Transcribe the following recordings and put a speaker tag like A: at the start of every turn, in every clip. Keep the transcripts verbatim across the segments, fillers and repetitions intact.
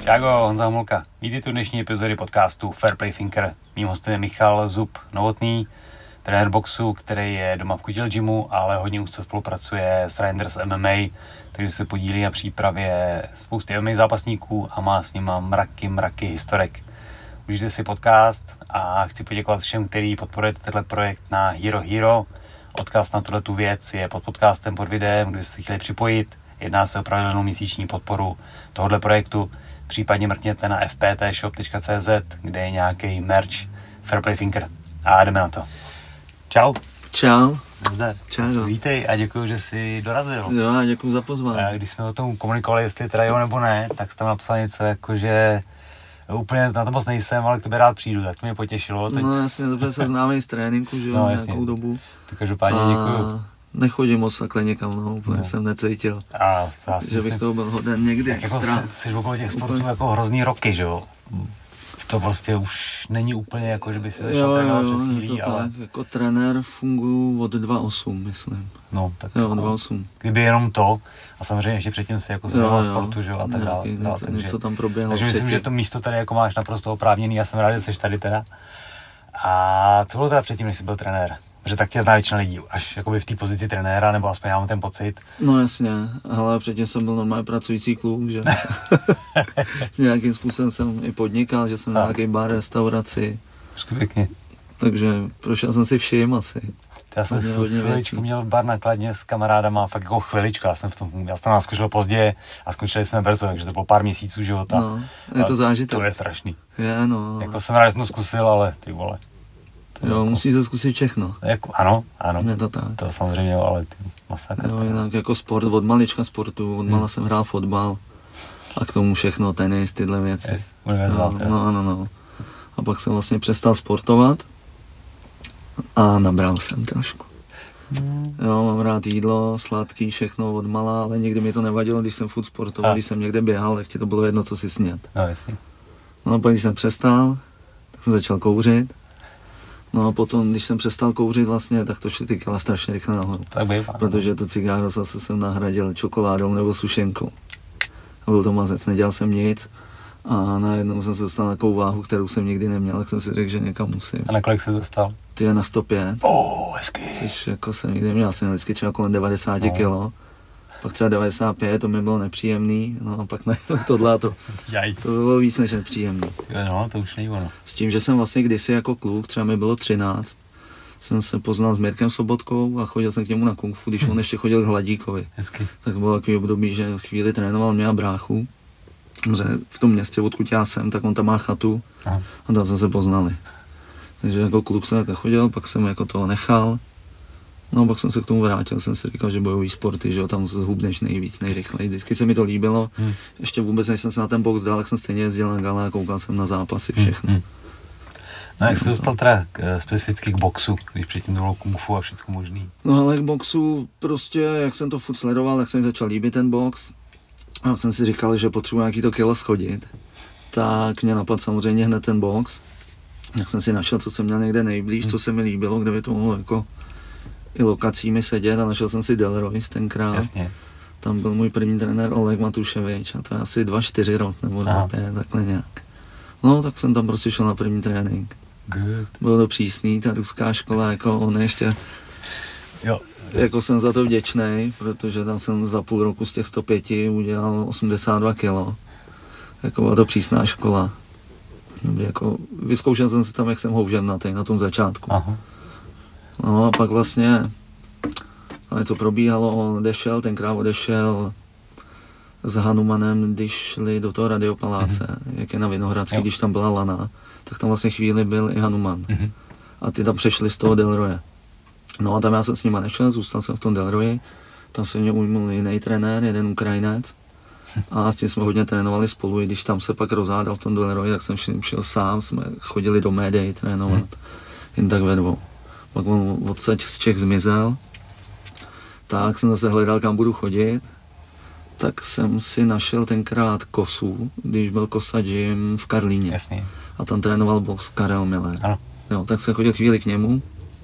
A: Čágo, Honza Homolka. Vítejte u dnešní epizody podcastu Fair Play Thinker. Mým hostem je Michal Zub Novotný, trenér boxu, který je doma v Kutil Gymu, ale hodně úzce spolupracuje s Reinders M M A, takže se podílí na přípravě spousty M M A zápasníků a má s nima mraky, mraky historek. Užijte si podcast a chci poděkovat všem, kteří podporujete tenhle projekt na Hero Hero. Odkaz na tuhletu věc je pod podcastem, pod videem, kdybyste se chtěli připojit. Jedná se o pravidelnou měsíční podporu tohoto projektu. Případně mrkněte na f p t shop tečka c z, kde je nějaký merch Fair Play Thinker. A jdeme na to. Čau.
B: Čau.
A: Zdar.
B: Čau.
A: Vítej a děkuji, že jsi dorazil.
B: Jo, a děkuji za pozvání.
A: Když jsme o tom komunikovali, jestli teda jo nebo ne, tak jsi tam napsal něco jako, že úplně na to moc nejsem, ale k tobě rád přijdu, tak to mě potěšilo. Teď...
B: No jasně, dobře se známe i z tréninku, že jo,
A: no,
B: nějakou dobu.
A: Tak každopádně děkuju.
B: Nechodím moc takhle někam, no, úplně no. jsem necítil,
A: a,
B: že bych toho byl hoden někdy
A: tak
B: extra.
A: Jako jsi okolo těch sportů úplně... jako hrozný roky, že jo? To prostě už není úplně jako, že by si začal trénovat před chvílí,
B: to
A: ale...
B: tak, jako trenér funguju od dva osm, myslím.
A: No, tak
B: jo, dva osm.
A: Kdyby jenom to, a samozřejmě ještě předtím si jako zvěnoval sportu, že jo, a tak dále.
B: Něco,
A: takže,
B: něco tam proběhlo
A: takže
B: předtím.
A: myslím, že to místo tady jako máš naprosto oprávněný, já jsem rád, že jsi tady teda. A co bylo teda předtím, než jsi byl trenér? Že tak tě zná většina lidí, až jakoby v té pozici trenéra, nebo aspoň já mám ten pocit.
B: No jasně, ale předtím jsem byl normálně pracující kluk, že nějakým způsobem jsem i podnikal, že jsem měl nějaký bar, restauraci.
A: Už pěkně.
B: Takže prošel jsem si všim asi.
A: Já jsem hodně, hodně chviličku věcí. Měl bar na Kladně s kamarádama, fakt jako chviličku, já jsem v tom, já jsem tam naskočil pozdě a skončili jsme brzo, takže to bylo pár měsíců života.
B: No, je to zážitek.
A: To je strašný.
B: Je, no.
A: Jako jsem rád, že jsem to zkusil, ale ty vole.
B: To jo, jako, musí se zkusit všechno.
A: Jako, ano, ano.
B: Je to tak.
A: To samozřejmě jo, ale ty masakr.
B: Jo, jinak jako sport, od malička sportu, od mala hmm. jsem hrál fotbal a k tomu všechno, tenis, tyhle věci.
A: Yes, univerzál,
B: no, no, no, no. A pak jsem vlastně přestal sportovat a nabral jsem trošku. Hmm. Jo, mám rád jídlo, sladký, všechno od mala, ale nikdy mi to nevadilo, když jsem furt sportoval, a. když jsem někde běhal, tak ti to bylo jedno, co si snět.
A: No, jasně.
B: No a pak, když jsem přestal, tak jsem začal kouřit. No a potom, když jsem přestal kouřit vlastně, tak to šli ty kila strašně rychle nahoru.
A: Tak bývá.
B: Protože to cigáro zase jsem nahradil čokoládou nebo sušenkou. A byl to mazec, nedělal jsem nic. A najednou jsem se dostal na takovou váhu, kterou jsem nikdy neměl, tak jsem si řekl, že někam musím.
A: A na kolik se dostal?
B: Ty je na sto pět.
A: Oh, hezky.
B: Což jako jsem nikdy neměl, jsem vždycky třeba kolem devadesát no. kilo. Pak třeba devadesát pět, to mi bylo nepříjemný, no a pak najednou tohle to, to bylo víc než nepříjemný.
A: No, to už není ono.
B: S tím, že jsem vlastně kdysi jako kluk, třeba mi bylo třináct, jsem se poznal s Mirkem Sobotkou a chodil jsem k němu na kung fu, když on ještě chodil k Hladíkovi.
A: Hezky.
B: Tak bylo takový období, že chvíli trénoval mě a bráchu. V tom městě, odkud já jsem, tak on tam má chatu. Aha. A tam jsme se poznali. Takže jako kluk jsem tak chodil, pak jsem jako toho nechal. No a pak jsem se k tomu vrátil, jsem si říkal, že bojový sporty, že jo, tam se zhubneš nejvíc, nejrychleji. Vždycky se mi to líbilo. Hmm. Ještě vůbec, než jsem se na ten box dal, tak jsem stejně jezdil na gala a koukal jsem na zápasy, všechno. Hmm.
A: No jak jsi dostal teda k, specificky k boxu, když předtím bylo kung fu a všechno možný?
B: No ale k boxu prostě, jak jsem to furt sledoval, tak jsem mi začal líbit ten box. A jak jsem si říkal, že potřebuji nějaký to kilo schodit, tak mě napadl samozřejmě hned ten box. Jak jsem si našel, co jsem měl někde nejblíž, hmm. co se mi líbilo, kde by to mohlo jako i lokacími sedět a našel jsem si Delroyce tenkrát.
A: Jasně.
B: Tam byl můj první trenér Oleg Matuševič a to je asi dva čtyři rok nebo dva pět, takhle nějak. No tak jsem tam prostě šel na první trénink.
A: Good.
B: Bylo to přísný, ta ruská škola, jako on ještě,
A: jo.
B: Jako jsem za to vděčnej, protože tam jsem za půl roku z těch sto pět udělal osmdesát dva kilo. Jako byla to přísná škola. Jako, vyzkoušel jsem se tam, jak jsem houževnatý na tom začátku. Aha. No a pak vlastně, a něco probíhalo, on odešel, tenkrát odešel s Hanumanem, když šli do toho radiopaláce, mm-hmm. jak je na Vinohradský, když tam byla Lana, tak tam vlastně chvíli byl i Hanuman. Mm-hmm. A ty tam přešli z toho Delroye. No a tam já jsem s nima nešel, zůstal jsem v tom Delroyi, tam se mě ujmul jiný trenér, jeden Ukrajinec. A s tím jsme hodně trénovali spolu, i když tam se pak rozhádal v tom Delroyi, tak jsem šel sám, jsme chodili do médií trénovat, mm. jen tak ve dvou. Pak on odsaď z Čech zmizel, tak jsem zase hledal, kam budu chodit, tak jsem si našel tenkrát Kosu, když byl Kosa Gym v Karlíně.
A: Jasně.
B: A tam trénoval box Karel Miller.
A: Ano.
B: Jo, tak jsem chodil chvíli k němu.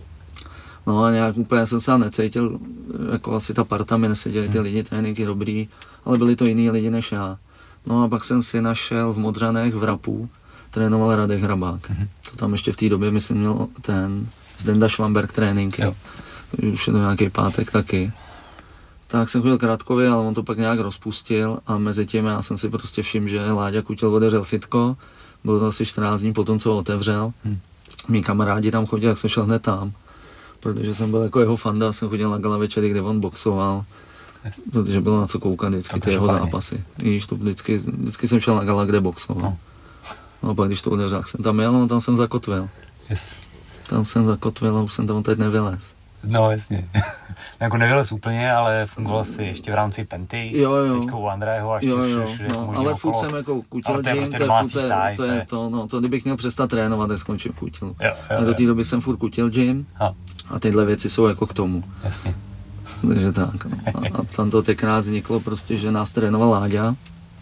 B: No a nějak úplně jsem se necítil, jako asi ta parta mi neseděli ty lidi, tréninky dobrý, ale byli to jiní lidi než já. No a pak jsem si našel v Modřanech v Rapu, trénoval Radek Hrabák. Mm-hmm. To tam ještě v té době, myslím, měl ten Zdenda Švamberg tréninky. Jo. Už je to nějaký pátek taky. Tak jsem chodil k Radkovi, ale on to pak nějak rozpustil a mezi tím já jsem si prostě všiml, že Láďa Kutil otevřel fitko. Bylo to asi čtrnáct dní potom, co ho otevřel. Hmm. Mí kamarádi tam chodili, jak jsem šel hned tam. Protože jsem byl jako jeho fanda, jsem chodil na gala večery, kde on boxoval. Yes. Protože bylo na co koukat vždycky ty jeho zápasy. Víš, to vždycky, vždycky jsem šel na gala, kde boxoval. No, no a pak když to otevřel, jsem tam jel, no tam jsem zakotvil. Yes. Tam jsem zakotvil a už jsem tam teď nevylez.
A: No jasně. Jako nevylez úplně, ale fungoval si ještě v rámci Penty,
B: jo, jo.
A: teďka u Andrého a ještě
B: jo, jo,
A: všude.
B: No, ale furt jsem jako Kutil
A: ale to je
B: gym,
A: prostě
B: to,
A: domácí
B: to,
A: stáj,
B: to, je to, no, to kdybych měl přestat trénovat, tak skončím v Kutilu.
A: Jo, jo,
B: a do té doby jsem furt Kutil gym ha. A tyhle věci jsou jako k tomu.
A: Jasně.
B: Takže tak. No. A, a tam to tenkrát vzniklo prostě, že nás trénoval Láďa.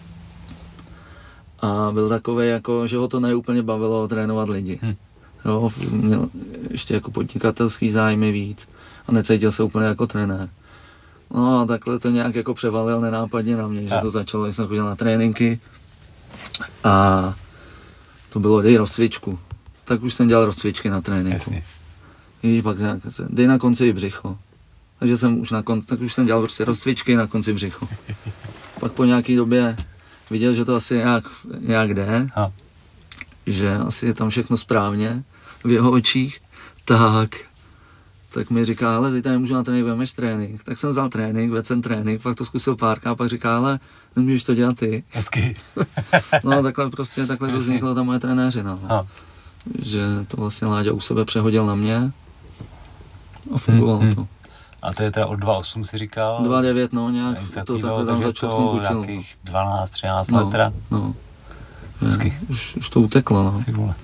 B: A byl takový jako, že ho to neúplně bavilo trénovat lidi. Hm. Jo, měl ještě jako podnikatelský zájmy víc a necítil se úplně jako trenér. No a takhle to nějak jako převalil nenápadně na mě, že to začalo, když jsem chodil na tréninky a to bylo dej rozcvičku. Tak už jsem dělal rozcvičky na tréninku.
A: Jasně.
B: Víš, pak nějak se, dej na konci břicho. Takže jsem už na konci, tak už jsem dělal prostě rozcvičky na konci břicho. Pak po nějaký době viděl, že to asi nějak, nějak jde, ha. Že asi je tam všechno správně v jeho očích, tak, tak mi říká, ale zítra nemůžu na trénink, vemeš trénink. Tak jsem vzal trénink, vedl jsem trénink, pak to zkusil párkrát, pak říká, ale nemůžeš to dělat ty.
A: Hezky.
B: No takhle prostě, takhle to vzniklo ta moje trenéřina. No. Že to vlastně Láďa u sebe přehodil na mě a fungovalo hmm, hmm. to.
A: A to je teda od dva osm si říkal?
B: dva devět, no nějak, to takhle tam začalo v tom Kutilu.
A: Nějakých dvanáct třináct no, let teda?
B: No. Je, už, už to uteklo, no.
A: Ty vole.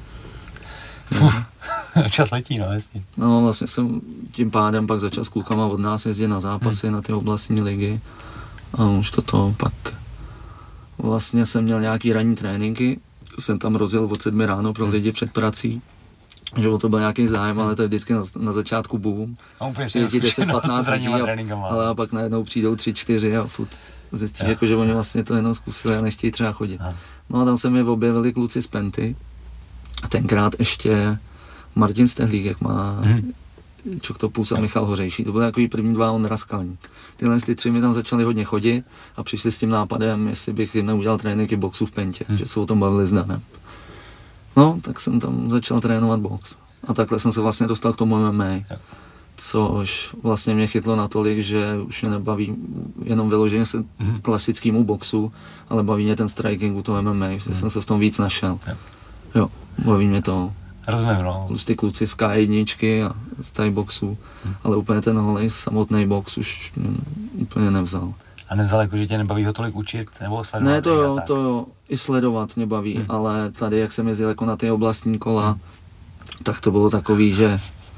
A: Čas letí, no, jasně.
B: No, vlastně jsem tím pádem pak začal s klukama od nás jezdit na zápasy, hmm. na ty oblastní ligy. A už toto pak vlastně jsem měl nějaký ranní tréninky. Jsem tam rozjel od sedmi ráno pro lidi před prací. Že o to byl nějaký zájem, ale to je vždycky na, na začátku boom.
A: No, úplně si deset patnáct lidí,
B: ale a pak najednou přijdou tři čtyři a furt zjistíš, jako, že oni vlastně to jenom zkusili a nechtějí třeba chodit. Aha. No a tam se mi objevili kluci z Penty. Tenkrát ještě Martin Stehlík, jak má hmm. Čoktopus a Michal Hořejší. To byly takový první dva Ondra Skalník. Tyhle ty tři mi tam začali hodně chodit a přišli s tím nápadem, jestli bych jim neudělal tréninky boxu v Pentě, hmm. že se o tom bavili s Danem. No, tak jsem tam začal trénovat box. A takhle jsem se vlastně dostal k tomu M M A. Což vlastně mě chytlo natolik, že už mě nebaví jenom vyloženě se mm-hmm. klasickému boxu, ale baví mě ten striking u toho M M A, že mm. jsem se v tom víc našel. Jo, jo baví mě to.
A: Rozumím, no.
B: Plus ty kluci z K jedna a z Thai boxu, mm. ale úplně ten holej samotný box už mě úplně nevzal.
A: A nevzal jako, že tě nebaví ho tolik učit nebo sledovat?
B: Ne, to jo, to jo, i sledovat mě baví, mm. ale tady, jak jsem jezdil jako na ty oblastní kola, mm. tak to bylo takový, že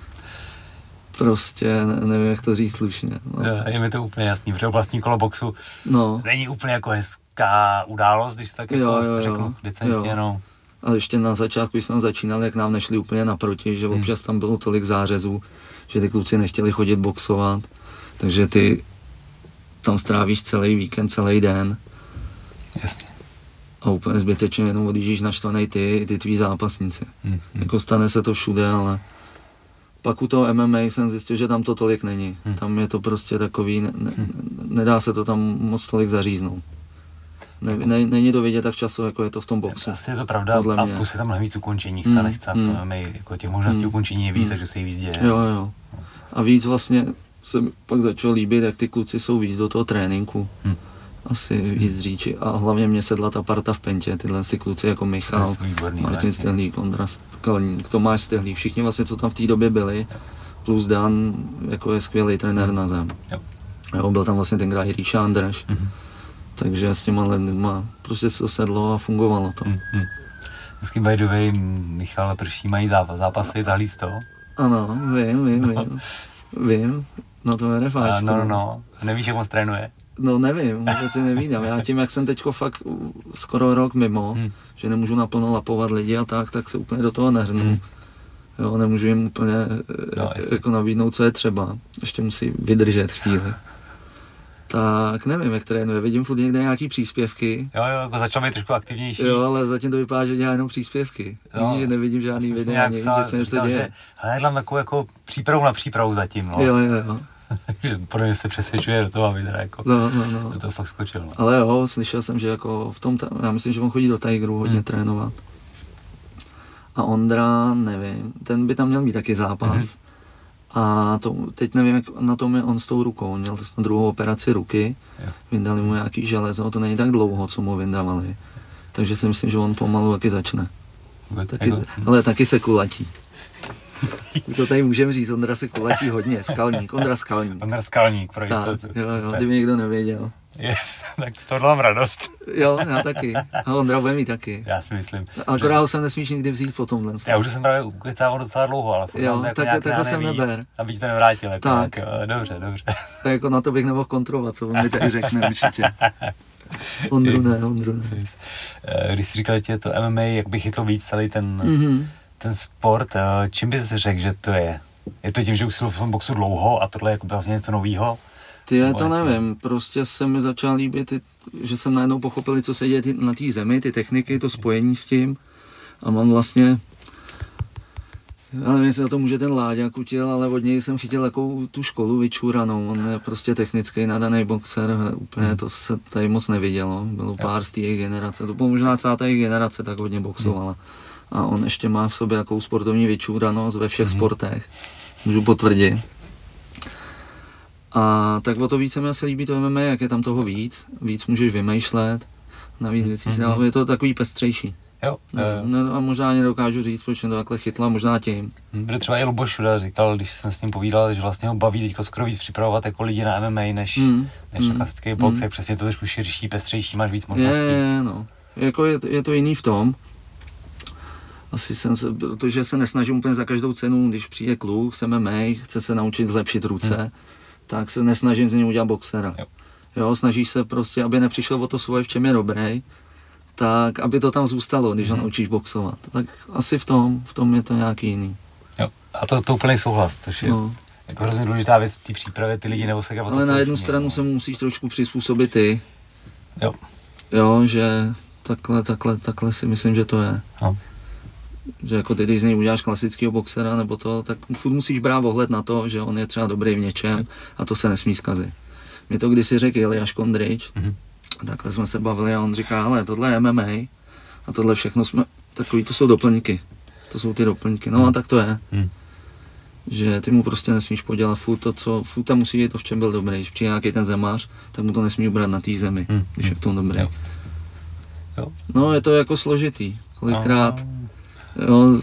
B: prostě ne, nevím, jak to říct slušně. No.
A: Jo, je mi to úplně jasný, protože oblastní kolo boxu
B: no.
A: není úplně jako hezká událost, když tak jako
B: jo, jo,
A: řeknu decentně, jo. No.
B: A ještě na začátku, když jsem začínal, jak nám nešli úplně naproti, že občas tam bylo tolik zářezů, že ty kluci nechtěli chodit boxovat, takže ty tam strávíš celý víkend, celý den.
A: Jasně.
B: A úplně zbytečně jenom odjíždíš naštvanej ty, ty tví zápasníci. Hmm, hmm. Jako stane se to všude, ale pak u toho M M A jsem zjistil, že tam to tolik není. Hmm. Tam je to prostě takový, ne, ne, nedá se to tam moc tolik zaříznout. Ne, ne, není to vidět tak času, jako je to v tom boxu.
A: Asi je to pravda a plus je tam mnohem víc ukončení, chce, hmm. nechce. V tom M M A jako těch možností hmm. ukončení je víc, hmm. takže se jí víc děje.
B: Jo, jo. A víc vlastně se mi pak začalo líbit, jak ty kluci jsou víc do toho tréninku. Hmm. Asi hmm. víc říči. A hlavně mě sedla ta parta v Pentě, tyhle ty kluci jako Michal,
A: výborný,
B: Martin vlastně. Stehlík, Ondra Skalník, Tomáš Stehlík, všichni vlastně, co tam v té době byli, plus Dan, jako je skvělý trenér na zem. Jo. Jo, byl tam vlastně tenkrát i Ríša Andreš, mm-hmm. takže s těma lidma prostě se sedlo a fungovalo to.
A: Mm-hmm. Dnesky by the way, Michal Prší mají zápas, zápasy, zahlíz to?
B: Ano, vím, vím, no. vím, vím, na tom RFáčku.
A: No, no, no, a nevíš, jak moc trénuje?
B: No nevím, vůbec si nevídám. Já tím, jak jsem teďko fakt skoro rok mimo, hmm. že nemůžu naplno lapovat lidi a tak, tak se úplně do toho nehrnu. Hmm. Jo, nemůžu jim úplně no, jako nabídnout, co je třeba. Ještě musí vydržet chvíli. tak nevím, jak trénuje. Vidím furt někde nějaký příspěvky.
A: Jo, jo, jako začal být trošku aktivnější.
B: Jo, ale zatím to vypadá, že dělá jenom příspěvky.
A: Jo,
B: Nikdy nevidím žádný video, ani,
A: psal,
B: že se něco
A: říkal,
B: děje.
A: Že, hele, dělám takovou jako přípravu na přípravu zatím, no.
B: Jo, jo, jo.
A: Takže podle mě se přesvědčuje do toho, aby teda jako
B: no, no, no.
A: do toho fakt skočil. No.
B: Ale jo, slyšel jsem, že jako v tom, já myslím, že on chodí do Tigeru hodně hmm. trénovat. A Ondra, nevím, ten by tam měl mít taky zápas. Hmm. A to, teď nevím, jak na tom je on s tou rukou. On měl na druhou operaci ruky, jo. Vyndali mu nějaký železo, to není tak dlouho, co mu vyndávali. Takže si myslím, že on pomalu taky začne. Taky, ale taky se kulatí. To tady můžeme říct, Ondra se kulatí hodně, Skalník, Ondra Skalník.
A: Ondra Skalník, pro jistotu.
B: Jo, jo, kdyby někdo nevěděl.
A: Yes, tak z toho mám radost.
B: Jo, já taky. A Ondra bude mít taky.
A: Já si myslím.
B: Akorát ho sem nesmíš nikdy vzít po tomhle.
A: Já už jsem právě ukecával docela dlouho, ale furt
B: jo,
A: to jako
B: tak, tak ho sem neber.
A: Aby ti to nevrátil. Jako tak. tak. Dobře, dobře.
B: Tak jako na to bych nemohl kontrolovat, co on mi tady řekne určitě. Ondru ne, Ondru ne.
A: Yes. Když jsi říkal, že je to M M A, jak by chytlo víc celý ten, mm-hmm. ten sport, čím bys řekl, že to je? Je to tím, že už jsi v tom boxu dlouho a tohle je jako vlastně něco novýho?
B: Ty, já to nevím, prostě se mi začal líbit, že jsem najednou pochopil, co se děje na té zemi, ty techniky, to spojení s tím a mám vlastně, já nevím, jestli na to může ten Láďa Kutil, ale od něj jsem chytil takovou tu školu vyčuranou, on je prostě technický nadaný boxer, úplně to se tady moc nevidělo, bylo pár z té jejich generace, to bylo možná celá ta jejich generace tak hodně boxovala a on ještě má v sobě takovou sportovní vyčuranost ve všech mm-hmm. sportech, můžu potvrdit. A tak o to víc se mi asi líbí to M M A, jak je tam toho víc, víc můžeš vymýšlet, navíc věcí se mm-hmm. je to takový pestřejší.
A: Jo,
B: no, no, a možná ani dokážu říct, proč jsem to takhle chytla, možná tím.
A: Protože třeba i Luboš Šuda říkal, když jsem s ním povídal, že vlastně ho baví teďko skoro víc připravovat jako lidi na M M A, než, mm. než mm. na klasický box, mm. přesně to trošku širší, pestřejší, máš víc možností.
B: Je, je, no. Jako je, je to jiný v tom, asi jsem se, protože se nesnažím úplně za každou cenu, když přijde kluk s M M A, chce se naučit zlepšit ruce, mm. tak se nesnažím z něj udělat boxera. Jo. jo, snažíš se prostě, aby nepřišel o to svoje, v čem je dobrý, tak aby to tam zůstalo, když ho naučíš boxovat. Tak asi v tom, v tom je to nějaký jiný.
A: Jo, a to, to úplný souhlas, což je no. jako hrozně důležitá věc v té přípravě, ty lidi nebo se o to.
B: Ale na jednu stranu se musíš trošku přizpůsobit ty.
A: Jo.
B: Jo, že takhle, takhle, takhle si myslím, že to je.
A: No.
B: Že jako ty, když z něj uděláš klasického boxera nebo to, tak furt musíš brát ohled na to, že on je třeba dobrý v něčem a to se nesmí zkazit. Mě to kdysi řekl Eliáš Kondrič, mm-hmm. takhle jsme se bavili a on říká, hele, tohle je M M A a tohle všechno jsme, takový to jsou doplňky, to jsou ty doplňky, no mm. a tak to je. Mm. Že ty mu prostě nesmíš podělat furt to, co, furt tam musí být to, v čem byl dobrý. Když přijde nějaký ten zemář, tak mu to nesmí ubrat na té zemi, mm. když je v tom dobrý. Jo. Jo. No je to jako složitý, kolikrát, jo,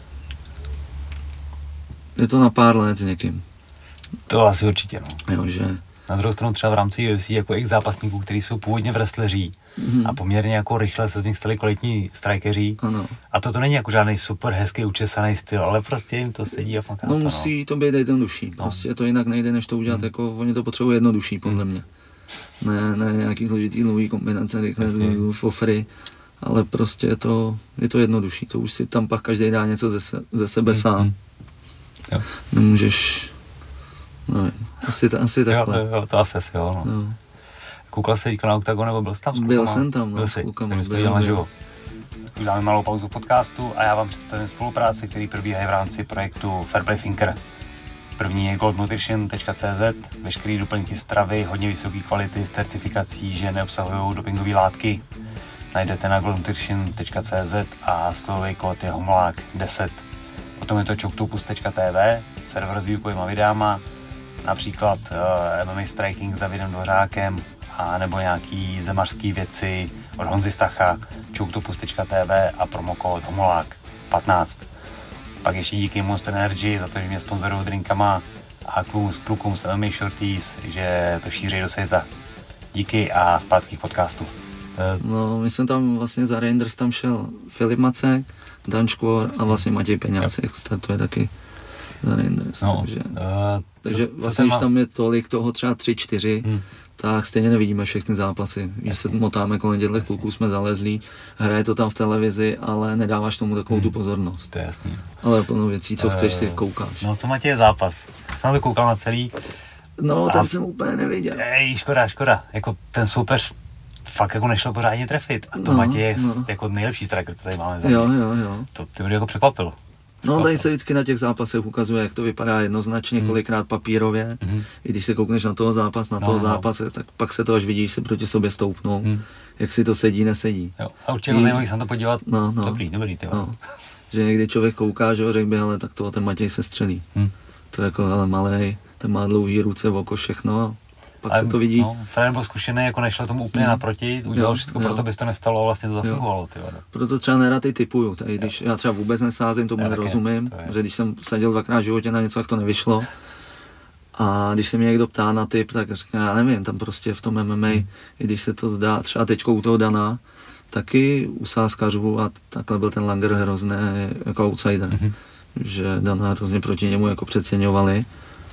B: je to na pár let s někým.
A: To asi určitě, no.
B: Jo, že...
A: Na druhou stranu třeba v rámci U F C jako x zápasníků, kteří jsou původně wrestleří mm-hmm. a poměrně jako rychle se z nich stali kvalitní strikeři.
B: Ano.
A: A to to není jako žádný super hezký učesaný styl, ale prostě jim to sedí a fakt.
B: No musí no. to být jednodušší, no. Prostě to jinak nejde, než to udělat, mm. jako oni to potřebují jednodušší, podle mm. mě. Ne, ne nějaký složitý nový kombinace, rychle fofry, ale prostě je to, je to jednodušší, to už si tam pak každý dá něco ze, se, ze sebe mm. sám.
A: Jo.
B: Nemůžeš, nevím, asi, to, asi takhle.
A: Jo, to, to asi asi jo, no. Jo. Koukal jsi teďka na Octagon, nebo byl jsi tam s
B: klukama? Byl jsem tam, no,
A: byl
B: s klukama.
A: Takže jsi to viděl naživo. Dáme malou pauzu podcastu a já vám představím spolupráci, který probíhají v rámci projektu Fairplay Thinker. První je gold nutrition tečka cé zet, veškeré doplňky stravy, hodně vysoké kvality, s certifikací, že neobsahují dopingové látky. Najdete na gold nutrition tečka cé zet a slovový kód je homolák deset. Potom je to choctopus tečka té vé, server s výukovými videama, například uh, M M A Striking s Davidem Dvořákem, a nebo nějaký zemařský věci od Honzy Stacha, choctopus tečka té vé a promokód homolák patnáct. Pak ještě díky Monster Energy za to, že mě sponzorují drinkama a klukům, klukům z M M A Shorties, že to šíří do světa. Díky a zpátky k podcastu.
B: No, my jsme tam vlastně za Reinders tam šel Filip Macek, Dan Škvor a vlastně Matěj Peňáz, jak startuje taky za Reinders.
A: No,
B: takže
A: uh,
B: takže
A: co,
B: vlastně,
A: co
B: když tam je tolik toho třeba tři, čtyři, hmm. tak stejně nevidíme všechny zápasy. Když se motáme kolem těchto kluků, jsme zalezlí, hraje to tam v televizi, ale nedáváš tomu takovou hmm. tu pozornost.
A: To je jasný.
B: Ale plno věcí, co uh, chceš si koukáš.
A: No co Matěj je zápas? Jsem na to koukal na celý.
B: No, ten jsem úplně neviděl.
A: Ej, škoda, škoda. Jako ten soupeř fakt jako nešlo pořádně trefit. A to
B: No,
A: Matěj je
B: no.
A: jako nejlepší striker, co tady máme za
B: Jo,
A: mě.
B: jo, jo.
A: To ty mě jako překvapilo.
B: No, tady se vždycky na těch zápasech ukazuje, jak to vypadá jednoznačně,
A: Hmm.
B: kolikrát papírově.
A: Mhm.
B: I když se koukneš na toho zápas, na
A: No,
B: toho
A: no.
B: zápase, tak pak se to až vidíš, si proti sobě stoupnou,
A: Hmm.
B: jak si to sedí, nesedí.
A: Jo. A určitě ho zajímavý se na to podívat.
B: No, no.
A: Dobrý, dobrý, ty vole.
B: No. Že někdy člověk kouká, že ho řekl by, ale tak to ten Matěj se střelí.
A: Hmm.
B: To je jako, ale malej, ten má dlouhý ruce, oko, všechno a pak
A: Ale,
B: se to vidí.
A: No, Frér byl zkušený, jako nešlo tomu úplně
B: Hmm.
A: naproti, udělal
B: Jo,
A: všechno
B: jo.
A: pro to, aby se to nestalo a vlastně to zafungovalo. Ty vole.
B: Proto třeba nerad i typuju. Tady, když já třeba vůbec nesázím, tomu
A: Já taky,
B: nerozumím,
A: to je.
B: že když jsem sadil dvakrát v životě na něco, tak to nevyšlo. A když se mě někdo ptá na typ, tak říkám, já nevím, tam prostě v tom M M A,
A: Hmm.
B: i když se to zdá, třeba teďko u toho Dana, taky u sázkařů a takhle byl ten Langer hrozný jako outsider,
A: Mhm.
B: že Dana hrozně proti němu jako přeceňovali.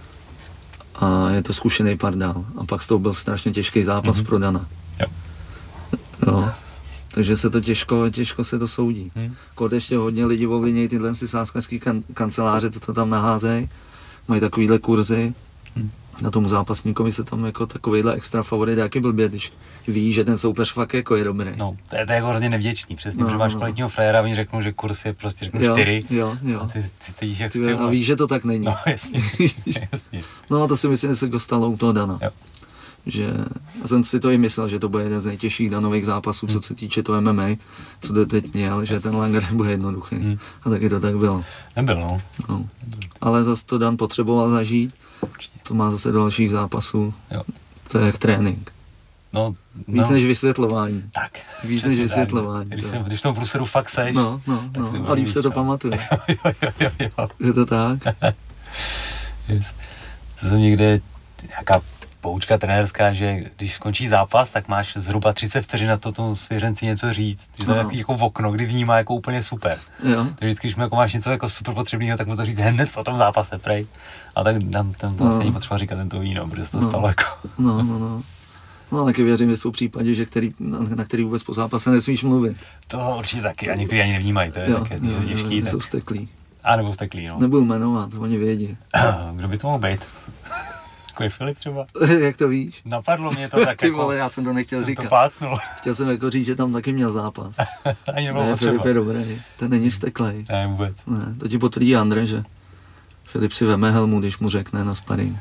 B: A je to zkušený pardál. A pak z toho byl strašně těžký zápas
A: Mhm.
B: pro Dana.
A: Jo.
B: No. Takže se to těžko, těžko se to soudí.
A: Hmm.
B: Kod ještě hodně lidí ovlivnějí tyhle si sázkařský kan- kanceláře, co to tam naházejí. Mají takovýhle kurzy.
A: Hmm.
B: Na tomu zápasníkovi se tam jako takovýhle extra favorit, jaký blbě, když ví, že ten soupeř fakt jako je dobrý.
A: No, to je, to je jako hrozně nevděčný, přesně,
B: No,
A: protože máš
B: no.
A: kvalitního fréra, oni řeknou, že kurz je prostě řeknu
B: Jo,
A: čtyři.
B: jo, jo.
A: A ty, ty sedíš jak
B: Ty,
A: ty.
B: a
A: vole.
B: víš, že to tak není.
A: No, jasně, jasně.
B: No a to si myslím, že se stalo u toho Dana.
A: Jo.
B: Že, a jsem si to i myslel, že to bude jeden z nejtěžších Danových zápasů, co se týče toho M M A, co doteď měl, že ten Langer bude jednoduchý.
A: Hmm.
B: A taky to tak bylo.
A: Nebyl, no.
B: No. Ale zase to Dan potřeboval zažít,
A: Určitě.
B: to má zase dalších zápasů,
A: Jo.
B: to je jak trénink.
A: No,
B: Víc
A: no,
B: než vysvětlování.
A: tak.
B: Víc
A: Přesně
B: než
A: tak.
B: vysvětlování,
A: Když,
B: to
A: jsem,
B: je.
A: když v tom průseru fakt seš.
B: No, no,
A: tak si
B: no. A líp
A: uvědomíš,
B: se to
A: jo.
B: pamatuje.
A: jo, jo, jo, jo.
B: Je to tak?
A: Yes. To jsem někde nějaká poučka trenérská, že když skončí zápas, tak máš zhruba třicet vteřin na to tomu svěřenci něco říct. Že to je
B: Aha.
A: takový jako v okno, kdy vnímá jako úplně super.
B: Jo.
A: Takže vždycky, když mu jako máš něco jako super potřebného, tak mu to říct hned po tom zápase, prej. A tak tam, tam vlastně
B: No.
A: není potřeba říkat tento víno, protože se to
B: No.
A: stalo jako.
B: No, no, no. No, taky věřím, že jsou případy, že který, na, na který vůbec po zápase nesmíš mluvit.
A: To určitě taky, a někteří ani nevnímají, to je
B: Jo,
A: také
B: jo,
A: těžký.
B: jo,
A: Tak.
B: jsou steklí.
A: A nebo steklý, no.
B: Nebudu jmenovat, oni vědí.
A: Kdo by to mohl být? Jako je Filip třeba?
B: Jak to víš?
A: Napadlo mě to tak
B: Ty
A: jako,
B: vole, já jsem to nechtěl
A: jsem to
B: říkat.
A: pácnul.
B: Chtěl jsem jako říct, že tam taky měl zápas.
A: Ani nebylo
B: Ne,
A: potřeba.
B: Filip je dobrý, ten není steklej.
A: Ne, vůbec.
B: Ne, to ti potvrdí Andre, že Filip si veme helmu, když mu řekne na sparring.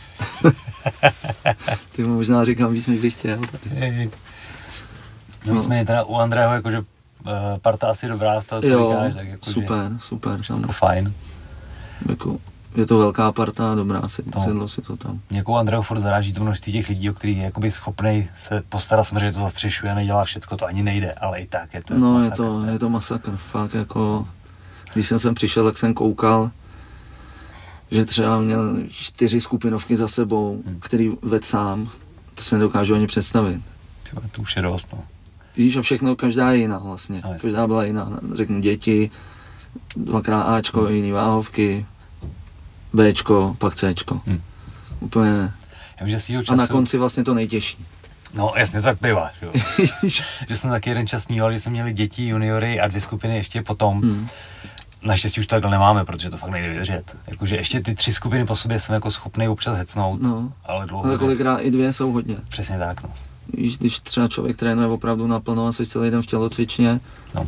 B: Ty mu možná říkám víc, než bych chtěl. Tady.
A: No,
B: No.
A: nicméně teda u Andreho, jakože uh, parta asi dobrá z toho, co
B: Jo,
A: říkáš, tak jako,
B: super, super.
A: Že,
B: Tam,
A: jako fajn.
B: jako, je to velká parta, dobrá, si,
A: No.
B: sedlo si to tam.
A: Mě jako u Andreho furt zaráží to množství těch lidí, o kterých je jakoby schopnej se postarat, samozřejmě to zastřešuje, nedělá všecko, to ani nejde, ale i tak je to
B: No, je
A: masakr.
B: to, je to masakr, fakt jako, když jsem sem přišel, tak jsem koukal, že třeba měl čtyři skupinovky za sebou,
A: Hmm.
B: který vedl sám, to se nedokážu ani představit.
A: Tyhle, to už je dost, no.
B: Víš, a všechno, každá je jiná vlastně,
A: No, jasně.
B: každá byla jiná, řeknu děti, dvakrát Ačko, jiný váhovky, Bčko, pak Cčko,
A: Hmm.
B: úplně,
A: Já vím, že svýho
B: a
A: času...
B: na konci vlastně to nejtěžší.
A: No jasně, to tak bývá, že jo. Že jsem taky jeden čas mýval, že jsme měli děti, juniory a dvě skupiny ještě potom.
B: Hmm.
A: Naštěstí už to takhle nemáme, protože to fakt nejde vydržet. Jakože ještě ty tři skupiny po sobě jsem jako schopný občas hecnout,
B: No,
A: ale dlouho.
B: ale
A: ne.
B: kolikrát i dvě jsou hodně.
A: Přesně tak, no.
B: Víš, když třeba člověk trénuje opravdu naplno a jsi celý den v tělocvičně,
A: no.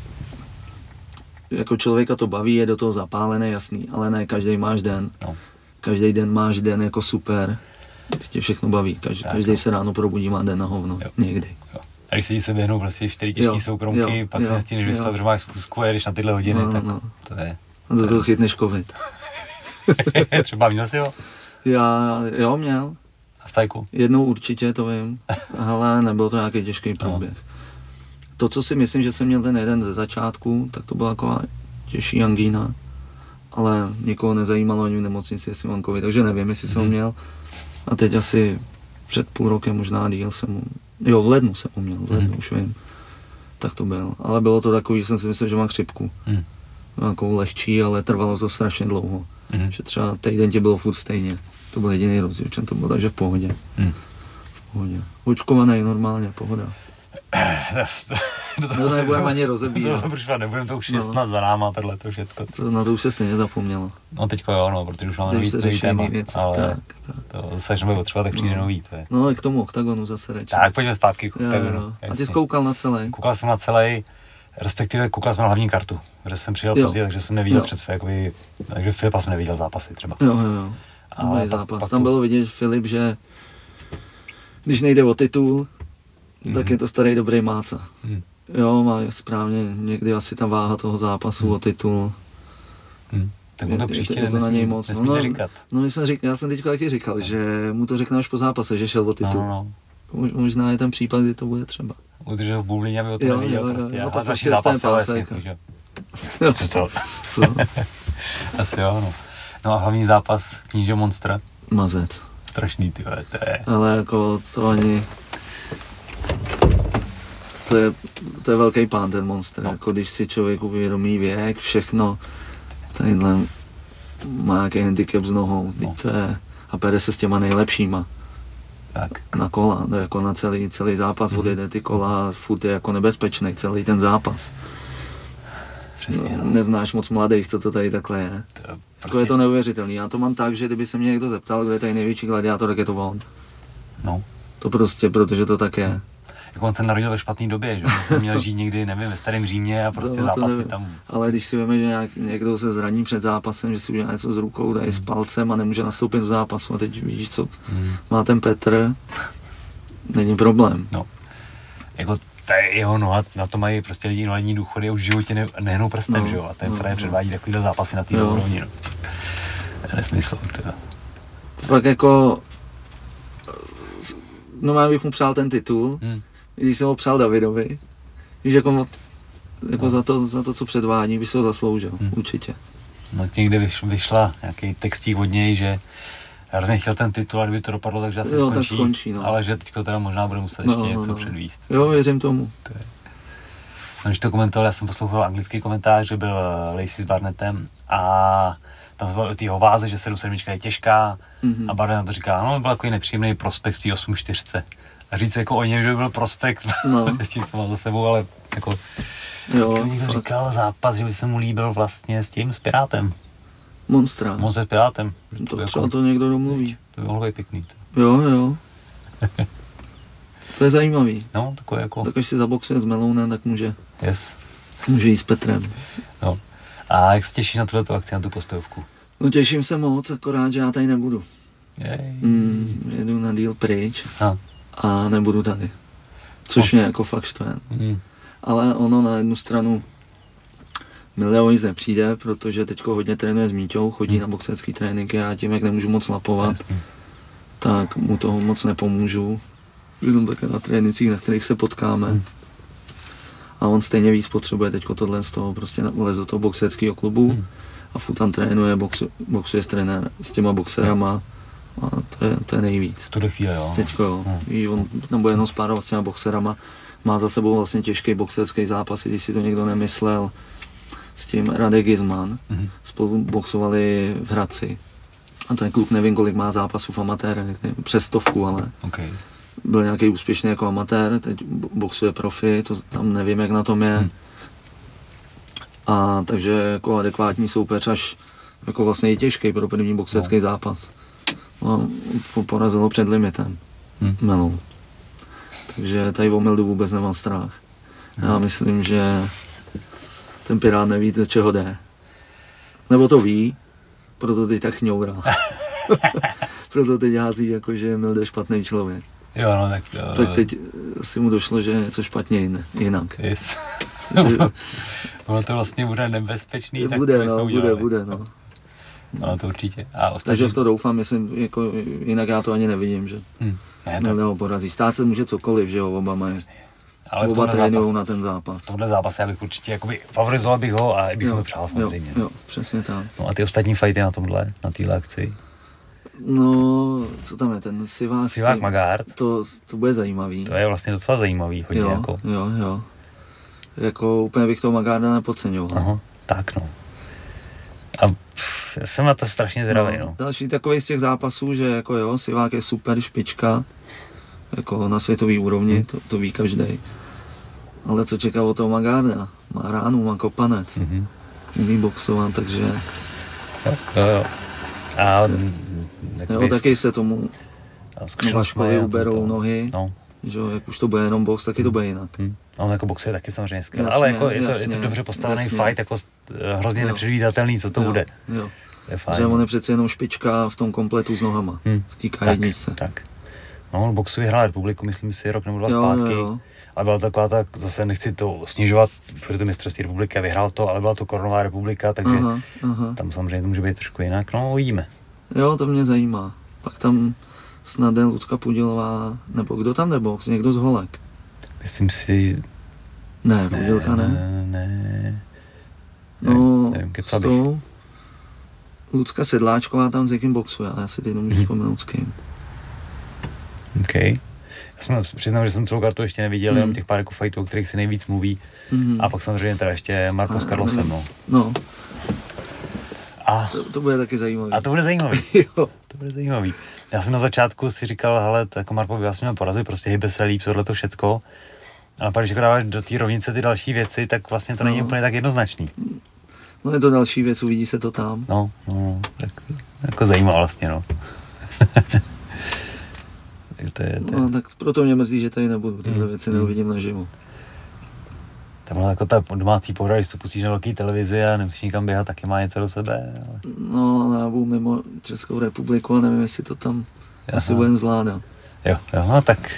B: jako člověka to baví, je do toho zapálený, jasný, ale ne, každý máš den.
A: No.
B: Každý den máš den jako super. Ty tě všechno baví, každý,
A: Tak,
B: každý
A: no.
B: se ráno probudí, má den na hovno,
A: Jo.
B: někdy.
A: Jo. A když se ti se běhnou prostě čtyři těžké
B: Jo,
A: soukromky,
B: jo,
A: pak se
B: jo,
A: nestíneš
B: jo.
A: vyspat, že máš zkusku a jdeš na tyhle hodiny,
B: No,
A: tak
B: no.
A: to je.
B: A do toho chytneš covid.
A: Třeba měl jsi ho?
B: Já, jo, měl.
A: A v cajku?
B: Jednou určitě, to vím, ale nebyl to nějaký těžký průběh. To, co si myslím, že jsem měl ten jeden ze začátku, tak to byla taková těžší angína, ale nikoho nezajímalo ani v nemocnici, jestli mám covid, takže nevím, jestli jsem ho
A: Mhm.
B: měl. A teď asi před půl rokem, možná díl jsem ho, jo, v lednu jsem ho měl, v lednu
A: Mhm.
B: už vím. Tak to byl, ale bylo to takový, že jsem si myslel, že mám chřipku.
A: Hm.
B: Nějakou lehčí, ale trvalo to strašně dlouho.
A: Mhm.
B: Že třeba týden tě bylo furt stejně. To byl jediný rozdíl, čem to bylo, takže v pohodě.
A: Hm.
B: V pohodě. Očkovaný normálně, pohoda.
A: do
B: to nebudeme ani rozebírat.
A: To přišlo, nebudeme to už no. snad za náma, tohle to všecko.
B: To, na to už se stejně zapomnělo.
A: No teďko jo, no, protože už máme nový, nový téma, věci, ale tak, tak. To zase, až nebude potřeba, tak přijde no. nový. To je.
B: No ale k tomu oktagonu zase reči.
A: Tak, pojďme zpátky k oktagonu. Jo,
B: jo. A ty jsi koukal na celý?
A: Koukal jsem na celý, respektive koukal jsem na hlavní kartu, protože jsem přijel pozdě, takže jsem neviděl jo. před, jakoby, takže Filipa jsem neviděl zápasy třeba.
B: Jo, jo, jo. Ale zápas. Pak, Tam bylo vidět, Filip, že když nejde o titul, mm. tak je to starý dobrý máca. Mm. Jo, má správně, někdy asi ta váha toho zápasu mm. o titul.
A: Mm. Tak mu to příště
B: je, je to na něj moc.
A: Nesmíte
B: no,
A: říkat.
B: No, my jsme řík, já jsem teď taky říkal, no. že mu to řekne až po zápase, že šel o titul. No, no. Možná je ten případ, kdy to bude třeba.
A: Udržel v bublině, aby o to
B: jo,
A: neviděl
B: jo,
A: prostě.
B: Jo,
A: a další zápas, ale jasně, že? Co to? Asi jo, no. No a hlavní zápas kníže Monster.
B: Mazec.
A: Strašný, ty vole, to je.
B: Ale jako to ani... To je, to je velký pán, ten Monster. No. Jako když si člověk uvědomí věk, všechno, tadyhle má nějaký handicap s nohou. No. To je, a pere se s těma nejlepšíma.
A: Tak.
B: Na kola, jako na celý, celý zápas mm-hmm. odjede ty kola, furt je jako nebezpečný celý ten zápas.
A: Přesně, no.
B: Neznáš moc mladých, co to tady takhle je. To, prostě... to je to neuvěřitelný. Já to mám tak, že kdyby se mě někdo zeptal, kdo je tady největší gladiátor, tak je to on.
A: No.
B: To prostě, protože to tak je.
A: Jako on se narodil ve špatné době, že? On měl žít někdy, nevím, ve starém Římě a prostě no, zápasy tam.
B: Ale když si víme, že nějak, někdo se zraní před zápasem, že si udělá něco s rukou, dají hmm. s palcem a nemůže nastoupit do zápasu a teď víš co, hmm. má ten Petr, není problém.
A: No. Jako ta jeho noha, na to mají prostě lidi invalidní důchody a už v životě ne, nehnou prstem, no, že jo? A ten no, frajer předvádí takovýhle zápasy na té úrovni, no. Nesmysl, teda.
B: Fakt jako, no já bych mu přál ten titul, hmm. když jsem ho přál Davidovi, víš, jako, jako no. za, to, za to, co předvádí, by se ho zasloužil, hmm. určitě.
A: No někde vyš, vyšla nějaký textík od něj, že hrozně chtěl ten titul, a kdyby to dopadlo, takže asi
B: jo,
A: skončí,
B: tak skončí no.
A: ale že teďko teda možná bude muset
B: no,
A: ještě
B: no,
A: něco
B: no.
A: předvíst.
B: Jo, věřím tomu.
A: To je. No, když to komentoval, já jsem poslouchal anglický komentář, že byl Lacey s Barnettem a tam byl o té váze, že sedm sedm je těžká mm-hmm. a Barnett to říká, no byl takový nepříjemný prospekt v té osm čtyři. A říct jako o něm, že by byl prospekt no. s tím, co má za sebou, ale jako
B: jo,
A: někdo
B: fakt.
A: říkal zápas, že by se mu líbil vlastně s tím, s Pirátem.
B: Monstra.
A: Monster s Pirátem.
B: To, to třeba jako, to někdo domluví.
A: To by mohlo být pěkný.
B: Jo, jo. To je zajímavý.
A: No, takové jako...
B: Tak až si zaboxuje s Melounem, tak může,
A: yes.
B: může jít s Petrem.
A: No. A jak se těšíš na tuto akci, na tu postojovku?
B: No těším se moc, akorát, že já tady nebudu. Mm, jedu na díl pryč a. a nebudu tady. Což mě jako fakt štve. Mm. Ale ono na jednu stranu Mileo nic nepřijde, protože teďko hodně trénuje s Míťou, chodí mm. na boxerský tréninky a tím, jak nemůžu moc lapovat, Jasný. tak mu toho moc nepomůžu. Jenom také na trénincích, na kterých se potkáme. Mm. A on stejně víc potřebuje teďko tohle z toho, prostě lez do toho boxerského klubu mm. a furt tam trénuje, boxu, boxuje s trenér, s těma boxerama. A to je, to je nejvíc.
A: V tuhle chvíli, jo.
B: Teďko jo. Hmm. Víš, on nebo jenom spárovat s těma boxerama. Má za sebou vlastně těžký boxerský zápas, když si to někdo nemyslel. S tím Radek Gizman. Hmm. Spolu boxovali v Hradci. A ten kluk nevím, kolik má zápasů v amatérech, přes stovku, ale
A: okay.
B: byl nějaký úspěšný jako amatér, teď boxuje profi, to tam nevím, jak na tom je. Hmm. A takže jako adekvátní soupeř až jako vlastně je těžký pro první boxerský no. zápas. No, porazilo před limitem hmm. Melou. Takže tady o Mildu vůbec nemám strach. Hmm. Já myslím, že ten Pirát neví, z čeho jde. Nebo to ví, proto teď tak chňourá. Proto teď hází, jako, že Milda je špatný člověk.
A: Jo, no tak jo.
B: Tak teď si mu došlo, že je něco špatně jiné, jinak.
A: Yes. Ono to vlastně bude nebezpečný.
B: Bude,
A: tak
B: no, bude, bude, no.
A: No to určitě. A ostatní...
B: Takže v to doufám, myslím, jako, jinak já to ani nevidím, že hmm. ne, to... ho porazí. Stát se může cokoliv, že jo, oba mají.
A: Ale
B: oba trénujou na ten zápas.
A: Tohle zápas já bych určitě, jakoby favorizoval bych ho a bych ho přál samozřejmě.
B: Jo, jo, přesně tak.
A: No a ty ostatní fighty na tomhle, na téhle akci?
B: No, co tam je, ten Sivák,
A: Sivák Magard.
B: To, to bude zajímavý.
A: To je vlastně docela zajímavý, hodně
B: jo,
A: jako.
B: Jo, jo. Jako úplně bych toho Magarda nepodceňoval.
A: Aha, tak no. A pff, já jsem na to strašně zdravý, no, no.
B: Další takový z těch zápasů, že jako jo, Sivák je super špička, jako na světový úrovni, hmm. to, to ví každý. Ale co čeká od toho Magarda? Má ránu, má kopanec. Mm-hmm. Umí boxovat, takže...
A: Jo, jo, jo. A...
B: Jo, taky se tomu Nováčkovi uberou
A: to...
B: nohy.
A: No.
B: Že jak už to bude jenom box, tak je to bude jinak.
A: Hmm. On jako box je taky samozřejmě skvělý, ale jako je, to, jasně, je to dobře postavený jasně. Fight, jako hrozně jo. nepředvídatelný, co to
B: jo.
A: bude.
B: Jo.
A: Je fajn.
B: Že on je přece jenom špička v tom kompletu s nohama,
A: hmm.
B: v té ká jedničce.
A: Tak, tak. No, on boxu vyhrál republiku, myslím si, rok nebo dva jo, zpátky. Jo, jo. Ale byla to taková tak, zase nechci to snižovat, protože to mistrovství republiky a vyhrál to, ale byla to koronová republika, takže aha, aha. tam samozřejmě to může být trošku jinak, no uvidíme.
B: Jo, to mě zajímá. Pak tam snad je Lucka Pudilová, nebo kdo tam jde box, někdo z Holek?
A: Myslím si...
B: Ne, Pudilka ne?
A: Ne, ne.
B: No,
A: nevím,
B: s tou Lucka Sedláčková tam s někým boxuje, ale já si teď nemůžu hmm. vzpomenout s kým.
A: OK. Já jsem přiznám, že jsem celou kartu ještě neviděl, hmm. jenom těch pár jako fightů, o kterých se nejvíc mluví. Hmm. A pak samozřejmě teda ještě Marko s Carlosem, no.
B: No.
A: A
B: to, to bude taky zajímavý.
A: A to bude zajímavý.
B: Jo.
A: To bude zajímavý. Já jsem na začátku si říkal, hele, jako Marko by vás měl porazit, prostě hybe se líp, tohle to všecko. Ale pak, když jako dáváš do té rovnice ty další věci, tak vlastně to no. není úplně tak jednoznačný.
B: No je to další věc, uvidí se to tam.
A: No, no, tak jako zajímá vlastně, no. Takže to je, to je...
B: No, tak proto mě mrzí, že tady nebudu, tyhle mm. věci neuvidím naživu.
A: Tam jako ta domácí pohoda, když to pustíš na velké televizi a nemusíš nikam běhat, taky má něco do sebe. Ale...
B: No, ale já budu mimo Českou republiku a nevím, jestli to tam Aha. asi budem zvládat.
A: Jo, jo, no tak...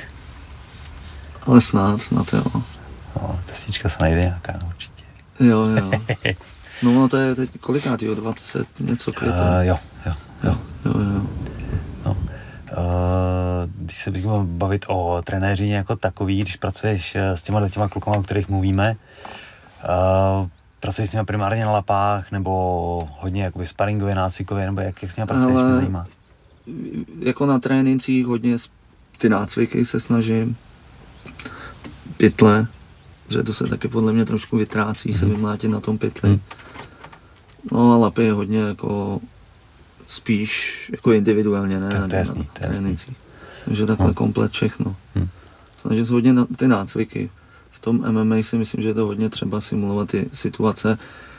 B: Ale snad, snad jo.
A: No, tesnička se najde nějaká, no, určitě.
B: Jo, jo. No, no to je teď kolikátý, jo, dvacet něco května.
A: Uh, jo, jo, jo.
B: Jo, jo.
A: No. Uh, když se budeme bavit o trenéřině jako takový, když pracuješ s těma těma klukama, o kterých mluvíme, uh, pracuješ s nimi primárně na lapách, nebo hodně jakoby sparingově, nácvikově, nebo jak, jak s nimi pracuješ, mě zajímá?
B: Jako na trénincích hodně ty nácviky se snažím, pytle, že to se taky podle mě trošku vytrácí, mm-hmm. se vymlátit na tom pytli. Mm. No a lapy je hodně jako spíš jako individuálně, ne?
A: To, to je jasný, to je jasný.
B: Takže takhle hmm. komplet všechno. Hmm. Snažím se hodně na ty nácviky. V tom M M A si myslím, že je to hodně třeba simulovat ty situace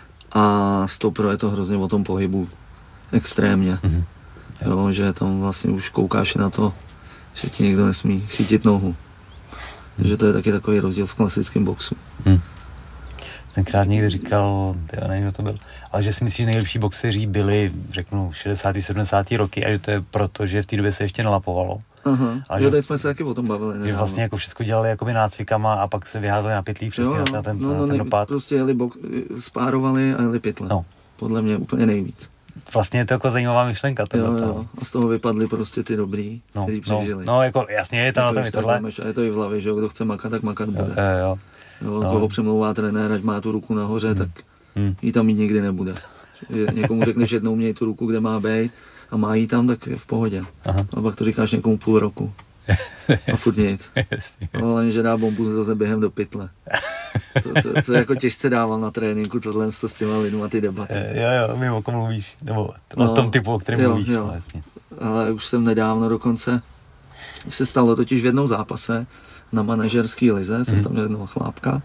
B: a stopro je to hrozně o tom pohybu extrémně. Hmm. Jo, že tam vlastně už koukáš na to, že ti někdo nesmí chytit nohu. Hmm. Takže to je taky takový rozdíl v klasickém boxu. Hmm.
A: Tenkrát někdy říkal, tyjo, nevím, kdo to byl, ale že si myslíš, že nejlepší boxeři byli, řeknu, šedesátá sedmdesátá roky a že to je proto, že v té době se ještě nelapovalo.
B: Aha,
A: ale
B: jo,
A: že,
B: teď jsme se taky o tom bavili.
A: Že vlastně jako všechno dělali jakoby nácvikama a pak se vyházeli na pytlí přesně jo, na ten,
B: no, no,
A: na ten dopad.
B: Prostě jeli box, spárovali a jeli pytle. No. Podle mě úplně nejvíc.
A: Vlastně je to jako zajímavá myšlenka.
B: Jo, jo. A z toho vypadly prostě ty dobrý,
A: no,
B: který přežili.
A: No, no, jako jasně je tam na tom i tohle.
B: A je to i v hlavě, že jo, kdo chce makat, tak makat bude.
A: Jo, jo.
B: Jo, no. Koho přemlouvá trenér, ať má tu ruku nahoře, hmm. tak hmm. jí tam mít nikdy nebude. Někomu řekneš jednou měj tu ruku, kde má být a má jí tam, tak je v pohodě. Aha. A pak to říkáš někomu půl roku. A furt nic. Ale že dá bombu zase během do pytle. To, to, to jako těžce dával na tréninku, tohle s těma lidma ty debaty.
A: Jo, jo, vím, o kom mluvíš, nebo o no, tom typu, o kterém mluvíš. Jo. No, jasně.
B: Ale už jsem nedávno dokonce, se stalo totiž v jednom zápase na manažerský lize, jsem mm. tam měl jednoho chlápka.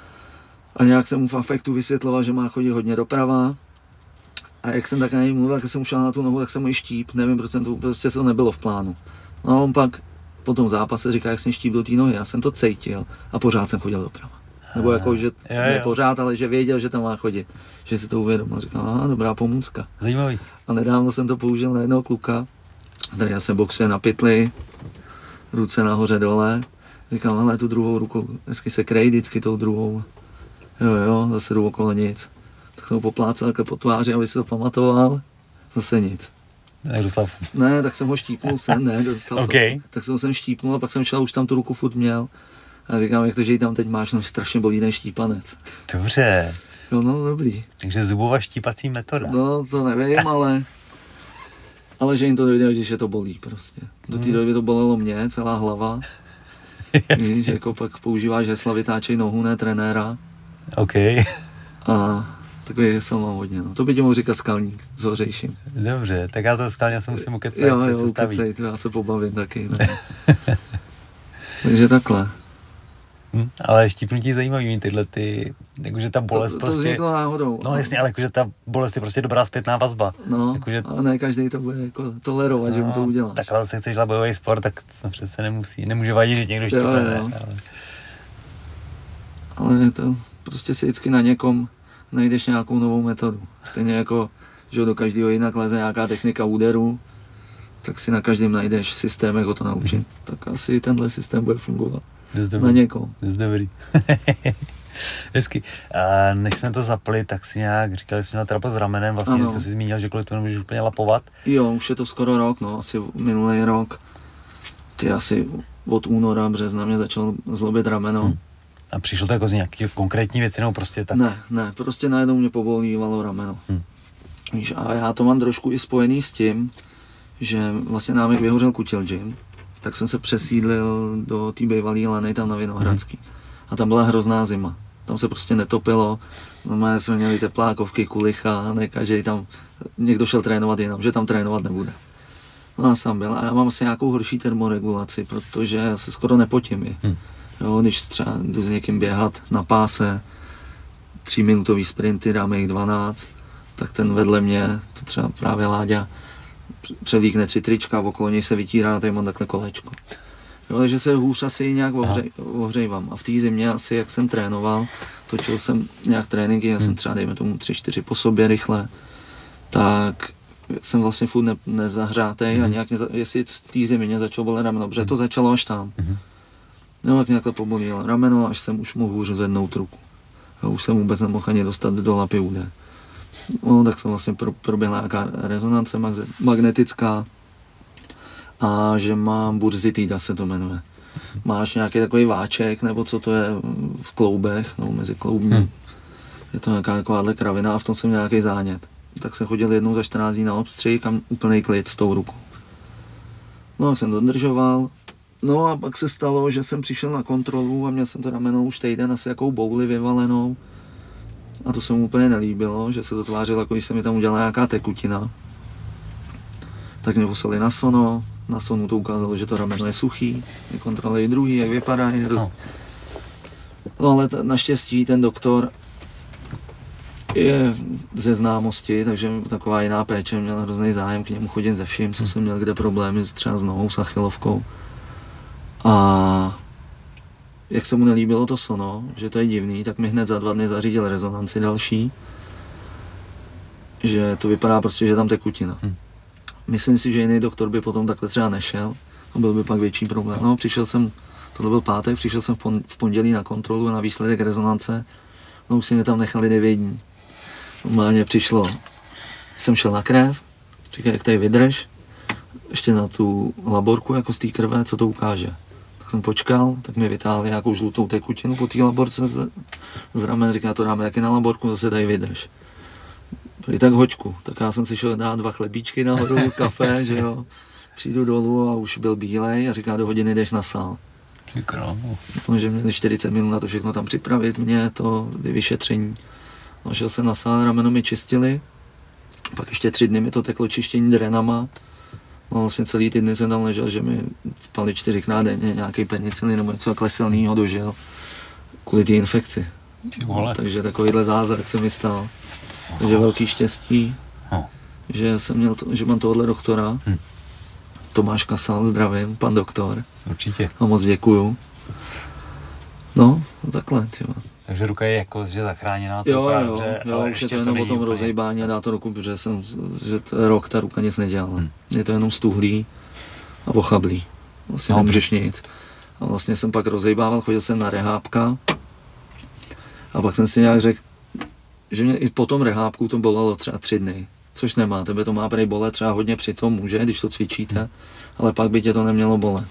B: A nějak jsem mu v afektu vysvětloval, že má chodit hodně doprava. A jak jsem tak na něj mluvil, jak jsem ušel na tu nohu, tak jsem mu i štíp, nevím, proč to, prostě to nebylo v plánu. No a on pak po tom zápase říká, jak jsem štíp do té nohy, já jsem to cítil a pořád jsem chodil doprava. Nebo jako, že ne pořád, ale že věděl, že tam má chodit, že si to uvědomil. Říkal, aha, dobrá pomůcka.
A: Zajímavý.
B: A nedávno jsem to použil na jednoho kluka, který já jsem boxuje na pytli, ruce nahoře dole. Říkám, ale tu druhou rukou, dnesky se krej vždycky tou druhou. Jo, jo, zase jdu okolo nic. Tak jsem ho poplácal takhle po tváři, aby si to pamatoval. Zase nic.
A: Nedoslav.
B: Ne, tak jsem ho štípnul sem, ne, dostal
A: okay.
B: Tak jsem ho sem štípnul a pak jsem šel, už tam tu ruku furt měl. A říkám, jak to, že ji tam teď máš, no strašně bolí ten štípanec.
A: Dobře.
B: No, no, dobrý.
A: Takže zubová štípací metoda.
B: No, to nevím, ale... Ale že jim to dojde, že to bolí prostě. Do té doby to bolelo mě, celá hlava. Víš, jako pak používáš hesla vytáčej nohu, ne trenéra.
A: OK.
B: A takový hesel mám hodně, no. To by tě mohl říkat Skalník s Hořejším.
A: Dobře, tak já to Skalně se musím ukecat,
B: jo,
A: co
B: jo,
A: se staví.
B: Jo, to já se pobavím taky, ne. Takže takhle.
A: Hm, ale štípnutí zajímavý mít tyhle ty, jakože ta bolest
B: to, to
A: prostě... To
B: vzniklo náhodou.
A: No jasně, ale jakože ta bolest je prostě dobrá zpětná vazba.
B: No,
A: jakože...
B: ale ne každý to bude jako tolerovat, no, že mu to uděláš.
A: Tak ale se chceš dělat bojový sport, tak to přece nemusí, nemůže vadit, že někdo štípne. Ale...
B: ale to prostě si vždycky na někom najdeš nějakou novou metodu. Stejně jako, že do každého jinak leze nějaká technika úderu, tak si na každém najdeš systém, jak ho to naučit. Mm. Tak asi tenhle systém bude fungovat. Na někom.
A: To je dobrý. Hezky. A než jsme to zapli, tak si nějak říkali, že jsi měl trapas s ramenem, vlastně jako jsi zmínil, že kvůli tomu nemůžeš úplně lapovat.
B: Jo, už je to skoro rok, no, asi minulý rok. Ty asi od února, března mě začal zlobit rameno. Hmm.
A: A přišlo to jako z nějaké konkrétní věci, nebo prostě tak?
B: Ne, ne, prostě najednou mě pobolívalo rameno. Hmm. Víš, a já to mám trošku i spojený s tím, že vlastně nám jak vyhořel Kutil Gym, tak jsem se přesídlil do té bývalé lany tam na Vinohradský. Hmm. A tam byla hrozná zima. Tam se prostě netopilo, normálně jsme měli teplákovky, kulicha, ne každý tam, někdo šel trénovat jinam, že tam trénovat nebude. No a sám byl a já mám asi nějakou horší termoregulaci, protože já se skoro nepotím. Hmm. Jo, když třeba jdu s někým běhat na páse, tříminutový sprinty, dáme jich dvanáct, tak ten vedle mě, to třeba právě Láďa, převlíkne tři trička, okolo něj se vytírá, tady mám takhle kolečko. Jo, takže se hůř asi nějak ohřej, ohřejvám. A v té zimě asi, jak jsem trénoval, točil jsem nějak tréninky, já jsem třeba dejme tomu tři, čtyři po sobě rychle, tak jsem vlastně furt ne, nezahřátej mm. a nějak, neza, jestli z té zimy mě začalo bolet rameno, protože to začalo až tam. Mm. No, jak nějak pobolilo rameno, až jsem už mohl hůř zvednout ruku. Jo, už jsem vůbec nemohl ani dostat do lapy úder. No, tak jsem vlastně pro, proběhla nějaká rezonance magnetická a že mám burzitida, se to jmenuje. Máš nějaký takový váček, nebo co to je v kloubech, no mezi kloubní. Hmm. Je to nějaká takováhle kravina a v tom jsem měl nějaký zánět. Tak jsem chodil jednou za čtrnáct dní na obstřih a úplný klid s tou rukou. No a jsem dodržoval. No a pak se stalo, že jsem přišel na kontrolu a měl jsem to rameno už týden asi jakou bouli vyvalenou. A to se mu úplně nelíbilo, že se to tvářilo, jako když se mi tam udělala nějaká tekutina. Tak mě poslali na sono, na sonu to ukázalo, že to rameno je suchý, kontrolují druhý, jak vypadá. No, no ale t- naštěstí ten doktor je ze známosti, takže taková jiná péče, měl hrozný zájem k němu chodit ze vším, co jsem měl kde problémy třeba s nohou, s achilovkou. A jak se mu nelíbilo to sono, že to je divný, tak mi hned za dva dny zařídil rezonanci další, že to vypadá prostě, že je tam tekutina. Hmm. Myslím si, že jiný doktor by potom takhle třeba nešel a byl by pak větší problém. No, přišel jsem, tohle byl pátek, přišel jsem v pondělí na kontrolu a na výsledek rezonance, no už si mě tam nechali devět dní. Normálně přišlo, jsem šel na krev, říkal, jak tady vydrž, ještě na tu laborku jako z té krve, co to ukáže. Tak jsem počkal, tak mi vytáhli nějakou žlutou tekutinu po té laborce z, z ramen, říká, to dáme taky na laborku, zase tady vydrž. I tak hoďku, tak já jsem si šel dát dva chlebíčky nahoru, kafe, že jo, přijdu dolů a už byl bílej a říká, do hodiny jdeš na sál. Protože měli čtyřicet minut na to všechno tam připravit, mě to vyšetření. No, šel jsem na sál, rameno mi čistili, pak ještě tři dny mi to teklo čištění drenama. No vlastně celý ty dny jsem tam ležel, že mi spali čtyřikrát denně nějaký penicilin nebo něco kleselného dožil kvůli té infekci. No, takže takovýhle zázrak se mi stal. Takže velký štěstí, no. že jsem měl to, že mám tohohle doktora, hm. Tomáš Kasal, zdravím, pan doktor.
A: Určitě.
B: A moc děkuju. No, takhle, tyjo.
A: Takže ruka je jako, že zachráněná, to
B: jo,
A: vypadá
B: jo,
A: dobře,
B: jo,
A: ale
B: už
A: ještě
B: je to jenom o tom
A: úplně...
B: rozejbání a dá to ruku, protože jsem, že t- rok ta ruka nic nedělala. Hmm. Je to jenom stuhlý a ochablý. Vlastně no, nemůžeš nic. A vlastně jsem pak rozejbával, chodil jsem na rehábka a pak jsem si nějak řekl, že mě i po tom rehábku to bolelo třeba tři dny, což nemá, tebe to má prej bolet třeba hodně při tom může, když to cvičíte, hmm. ale pak by tě to nemělo bolet.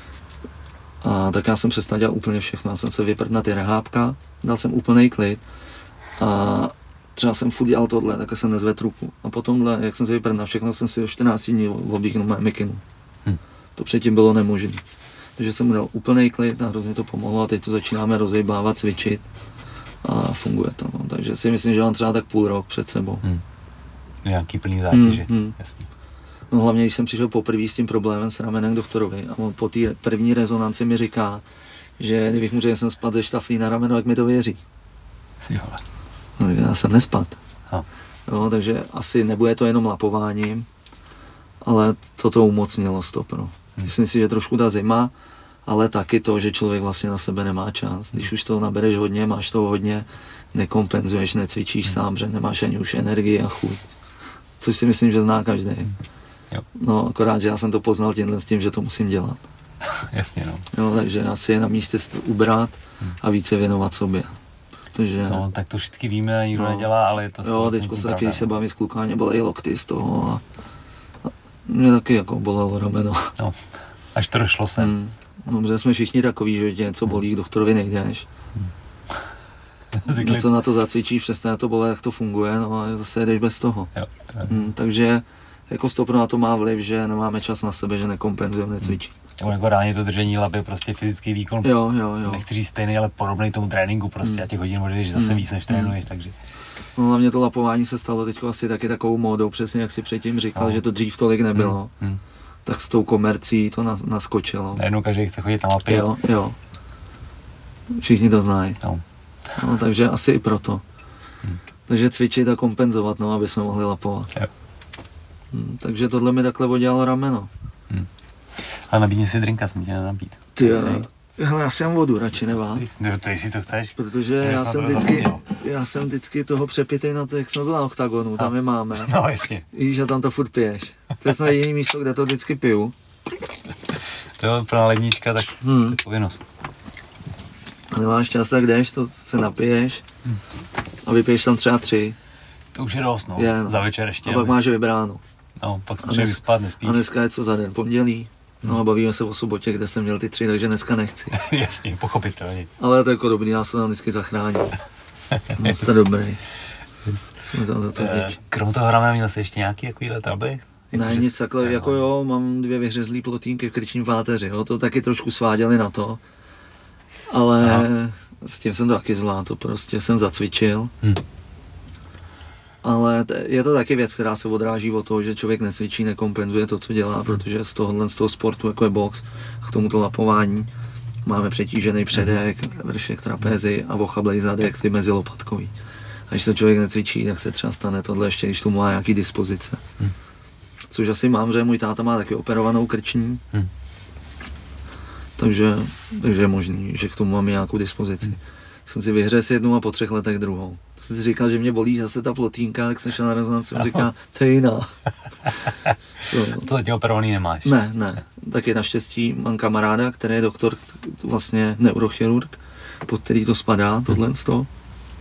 B: A tak já jsem přestal dělat úplně všechno, já jsem se vyprdl na ty rehábka, dal jsem úplnej klid a třeba jsem furt dělal tohle, tak jsem nezvedl ruku. A potomhle, jak jsem se vyprdl na všechno, jsem si do čtrnácti dní obíknul mé mikinu. Hmm. To předtím bylo nemožné. Takže jsem mu dal úplnej klid a hrozně to pomohlo a teď to začínáme rozejbávat, cvičit a funguje to. No. Takže si myslím, že mám třeba tak půl rok před sebou.
A: Hmm. Nějaký plný zátěže,
B: hmm, hmm.
A: jasně.
B: No hlavně, když jsem přišel poprvé s tím problémem s ramenem k doktorovi a on po té první rezonanci mi říká, že kdybych mu řekl, že jsem spadl ze štaflí na rameno, jak mi to věří.
A: Jo.
B: No, já jsem nespad.
A: No.
B: Jo, takže asi nebude to jenom lapováním, ale toto umocnilo stopro. Hmm. Myslím si, že trošku ta zima, ale taky to, že člověk vlastně na sebe nemá čas. Když už toho nabereš hodně, máš toho hodně, nekompenzuješ, necvičíš hmm. sám, že nemáš ani už energii a chuť. Což si myslím, že zná každý. Hmm.
A: Jo.
B: No, akorát, že já jsem to poznal tímhle s tím, že to musím dělat.
A: Jasně, no.
B: Jo, takže asi je na místě ubrat a více věnovat sobě. Protože...
A: No, tak to všichni víme, nikdo no, nedělá, ale je to...
B: Jo, teďko se taky, když se bavím s klukáně, bolejí lokty z toho a, a mě taky jako bolelo rameno.
A: No, až to došlo sem.
B: Hmm. No, protože jsme všichni takový, že tě něco bolí, k doktorovi nejdeš. Hmm. Něco na to zacvičíš, přestane to bolet, jak to funguje, no a zase jdeš bez toho. Jo, jo. Hmm, takže jako stopro na to má vliv, že nemáme čas na sebe, že nekompenzujeme, necvičí.
A: Nebo jako reálně to držení laby, prostě fyzický výkon.
B: Jo, jo, jo.
A: Nechci říct stejný, ale podobný tomu tréninku prostě hmm. a těch hodin odjdeš zase hmm. víc, než trénuješ, takže.
B: No hlavně to lapování se stalo teď asi taky takovou módou, přesně jak si předtím říkal, no. že to dřív tolik nebylo. Hmm. Hmm. Tak s tou komercí to naskočilo.
A: Najednou každý chce chodit na lapy.
B: Jo, jo. Všichni to znají.
A: No.
B: No, takže asi i proto. Hmm. Takže cvičit a kompenzovat, no, aby jsme mohli lapovat.
A: Jo.
B: Hmm, takže tohle mi takhle odělalo rameno.
A: Hmm. A nabídni si drinka, jsem tě nenabít.
B: Ty jo, hele, já si mám vodu radši, nevá.
A: To jestli to chceš.
B: Protože já jsem, vždycky, já jsem vždycky toho přepitej na to, jak jsme byli na Oktagonu, tam je máme.
A: No jasně.
B: Víš, a tam to furt piješ. To je snad jediný místo, kde to vždycky piju.
A: To je pro lednička, tak hmm. to je povinnost.
B: Nemáš čas, tak jdeš, to se napiješ hmm. a vypiješ tam třeba tři.
A: To už je dost, no.
B: Je, no.
A: Za večer ještě.
B: A pak máš vybráno.
A: No, pak se třeba vyspat, nespíš.
B: A dneska je co za den? Pondělí. No a bavíme se o sobotě, kde jsem měl ty tři, takže dneska nechci.
A: Jasně, pochopitelně.
B: Ale to je jako dobrý, nás to tam vždycky zachrání. No, jste dobrý.
A: Yes.
B: Jsme tam za to vděční.
A: Krom toho ramena měl jsi ještě nějaký takovýhle trouble?
B: Jako ne, nic takhle, jako jo, mám dvě vyhřezlý plotínky v krčním páteři, jo, to taky trošku sváděli na to. Ale aha. S tím jsem to taky zvládl, to prostě jsem zacvičil. Hmm. Ale je to taky věc, která se odráží od toho, že člověk necvičí, nekompenzuje to, co dělá, protože z tohohle, z toho sportu, jako je box, k tomuto lapování, máme přetížený předek, vršek trapézy a ochablej zadek, ty mezilopatkový. A když to člověk necvičí, tak se třeba stane tohle ještě, když tomu má nějaký dispozice. Hmm. Což asi mám, že můj táta má taky operovanou krční, hmm. takže, takže je možný, že k tomu mám nějakou dispozici. Hmm. Jsem si vyhřes jednu a po třech letech druhou. Jsem si říkal, že mě bolí zase ta plotínka, tak jsem šel na rezonanci a říká, to je jiná.
A: To, to zatím operovaný nemáš?
B: Ne, ne. Taky naštěstí mám kamaráda, který je doktor, vlastně neurochirurg, pod který to spadá, tohle z toho.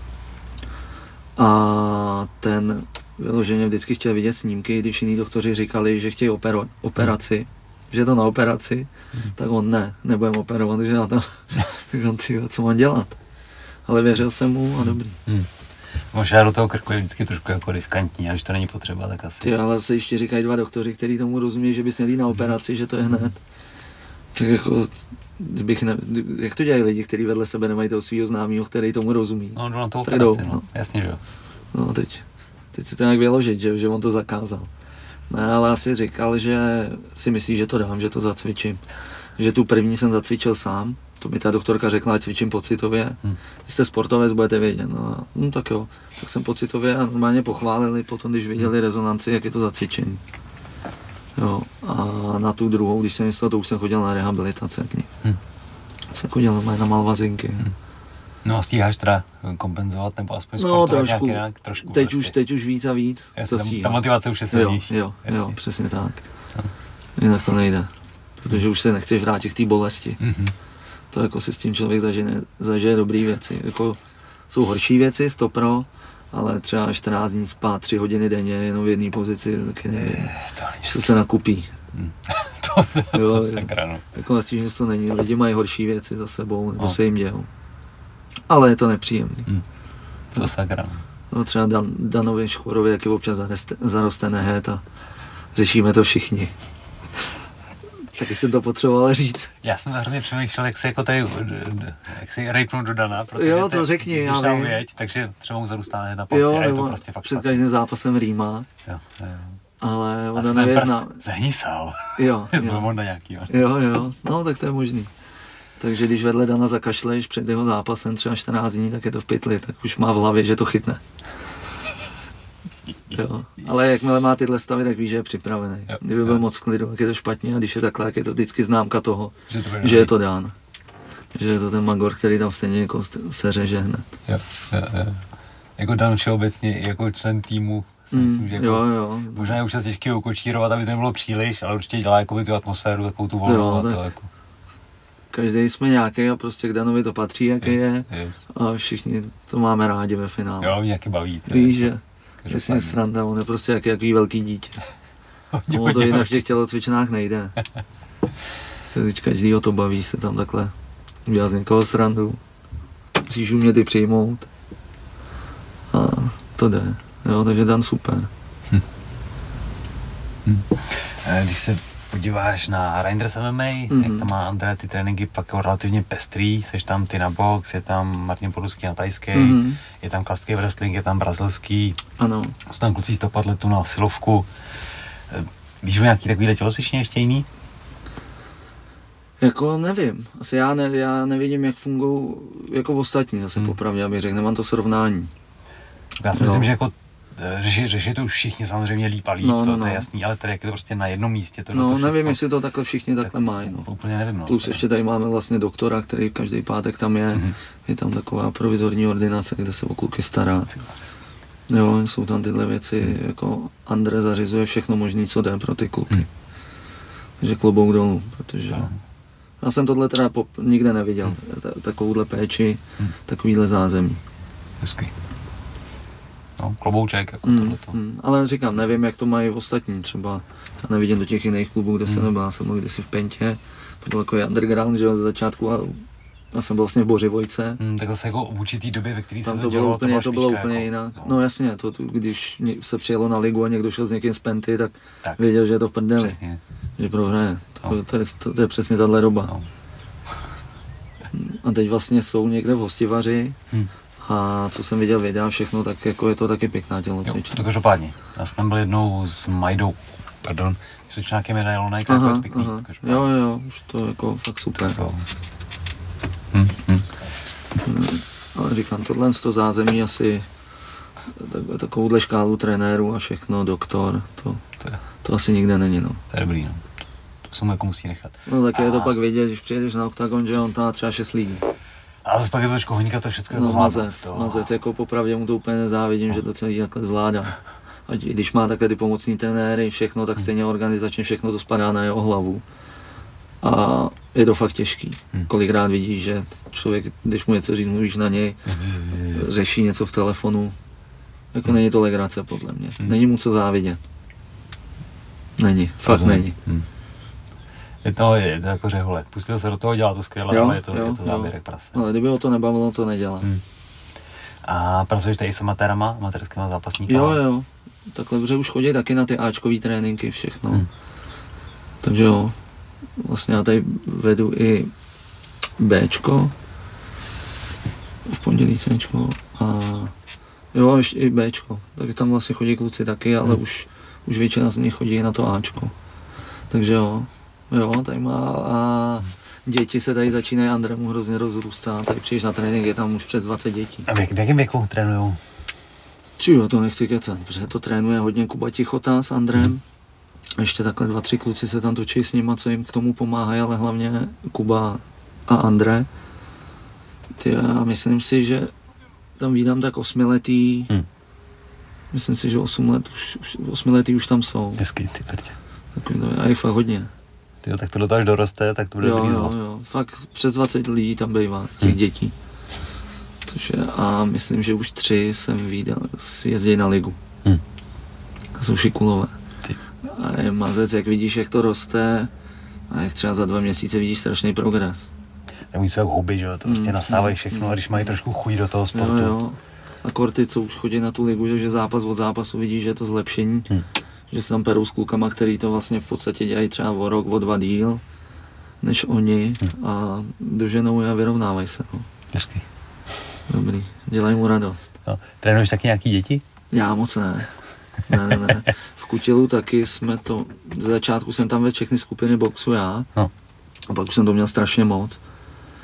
B: A ten vyloženě vždycky chtěl vidět snímky, když jiní doktoři říkali, že chtějí opero, operaci, že je to na operaci, tak on ne, nebudem operovat, takže já tam říkám, tyjo, co mám dělat? Ale věřil jsem mu a dobrý. Hmm.
A: Možná do toho krku je vždycky trošku jako riskantní, a když to není potřeba, tak asi.
B: Ty, ale se ještě říkají dva doktoři, kteří tomu rozumí, že bys měl jít na operaci, že to je hned. Tak jako, bych ne, jak to dělají lidi, kteří vedle sebe nemají toho svého známého, který tomu rozumí?
A: No, jdu na to operaci, no. no. Jasně, že jo.
B: No, teď, teď si to nějak vyložit, že, že on to zakázal. Ne, ale asi říkal, že si myslí, že to dám, že to zacvičím. Že tu první jsem zacvičil sám, to mi ta doktorka řekla, ať cvičím pocitově. Hmm. Když jste sportovec, budete vědět. No, no tak jo, tak jsem pocitově a normálně pochválili potom, když viděli rezonanci, jak je to zacvičení. Jo, a na tu druhou, když jsem myslel, to už jsem chodil na rehabilitace k ní. Hmm. Jsem chodil na malvazinky. Hmm.
A: No a stíháš teda kompenzovat, nebo aspoň
B: no,
A: trošku, nějak, trošku
B: teď, už, teď už víc a víc.
A: Jasně, ta motivace už je silnější.
B: Jo, jo, jo, přesně tak. No. Jinak to nejde, protože už se nechceš vrátit k té bolesti. Mm-hmm. To jako si s tím člověk zažije, zažije dobrý věci. Jako, jsou horší věci, stopro, ale třeba čtrnáct dní spát, tři hodiny denně, jenom v jedné pozici, taky nevím. To se nakupí.
A: Hmm. to to,
B: jo,
A: to sakra, no.
B: Jako na stížnost to není, lidi mají horší věci za sebou, nebo no. se jim dějou. Ale je to nepříjemný.
A: Hmm. To no. sakra.
B: No třeba Dan, Danovi Škvorovi, jak je občas zaroste, zaroste nehet a řešíme to všichni. Taky jsem to potřeboval říct.
A: Já jsem hrozně přemýšlel, jak si jako tady, jak si rejpnu do Dana, protože
B: jo, to řekni, já vím.
A: Věď, takže třeba mu zarůstá na palci a je to prostě fakt
B: před špatný. Každým zápasem rýmá.
A: Jo, jo.
B: Ale ona nevězná.
A: Zhnísal.
B: Jo, jo.
A: Byl možná nějaký.
B: Jo, jo, no tak to je možný. Takže když vedle Dana zakašleš před jeho zápasem třeba čtrnáct dní, tak je to v pytli, tak už má v hlavě, že to chytne. Jo. Ale jakmile má tyhle stavy, tak víš, že je připravený. Jo, Kdyby byl jo. moc v klidu, tak je to špatně, a když je takhle, tak je to vždycky známka toho, že, to že je to Dan. Že je to ten Magor, který tam stejně jako se řeže hned.
A: Jo, jo, jo. Jako Dan všeobecně, jako člen týmu, si
B: mm,
A: myslím, že jako,
B: jo, jo.
A: možná je už těžké ukočírovat, aby to nebylo příliš, ale určitě dělá jako tu atmosféru, takovou tu volnou a to jako.
B: Každý jsme nějaký a prostě k Danovi to patří, jaký yes, je.
A: Yes.
B: A všichni to máme rádi ve finále.
A: Jo, mě taky baví.
B: Víš, že si mě sranda, on je prostě jaký, jaký velký dítě. No to jinak v těch tělocvičnách nejde. Teď každýho to baví se tam takhle udělat z někoho srandu. Musíš umět i přijmout. A to jde. Jo, takže Dan super. Hm.
A: Hm. Když se podíváš na Reinders M M A, mm-hmm. jak tam má André ty tréninky pak jako relativně pestrý, seš tam ty na box, je tam Martin Podolský na tajský, mm-hmm. je tam klasický wrestling, je tam brazilský,
B: ano.
A: Jsou tam kluci z top atletu na silovku. Víš o nějaký takovýhle tělocvičně ještě jiný?
B: Jako nevím, asi já, ne, já nevidím, jak fungují jako ostatní zase hmm. popravdě, abych řekl, nemám to srovnání.
A: Já si myslím, no. že jako řeší, řeší to už všichni samozřejmě líp a líp, no, no, to, to je jasný, ale tady jak je to prostě na jednom místě. To
B: no
A: to
B: nevím, jestli to takhle všichni tak, takhle mají. No.
A: Úplně nevím. No,
B: Plus
A: tady.
B: ještě tady máme vlastně doktora, který každý pátek tam je, mm-hmm. je tam taková provizorní ordinace, kde se o kluky stará. Jo, jsou tam tyhle věci, mm. jako André zařizuje všechno možné, co jde pro ty kluky. Mm. Takže klobouk dolů, protože no. já jsem tohle teda pop, nikde neviděl, mm. takovouhle péči, mm. takovýhle zázemí.
A: Hezky. No, klobouček, jako
B: mm,
A: tohleto.
B: Mm, ale říkám, nevím, jak to mají ostatní, třeba já nevidím do těch jiných klubů, kde mm. jsem nebyl, já jsem byl kdysi v Pentě, to byl jako underground, že jo, ze začátku, a já jsem byl vlastně v Bořivojce.
A: Mm, tak zase jako v určitý době, ve které se to,
B: to
A: dělo,
B: úplně,
A: to,
B: to bylo
A: špička,
B: úplně
A: jako,
B: jinak.
A: no.
B: No jasně, to, to, když se přijelo na ligu a někdo šel s někým z Penty, tak,
A: tak.
B: věděl, že je to v prdeli,
A: přesně.
B: že prohraje. To,
A: no.
B: to, je, to, to je přesně tahle doba.
A: No.
B: A teď vlastně jsou někde v Hostivaři,
A: hmm.
B: a co jsem viděl videa všechno, tak jako je to taky pěkná tělocvična.
A: To každopádně. Já jsem tam byl jednou s Majdou, pardon, jsou nějaké medailonek, tak to je pěkný.
B: Aha. Jo, jo, už to jako fakt super.
A: To, hmm, hmm.
B: Ale říkám, tohle z toho zázemí asi tak, takovouhle škálu trenérů a všechno, doktor, to,
A: to, je.
B: to asi nikde není, no.
A: To je dobrý, no. To se mu jako musí nechat.
B: No tak a... je to pak vidět, když přijedeš na Octagon, že on tam má třeba šest lidí.
A: A zase pak je to trošku honíka, to všechno
B: no,
A: jako
B: mazec, to... mazec, jako popravdě mu to úplně nezávidím, no. že to celý takhle zvládá. A když má takhle ty pomocní trenéry, všechno, tak stejně organizačně všechno to spadá na jeho hlavu. A je to fakt těžký. Hmm. Kolikrát vidíš, že člověk, když mu něco říct, mluvíš na něj, řeší něco v telefonu. Jako hmm. není to legrace, podle mě. Hmm. Není mu co závidět. Není, fakt Rozumím. není. Hmm.
A: Je to, je to jako řehole. Pustil se do toho, dělá to skvěle, jo, ale je to, jo, je to záběrek prase.
B: Ale kdyby ho to nebavilo, to nedělá. Hmm.
A: A pracuješ tady s amatérama, amatérskými zápasníky?
B: Jo, jo. Takhle vře už chodí taky na ty Ačkový tréninky, všechno. Hmm. Takže jo. Vlastně já tady vedu i Bčko, v pondělí Cčko a jo, ještě i Bčko, takže tam vlastně chodí kluci taky, ale hmm. už, už většina z nich chodí na to Ačko. Takže jo, jo, tady má a děti se tady začínají, André mu hrozně rozrůstá, tady přijdeš na trénink, je tam už přes dvacet dětí.
A: A v jakém věku trénujou?
B: Či jo, to nechci kecat, protože to trénuje hodně Kuba Tichota s Andrem. Hmm. Ještě takhle dva, tři kluci se tam točí s nima, co jim k tomu pomáhají, ale hlavně Kuba a André. Ty, já myslím si, že tam vídám tak osmiletý, hmm. myslím si, že osm let, už, už, osmiletý už tam jsou.
A: Hezký, ty prdě.
B: Takový, no, a jich fakt hodně.
A: Ty, tak to do toho až doroste, tak to bude
B: jo,
A: brýzlo.
B: Jo, jo, fakt přes dvacet lidí tam bývá, těch hmm. dětí. Což je, a myslím, že už tři jsem viděl, jezdí na ligu. Hmm. A jsou šikulové. A je mazec, jak vidíš, jak to roste a jak třeba za dva měsíce vidíš strašný progres.
A: Tak oni jsou jak huby, že jo, to prostě mm, nasávají všechno mm, a když mají trošku chuť do toho sportu.
B: Jo, jo. A korty, co už chodí na tu ligu, že, že zápas od zápasu vidíš, že je to zlepšení, hmm. že se tam perou s klukama, který to vlastně v podstatě dělají třeba o rok, o dva díl, než oni hmm. a doženou je a vyrovnávají se. No.
A: Hezky.
B: Dobrý, dělají mu radost.
A: No. Trénuješ taky nějaký děti?
B: Já moc ne. Ne, ne, ne. V Kutilu taky jsme to, z začátku jsem tam vedl všechny skupiny boxu já, no. a pak už jsem to měl strašně moc.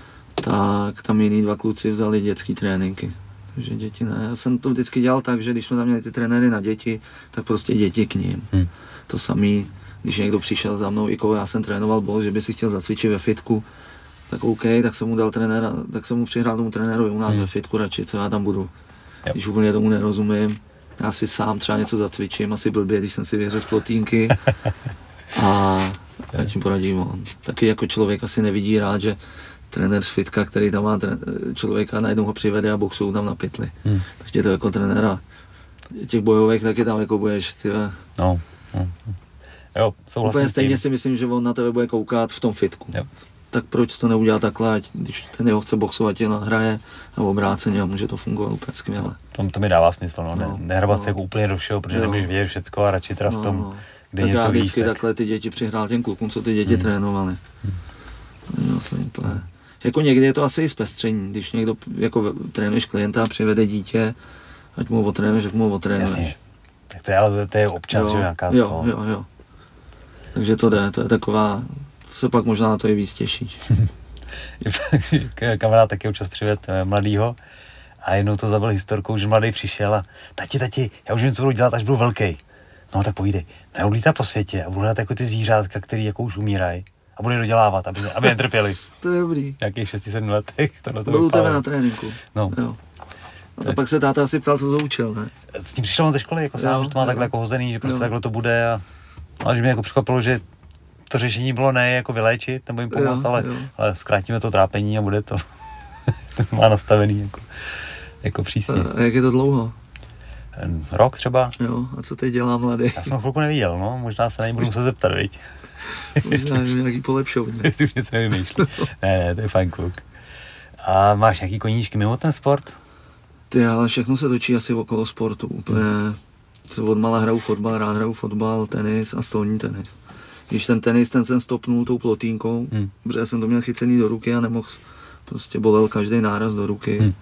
B: tak tam jiný dva kluci vzali dětský tréninky. Takže děti ne. Já jsem to vždycky dělal tak, že když jsme tam měli ty trenéry na děti, tak prostě děti k ním. Hmm. To samý, když někdo přišel za mnou, i koho já jsem trénoval box, že by si chtěl zacvičit ve fitku, tak OK, tak jsem mu dal trenéra, tak jsem mu přihrál tomu trenérovi u nás hmm. ve fitku radši, co já tam budu. Yep. Když úplně tomu nerozumím, já si sám třeba něco zacvičím, asi blbě, když jsem si vyhřez plotínky a já tím poradím on. Taky jako člověk asi nevidí rád, že trenér z fitka, který tam má člověka, najednou ho přivede a boxují tam na pytli. Hmm. Tak tě to jako trenéra těch bojovek taky tam jako budeš, tyhle.
A: No, no. Jo, souhlasím.
B: Úplně stejně si myslím, že on na tebe bude koukat v tom fitku.
A: Jo.
B: Tak proč to neudělá takhle, ať když ten jeho chce boxovat, tě nahraje a obráceně a může to fungovat úplně skvěle.
A: To, to mi dává smysl, no.
B: no
A: ne, nehrabat
B: no.
A: se jako úplně do všeho, protože nemůžeš vědět všecko a radši teda v tom,
B: no, no.
A: kde
B: tak
A: něco
B: já
A: víš.
B: vždycky
A: Tak
B: takhle ty děti přihrál těm klukům, co ty děti hmm. trénovali.
A: Hmm.
B: No, úplně. Jako někdy je to asi i zpestření, když někdo jako trénuješ klienta a přivede dítě, ať mu ho otrénuješ, jak mu ho otrénuješ.
A: Jasně. Tak to je, ale to je občas,
B: jo,
A: že nějaká
B: jo,
A: to...
B: jo, jo. Takže to jde, to je taková, to se pak možná na to i víc těšíš.
A: Kamarád taky občas přived mladýho a jednou to zabil historkou, že mladý přišel a tati, tati, já už vím, co budu dělat, až budu velkej. No tak povídej, no já budu lítat po světě a budu hrát jako ty zvířátka, který jako už umírají a budu je dodělávat, aby, aby netrpěli.
B: To je dobrý.
A: Nějakých šesti sedmi letech. To
B: byl u tebe na tréninku.
A: No.
B: Jo. A to tak. Pak se táta asi ptal, co zaučil, ne?
A: S tím přišel on ze školy, jako sám, že to má jo. takhle jako hozený, že prostě jo. takhle to bude a, a že mě jako překvapilo, že to řešení bylo ne jako vyléčit nebo jim pomoct, ale, ale zkrátíme to trápení a bude to, to má nastavený jako, jako přísně.
B: A jak je to dlouho?
A: Rok třeba.
B: Jo, a co teď dělá mladý?
A: Já jsem ho chvilku neviděl, no, možná se na něj budu muset zeptat, viď?
B: Možná nějaký polepšovně.
A: Jestli už něco nevymýšlí. Ne, ne, to je fajn kluk. A máš nějaký koníčky mimo ten sport?
B: Ty, ale všechno se točí asi okolo sportu, úplně. Hmm. Od mala hraju fotbal, rád hraju fotbal, tenis a stolní tenis. Když ten tenis, ten jsem stopnul tou plotínkou, hmm. protože jsem to měl chycený do ruky a nemohl, prostě bolel každý náraz do ruky. Hmm.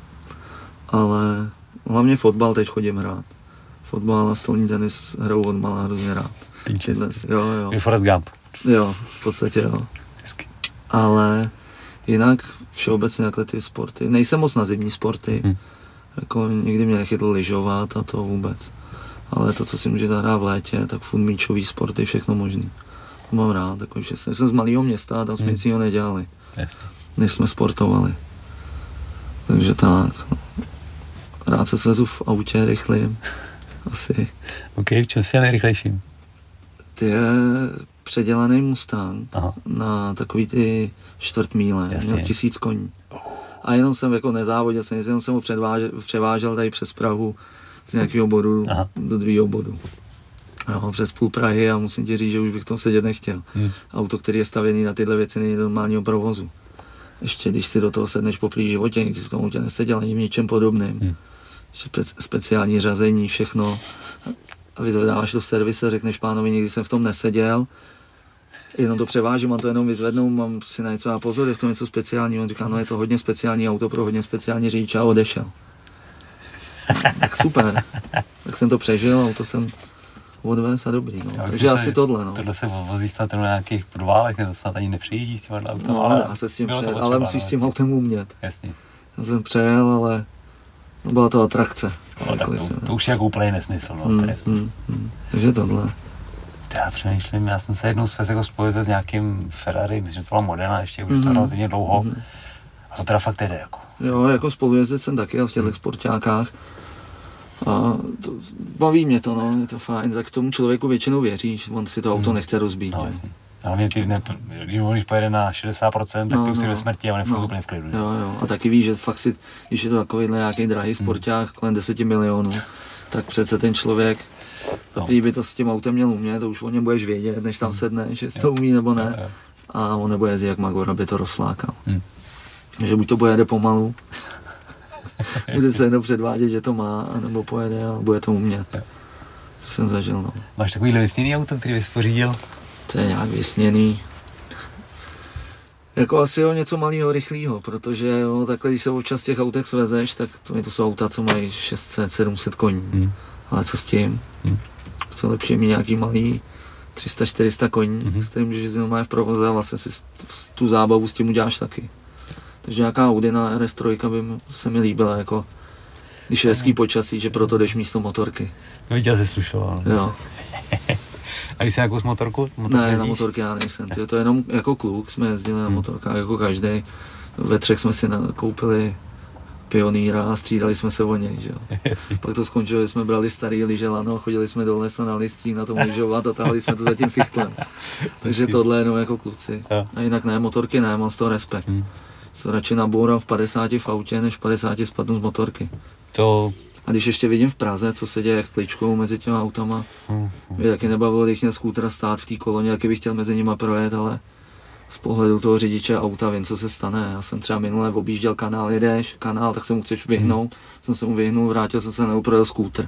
B: Ale hlavně fotbal teď chodím hrát. Fotbal a stolní tenis hraju od malá hrozně rád.
A: Dnes,
B: jo, jo.
A: Je Forrest Gump.
B: Jo, v podstatě jo.
A: Hezky.
B: Ale jinak všeobecně takhle ty sporty. Nejsem moc na zimní sporty. Hmm. Jako nikdy mě nechytl lyžovat a to vůbec. Ale to, co si může zahrát v létě, tak furt míčový sporty, všechno možný. To mám rád, takový šestný. Jsem z malého města a tam jsme hmm. nic jiného nedělali.
A: Jasně.
B: Než jsme sportovali. Takže tak. No. Rád se slezu v autě rychlým. Asi.
A: OK, v čem jsi je nejrychlejším?
B: Ty je předělaný Mustang. Aha. Na takový ty čtvrt míle. Měl tisíc koní. A jenom jsem jako nezávodil, jsem, jenom jsem ho předvážel, převážel tady přes Prahu z nějakého bodu Aha. do druhého bodu. Jo, přes půl Prahy a musím ti říct, že už bych v tom sedět nechtěl. Hmm. Auto, který je stavěný na tyhle věci, není normálního provozu. Ještě když si do toho sedneš po prý životě, nikdy si v tom autě neseděl ani v ničem podobným. Hmm. Speciální řazení, všechno. A vyzvedáváš to v servise, řekneš pánovi, nikdy jsem v tom neseděl. Jenom to převážím, mám to jenom vyzvednou, mám si na něco na pozor, je v tom něco speciálního. On říká, no je to hodně speciální auto pro hodně speciální řidiče a odešel. Tak super. Tak jsem to přežil, auto jsem odvez a dobrý, no. Takže asi se, tohle, no.
A: Tohle se vozí snad na nějakých podválech, to snad ani nepřejíždí s tím autem,
B: no,
A: ale,
B: se s tím pře- ale musíš s tím autem umět.
A: Jasně.
B: Já jsem přejel, ale byla to atrakce.
A: No, tak to, to už je jako úplně nesmysl, no,
B: mm,
A: to je jasný.
B: Mm, mm. Takže tohle.
A: Já přemýšlím, já jsem se jednou svez jako spojil s nějakým Ferrari, myslím, že to byla Modena, ještě už mm. to relativně dlouho. Mm. A to teda fakt jde, jako.
B: Jo, jako spolujezdec jsem taky, ale v těchto mm. sportákách. A to, baví mě to, no, je to fajn. Tak tomu člověku většinou věříš, on si to auto mm. nechce rozbít.
A: No, jasně. Hlavně ty, ne, když pojede na šedesát procent, tak no, ty už no, si ve smrti a on je fakt no, úplně v klidu.
B: Jo, jo. A taky víš, že fakt si, když je to takovýhle nějaký drahý sporták, mm. kolem deset milionů, tak přece ten člověk, no. Prý by to s tím autem měl umět, to už o něm budeš vědět, než tam sedneš, jestli to umí nebo ne. Jo, jo. A on nebude jezdit jak Magor, aby to rozflákal. Mm. Takže buď to pojede pomalu, bude se jenom předvádět, že to má, nebo pojede a bude to umět. Jo. To jsem zažil, no.
A: Máš takovýhle vysněný auto, který bys pořídil?
B: To je nějak vysněný. Jako asi o něco malého, rychlého, protože jo, takhle, když se občas těch autech svezeš, tak to, to jsou auta, co mají šest set sedm set koní. Hmm. Ale co s tím? Hmm. Co lepší mít nějaký malý tři sta čtyři sta koní, hmm. s kterým můžeš jezdit v provoze a vlastně si tu zábavu s tím uděláš taky. Takže nějaká Audi na R S tři by se mi líbila, jako když je hezký počasí, že proto jdeš místo motorky.
A: No viděl jsi slušoval.
B: Jo.
A: A když jsi nějakou motorku?
B: Motorky ne, jezdíš? Na motorky já nejsem. Tyjo, to jenom jako kluk jsme jezdili hmm. na motorkách, jako každý. Ve třech jsme si koupili Pionýra a střídali jsme se o něj, že jo. Pak to skončilo, že jsme brali starý lyže lano, chodili jsme do lesa na listí na tom lyžovat a táhli jsme to za tím fichtlem. Takže tohle jenom jako kluci. A jinak ne, motorky ne, mám z toho respekt. Hmm. Se radši nabourám v padesáti v autě, než v padesáti spadnu z motorky.
A: To...
B: A když ještě vidím v Praze, co se děje jak kličkou mezi těma autama, hmm. mě taky nebavilo, když měl skútra stát v té koloně, taky bych chtěl mezi nima projet, ale z pohledu toho řidiče auta vím, co se stane. Já jsem třeba minule objížděl kanál, jedeš, kanál, tak se mu chceš vyhnout, hmm. jsem se mu vyhnul, vrátil jsem se, neuprojel skútr.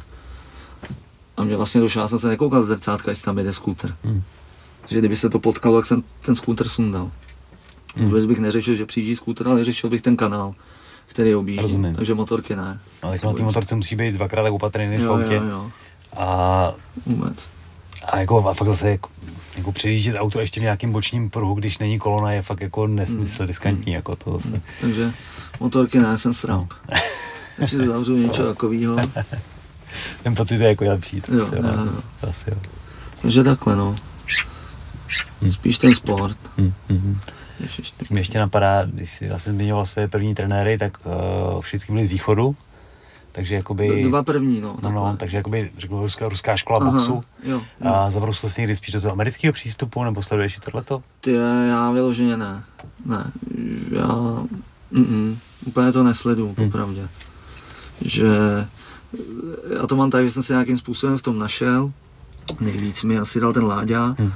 B: A mě vlastně došel, já jsem se nekoukal z zrcátka, jestli tam jede skútr. Hmm. Že kdyby se to potkalo, tak jsem ten skútr sundal. Hmm. Vůbec bych neřešil, že přijde skútr, ale řešil bych ten kanál, který objíždí. Rozumím. Takže motorky ne.
A: Ale na té motorce musí být dvakrát tak opatrný než v autě.
B: Jo, jo.
A: A...
B: Vůbec.
A: A jako a fakt zase jako, jako předjíždět auto ještě v nějakým bočním pruhu, když není kolona, je fakt jako nesmysl, mm. riskantní mm. jako to zase. Mm.
B: Takže motorky ne, jsem srap. No. Takže si zavřu něco takového.
A: Ten pocit je jako lepší, to
B: jo,
A: asi, jo,
B: jo.
A: To asi jo.
B: Takže takhle no. Spíš ten sport.
A: Mm. Mm. Mě ještě napadá, když jsi vlastně zmiňoval své první trenéry, tak uh, všichni byli z východu. Takže jakoby...
B: Dva první, no.
A: No, no takže jakoby, řekl ruská, ruská škola Aha, boxu.
B: Jo, jo.
A: A zabrousil jsi někdy spíš do toho amerického přístupu, nebo sleduješ i tohleto?
B: Ty, já vyloženě ne. Ne. Já mm, úplně to nesleduju, hmm. popravdě. Že já to mám tak, že jsem se nějakým způsobem v tom našel. Nejvíc mi asi dal ten Láďa. Hmm.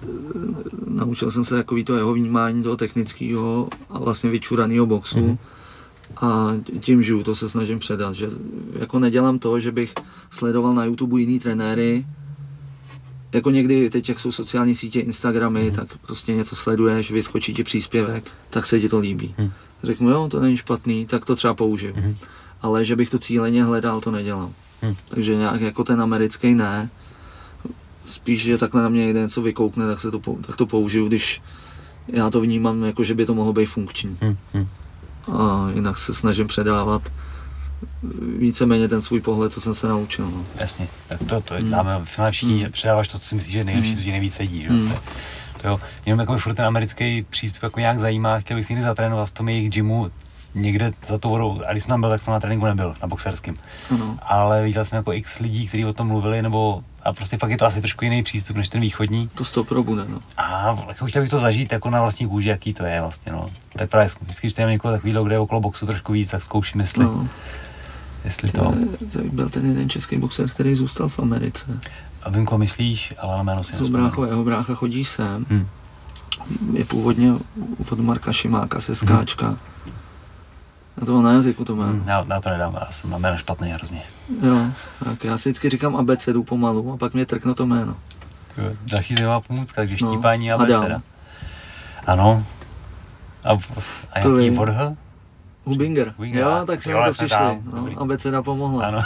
B: Naučil jsem se takový to jeho vnímání toho technického a vlastně vyčuraného boxu. Hmm. A tím žiju, to se snažím předat, že jako nedělám to, že bych sledoval na YouTube jiný trenéry, jako někdy teď, jak jsou sociální sítě, Instagramy, mm. tak prostě něco sleduješ, vyskočí ti příspěvek, tak se ti to líbí. Mm. Řeknu, jo, to není špatný, tak to třeba použiju. Mm. Ale že bych to cíleně hledal, to nedělám. Mm. Takže nějak jako ten americký ne, spíš, že takhle na mě někde něco vykoukne, tak, se to, tak to použiju, když já to vnímám, jako že by to mohlo být funkční. Mm. A jinak se snažím předávat víceméně ten svůj pohled, co jsem se naučil. No.
A: Jasně, tak to, to je, mm. dáme všichni, mm. předáváš to, co si myslíš, že je nejlepší, mm. co ti nejvíc sedí. Že? Mm. To jo, jenom jako furt ten americký přístup jako nějak zajímá, chtěl bych si někdy zatrénovat v tom jejich gymu někde za tou vodou, a když jsem tam byl, tak jsem na tréninku nebyl, na boxerském. Ano. Ale viděl jsem jako x lidí, kteří o tom mluvili, nebo a prostě fakt je to asi trošku jiný přístup než ten východní.
B: To stopro bude, no.
A: A jako chtěl bych to zažít jako na vlastní kůži, jaký to je vlastně, no. Tak právě vždycky, když tam někoho takovýhle, kde je okolo boxu trošku víc, tak zkouším, jestli, no. jestli to...
B: To byl ten jeden český boxer, který zůstal v Americe.
A: A vím, koho myslíš, ale na jméno si
B: nespomínám. Brácho, jeho brácha chodí sem. Hmm. Je původně od Marka Šimáka se skáčka. Hmm. Já to mám na jazyku to jméno.
A: Já, já to nedám, já jsem na jméno špatný hrozně.
B: Jo, tak já si vždycky říkám abecedu pomalu a pak mě trkne to jméno.
A: Další zajímavá pomůcka, takže štípání no, abeceda. Ano. A, a
B: to
A: jaký vodh?
B: Hubinger. Jo, tak jsme jo, na to přišli. No, abeceda pomohla.
A: Ano.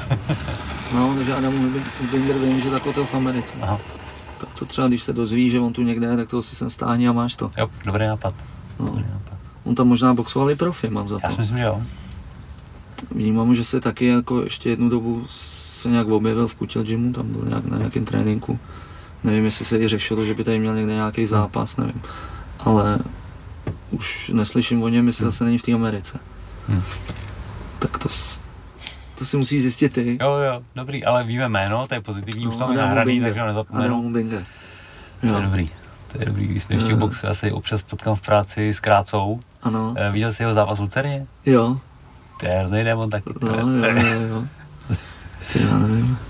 B: No, takže Adam Hubinger vím, že takový to v Americe. Aha. Tak to třeba, když se dozví, že on tu někde je, tak toho si sem stáhni a máš to.
A: Jo, dobrý nápad.
B: No.
A: Dobrý nápad.
B: On tam možná boxoval i profi, mám za to.
A: Já si myslím, že jo.
B: Vnímám, že se taky jako ještě jednu dobu se nějak objevil v Kutil gymu, tam byl nějak na nějakém tréninku. Nevím, jestli se i řešilo, že by tady měl někde nějaký zápas, nevím. Ale už neslyším o něm, jestli hmm. zase není v té Americe. Hmm. Tak to, to si musí zjistit ty.
A: Jo, jo, dobrý, ale víme jméno, to je pozitivní, no, už tam je nahraný, takže ho nezapomenu.
B: Adam Hubinger.
A: To je dobrý. To je dobrý, když jsme ještě v boxu, já se občas potkám v práci s Krácou.
B: Ano.
A: E, viděl jsi jeho zápas v Lucerně?
B: Jo.
A: To je hrozný démon taky.
B: No, jo, jo, jo. Ty já nevím.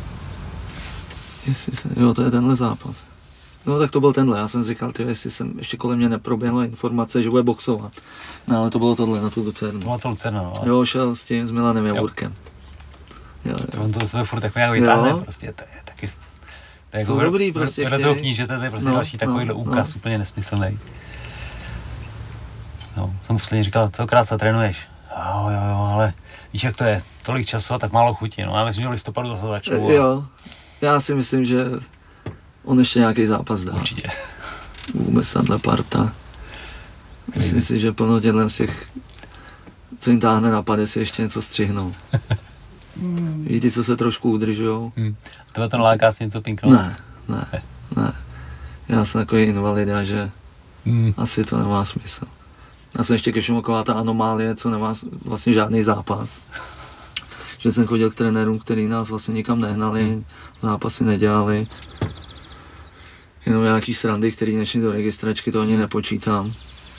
B: Jestli se, jo, to je tenhle zápas. No tak to byl tenhle, já jsem říkal, tyjo, jestli jsem ještě kolem mě neproběhla informace, že bude boxovat. No ale to bylo tohle, na tu Lucernu.
A: To bylo to Lucerna, no.
B: Jo, šel s tím, s Milanem Jaurkem.
A: Jo, jo. On to sebe furt tak nějak vytáhne, prostě, to je taky... To je
B: jsou jako dobrý prostě
A: chtějí. Pro toho knížete, to je prostě no, další takovýhle no, úkaz, no. úplně nesmyslný. No, jsem posledně říkal, cokrát se trénuješ? Jo, jo, jo, ale víš, jak to je, tolik času a tak málo chutí, no já myslím, že v listopadu zase začnu. A...
B: Jo, já si myslím, že on ještě nějaký zápas dá.
A: Určitě.
B: Vůbec tahle parta. Myslím si, že plno těchto z těch, co jim táhne na pade, si ještě něco střihnou. Víš, ty, co se trošku udržujou.
A: Hmm. Tebe to naláká si něco pinknout?
B: Ne, ne, ne. Já jsem takový invalida, že hmm. asi to nemá smysl. Já jsem ještě ke všemu taková ta anomálie, co nemá vlastně žádný zápas. Že jsem chodil k trenérům, který nás vlastně nikam nehnali, zápasy nedělali. Jenom nějaký srandy, který nešli do registračky, to ani nepočítám.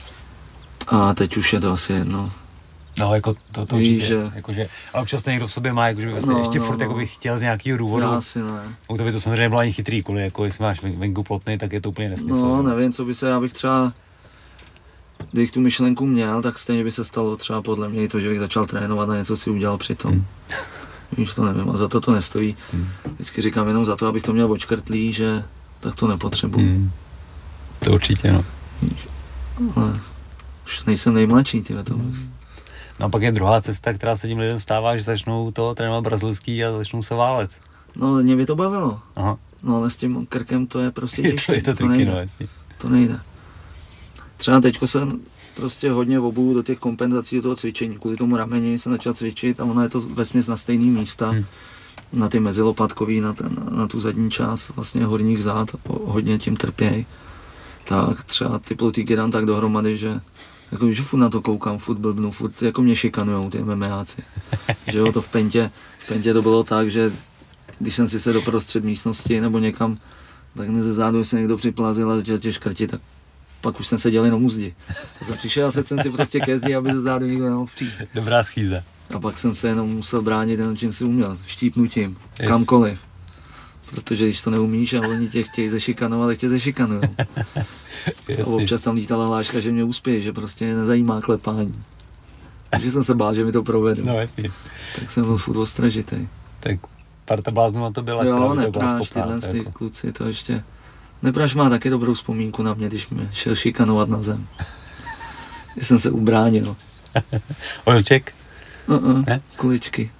B: A teď už je to asi jedno.
A: No, jako to, to
B: Víš,
A: určitě,
B: že...
A: jakože, ale občas to někdo v sobě má, jakože by vlastně
B: no,
A: ještě
B: no,
A: furt
B: no.
A: Jako bych chtěl z nějakého důvodu.
B: Já asi ne.
A: U to by to samozřejmě bylo ani chytrý, kvůli jako jestli máš venku plotný, tak je to úplně nesmysl.
B: No, nevím, co by se, já bych třeba, kdybych tu myšlenku měl, tak stejně by se stalo třeba podle mě i to, že bych začal trénovat a něco si udělal přitom. Hmm. Víš, to nevím, a za to to nestojí. Hmm. Vždycky říkám jenom za to, abych to měl odškrtlý, že tak to nepotřebuji. Hmm.
A: To určitě, no.
B: Víš, ale už nejsem nejmladší, tyhle to. Hmm.
A: No a pak je druhá cesta, která se tím lidem stává, že začnou to trénovat brazilský a začnou se válet.
B: No, mě by to bavilo.
A: Aha.
B: No, ale s tím krkem to je prostě
A: je
B: těžké.
A: to, je to, to triky, nejde. No, jasně.
B: To nejde. Třeba teďko jsem prostě hodně obuju do těch kompenzací, do toho cvičení. Kvůli tomu rameni jsem začal cvičit a ono je to vesměs na stejný místa. Hmm. Na ty mezilopatkový, na, ten, na tu zadní část vlastně horních zád, hodně tím trpěj. Tak třeba ty plutý kydám tak dohromady, že jako, že furt na to koukám, furt blbnu, furt jako mě šikanujou ty MMAáci. Že jo, to v Pentě, v Pentě to bylo tak, že když jsem si se do prostřed místnosti nebo někam, tak ze zádu se někdo připlazil a začal tě škrtit, tak pak už jsem seděl jenom u zdi. A jsem přišel a jsem si prostě ke zdi, aby ze zádu nikdo nemohl přijít.
A: Dobrá schýza.
B: A pak jsem se jenom musel bránit jenom čím si uměl, štípnutím, yes. Kamkoliv. Protože když to neumíš a oni tě chtějí zešikanovat, tak tě zešikanujou. A občas tam lítala hláška, že mě uspěje, že prostě nezajímá klepání. Takže jsem se bál, že mi to provede.
A: No jasně.
B: Tak jsem byl furt ostražitý.
A: Tak parta bláznů na to byla.
B: Jo, Nepráš, tyhle ty jako... kluci, to ještě... Nepráš má taky dobrou vzpomínku na mě, když mě šel šikanovat na zem. Když jsem se ubránil.
A: Ojček?
B: Uh-uh, ne? Kuličky.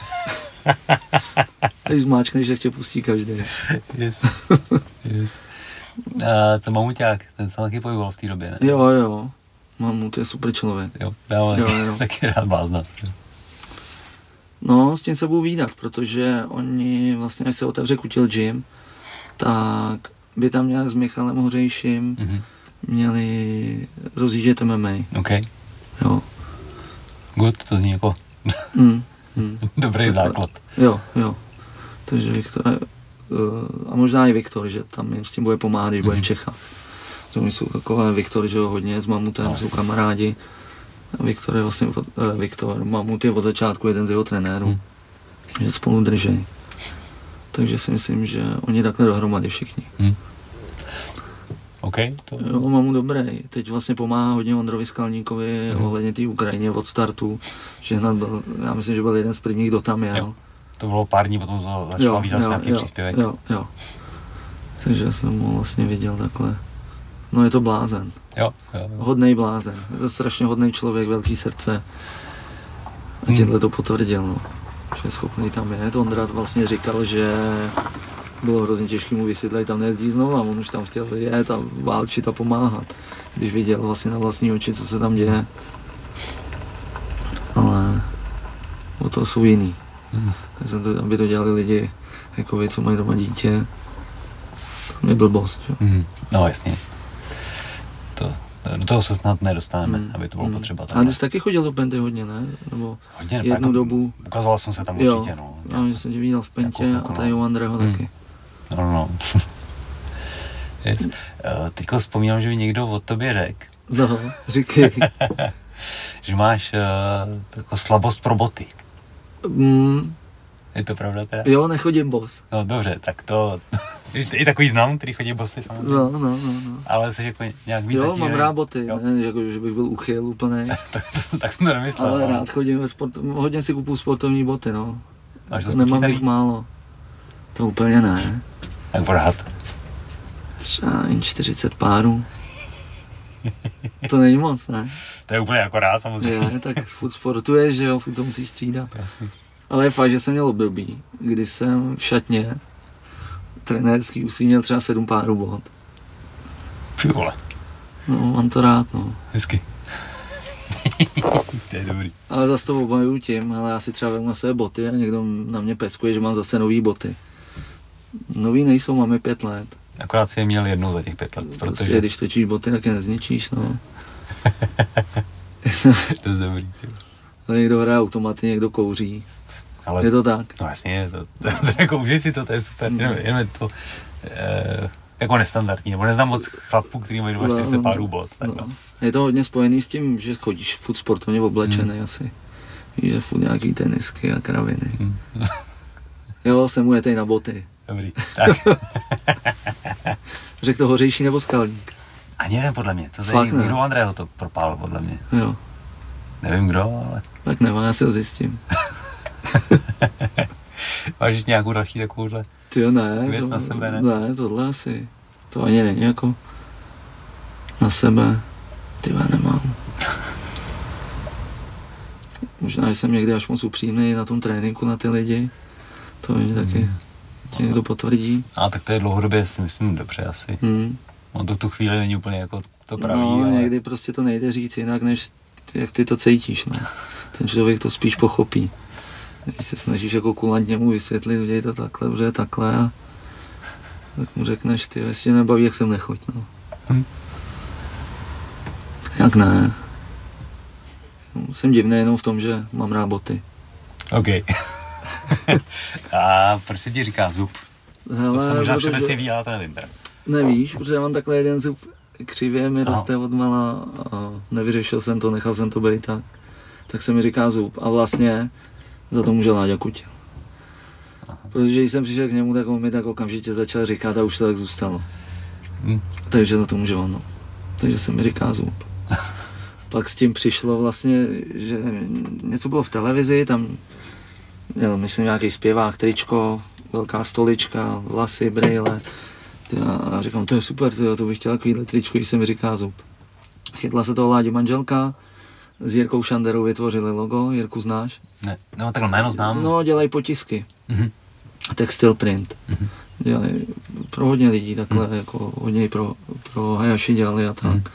B: Když zmáčkneš, že tě pustí každý.
A: Yes. Yes. A to mamuťák, ten se taky pohyboval v té době, ne?
B: Jo, jo. Mamut je super člověk.
A: Jo, já mám jo, jo. taky rád blázna.
B: No, s tím se budu vídat, protože oni vlastně, až se otevře Kutil Gym, tak by tam nějak s Michalem Hořejším mm-hmm. měli rozjíždět M M A.
A: OK.
B: Jo.
A: Good, to zní jako
B: mm, mm.
A: dobrý
B: Takhle.
A: základ.
B: Jo, jo. Takže Viktor, a možná i Viktor, že tam jim s tím bude pomáhat, když mm-hmm. bude v Čechách. To jsou takové Viktor, že jo, hodně s Mamutem, no, jsou kamarádi. Viktor je vlastně, eh, Viktor, Mamut je od začátku jeden z jeho trenérů, mm. že spolu držej. Takže si myslím, že oni takhle dohromady všichni.
A: Hmm. OK. To...
B: Jo, mám mu dobrý. Teď vlastně pomáhá hodně Ondrovi Skalníkovi hmm. ohledně té Ukrajině od startu. Že hned byl, já myslím, že byl jeden z prvních, kdo tam jel. Jo.
A: To bylo pár dní, potom začalo vidět nějaký
B: jo,
A: příspěvek.
B: Jo, jo. Takže jsem ho vlastně viděl takhle. No je to blázen.
A: Jo, jo, jo.
B: Hodnej blázen. Je to strašně hodnej člověk, velký srdce. A tímhle hmm. to potvrdil, no. Že je schopný tam jet. Ondra vlastně říkal, že bylo hrozně těžké mu vysvětlit, tam nejezdí znovu a on už tam chtěl jet a válčit a pomáhat. Když viděl vlastně na vlastní oči, co se tam děje. Ale o to jsou jiný. Hmm. To, aby to dělali lidi jako vy, co mají doma dítě. To je blbost.
A: Hmm. No jasně. To, do toho se snad nedostaneme, hmm. aby to bylo hmm. potřeba.
B: A ty jsi taky chodil do Penty hodně, ne? Nebo
A: hodně,
B: jednu
A: jako,
B: dobu.
A: Ukazoval jsem se tam
B: jo.
A: určitě, no.
B: Já jsem tě viděl v Pentě jako, a tady u Andreho hmm. taky.
A: No, no. yes. uh, teďko vzpomínám, že mi někdo o tobě řekl.
B: No, říkej.
A: že máš uh, takovou slabost pro boty.
B: Mm.
A: Je to pravda teda?
B: Jo, nechodím bos.
A: No dobře, tak to... I takový znám, který chodí bosy samozřejmě.
B: No, no, no, no.
A: Ale jsi jako nějak víc
B: Jo,
A: zatížený.
B: mám rád boty, jo. Ne, jako, že bych byl uchyl úplnej.
A: tak, to, tak jsem to nemyslel.
B: Ale rád chodím ve sport, hodně si kupuju sportovní boty, no.
A: Máš to
B: to nemám jich málo. To úplně ne.
A: Jak pořád?
B: Třeba jen čtyřicet párů. To není moc, ne?
A: To je úplně akorát samozřejmě.
B: Je, tak furt sportuješ, že jo, furt to musíš střídat.
A: Jasný.
B: Ale je fakt, že jsem měl období, kdy jsem v šatně trenérský už si měl třeba sedm párů bot.
A: Ty vole.
B: No, mám to rád, no.
A: Hezky. To je dobrý.
B: Ale zase to obhajuju tím, ale já si třeba vemu na sebe boty a někdo na mě peskuje, že mám zase nový boty. Nový nejsou, máme pět let.
A: Akorát si je měl jednou za těch pět let, protože...
B: Prostě, když točíš boty, tak je nezničíš, no.
A: To je dobrý.
B: Ale někdo hraje automaty, někdo kouří.
A: Ale,
B: je to tak?
A: No jasně, to, to, to, to jako užij si to, to je super, mm. jenom, jenom je to e, jako nestandardní, nebo neznám moc chlapů, který mají dvacet čtyřicet no, párů bot. Tak no.
B: No. Je to hodně spojený s tím, že chodíš furt sportovně oblečený mm. asi. Víš, že furt nějaký tenisky a kraviny. Mm. Jo, se mu jetej na boty.
A: Dobrý, tak.
B: Řekl to Hořejší nebo Skalník?
A: Ani jeden podle mě, to tady někdo Andrého to propál podle mě.
B: Jo.
A: Nevím kdo, ale...
B: Tak nemá, já si ho zjistím.
A: Máš ještě nějakou další takovouhle
B: Tyjo, ne,
A: věc
B: to,
A: na sebe, ne?
B: Ne, tohle asi. To ani není jako na sebe. Tyjo, já nemám. Možná, že jsem někdy až moc upřímný na tom tréninku na ty lidi. To mě taky hmm. tě někdo potvrdí.
A: A tak to je dlouhodobě, si myslím, dobře asi. Hmm. On to v tu chvíli není úplně jako to pravý.
B: No,
A: ale...
B: někdy prostě to nejde říct jinak, než ty, jak ty to cítíš, no. Ten člověk to spíš pochopí. Když se snažíš jako kulantně mu vysvětlit, udělej to takhle, protože takhle a tak mu řekneš, ty, jestli tě nebaví, jak sem nechoď, no. Hmm. Jak ne? Jsem divný jenom v tom, že mám rád boty.
A: OK. A proč se ti říká zub?
B: Hele,
A: to se možná všude
B: protože...
A: si ví, ale to nevím.
B: Nevíš, protože já mám takhle jeden zub křivě, mi roste odmala a nevyřešil jsem to, nechal jsem to být tak. Tak se mi říká zub a vlastně za to může Láďa Kutil. Aha. Protože když jsem přišel k němu, tak on mi tak okamžitě začal říkat a už to tak zůstalo. Hmm. Takže za to může ono. Takže se mi říká zub. Pak s tím přišlo vlastně, že něco bylo v televizi, tam měl, myslím, nějaký zpěvák, tričko, velká stolička, vlasy, brejle. A říkám, to je super, tyjo, to bych chtěl takovýhle tričko, když se mi říká zub. Chytla se toho Ládi manželka, s Jirkou Šanderou vytvořili logo, Jirku znáš?
A: Ne, no takhle jméno znám.
B: No, dělají potisky. Mm-hmm. Textil print. Mm-hmm. Dělají pro hodně lidí, takhle, mm. jako hodně pro, pro Hayashi dělali a tak. Mm.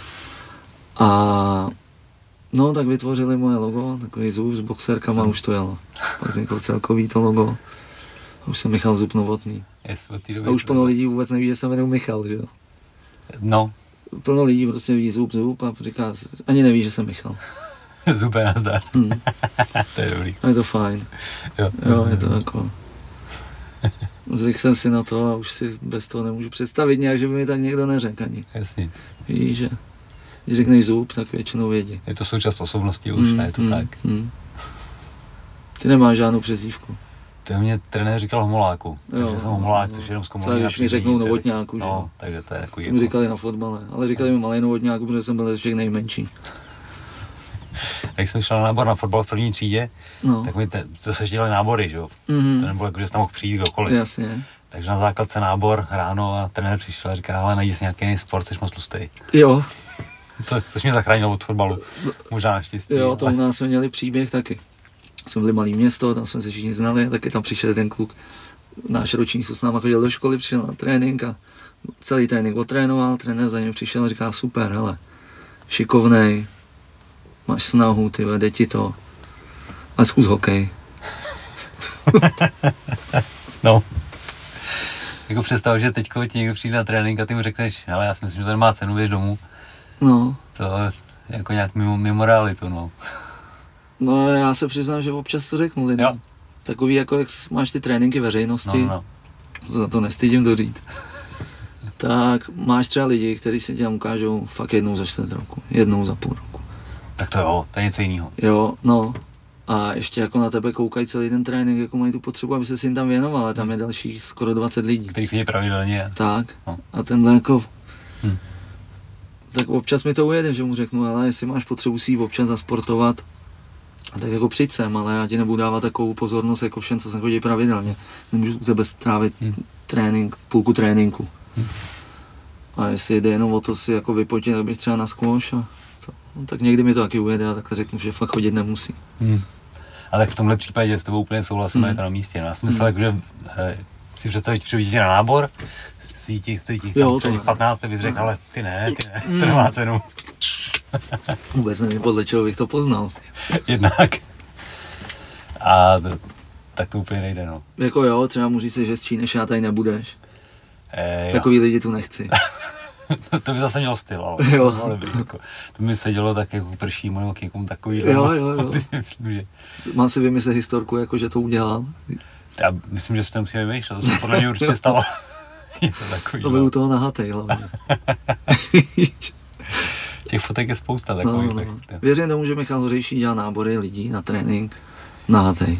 B: A no, tak vytvořili moje logo, takový zub s boxerkama, mm. už to jelo. Pak vzniklo celkový to logo. A už jsem Michal Zub Novotný.
A: Yes,
B: a už plno lidí vůbec neví, že se jmenuji Michal, že jo?
A: No.
B: Plno lidí prostě ví Zub, Zub a říká, ani neví, že jsem Michal.
A: Zub je nazdar. Hmm. To je dobrý.
B: A je to fajn.
A: Jo,
B: jo je to jako... Zvyk jsem si na to a už si bez toho nemůžu představit nějak, že by mi tak někdo neřekl ani.
A: Jasně.
B: Víš, že když řekneš Zub, tak většinou vědí.
A: Je to součást osobnosti už, mm, a je to mm, tak. Mm.
B: Ty nemáš žádnou přezdívku.
A: To mě trenér říkal Homoláku, jo, takže jsem Homolák, no, což je jenom z Komolína.
B: Když mi řeknou Novotňáku, že?
A: No, takže to je takový...
B: To mi říkali na fotbale, ale říkali mi malej Novotňáku, protože jsem byl ze všech nejmenší.
A: Když jsem šel na nábor na fotbal v první třídě, no. tak mi te, to se dělali nábory, že jo? Mm-hmm. To nebylo jako, že jsi tam mohl přijít kdokoliv.
B: Jasně.
A: Takže na základce nábor ráno a trenér přišel a říká, ale najdi si nějaký sport, což moc tlustej.
B: Jo.
A: To, což mě zachránilo od fotbalu, možná naštěstí.
B: Jo, to u nás jsme měli příběh taky. Jsme byli malý město, tam jsme se všichni znali, taky tam přišel jeden kluk, náš ročník, co s náma chodil do školy, přišel na trénink a celý trénink otrénoval, trenér za ním přišel a říká, super, hele, šikovnej, máš snahu, ty jde ti to, a zkus hokej.
A: No. Jako představ, že teďko ti někdo přijde na trénink a ty mu řekneš, hele, já si myslím, že to nemá cenu, běž domů.
B: No.
A: To je jako nějak mimo, mimo realitu, no.
B: No já se přiznám, že občas to řeknu lidem. Jo. Takový jako, jak máš ty tréninky veřejnosti, no, no. Za to nestydím dořít. Tak máš třeba lidi, kteří se ti tam ukážou fakt jednou za čtvrt roku, jednou za půl roku.
A: Tak to jo, to je něco jiného.
B: Jo, no. A ještě jako na tebe koukají celý ten trénink, jako mají tu potřebu, aby se jim tam věnoval, ale tam je další skoro dvacet lidí.
A: Který chodí pravidelně.
B: Tak.
A: No.
B: A tenhle jako...
A: Hm.
B: Tak občas mi to ujede, že mu řeknu, ale jestli máš potřebu si občas zasportovat, tak jako přijď sem, ale já ti nebudu dávat takovou pozornost jako všem, co jsem chodí pravidelně. Nemůžu u tebe strávit hmm. trénink, půlku tréninku. Hmm. A jestli jde jenom o to si jako vypotit, tak bych třeba na squash a to, no, tak někdy mi to taky ujede a takhle řeknu, že fakt chodit nemusí.
A: Hmm. A tak v tomhle případě s tebou úplně souhlasím, hmm. je to na místě. No, já jsem myslel, hmm. že si představit, že vidíte na nábor, sítí, stojí těch
B: jo,
A: patnáct, ty bys řekl, ale ty ne, ty ne, to nemá cenu.
B: Vůbec nevím, podle čeho bych to poznal.
A: Jednak. A to, tak to úplně nejde, no.
B: Jako jo, třeba mu říct, že z Číneš já tady nebudeš.
A: E,
B: Takový lidi tu nechci.
A: To by zase mělo styl, ale
B: jo.
A: To, dobrý, jako, to by se dělo tak jako pršímu nebo k někomu takový.
B: Jo, jo, jo.
A: Ty si myslím, že...
B: Mám si vymyslet historku, jako že to udělám.
A: Já myslím, že si to musíme vymýšlet, to se podle mě určitě stalo. Něco takového.
B: To byl u toho nahatej hlavně.
A: Těch fotek je spousta takových.
B: No, no.
A: Tak,
B: věřím tomu, že Michal Hořejší dělá nábory lidí na trénink nahatej.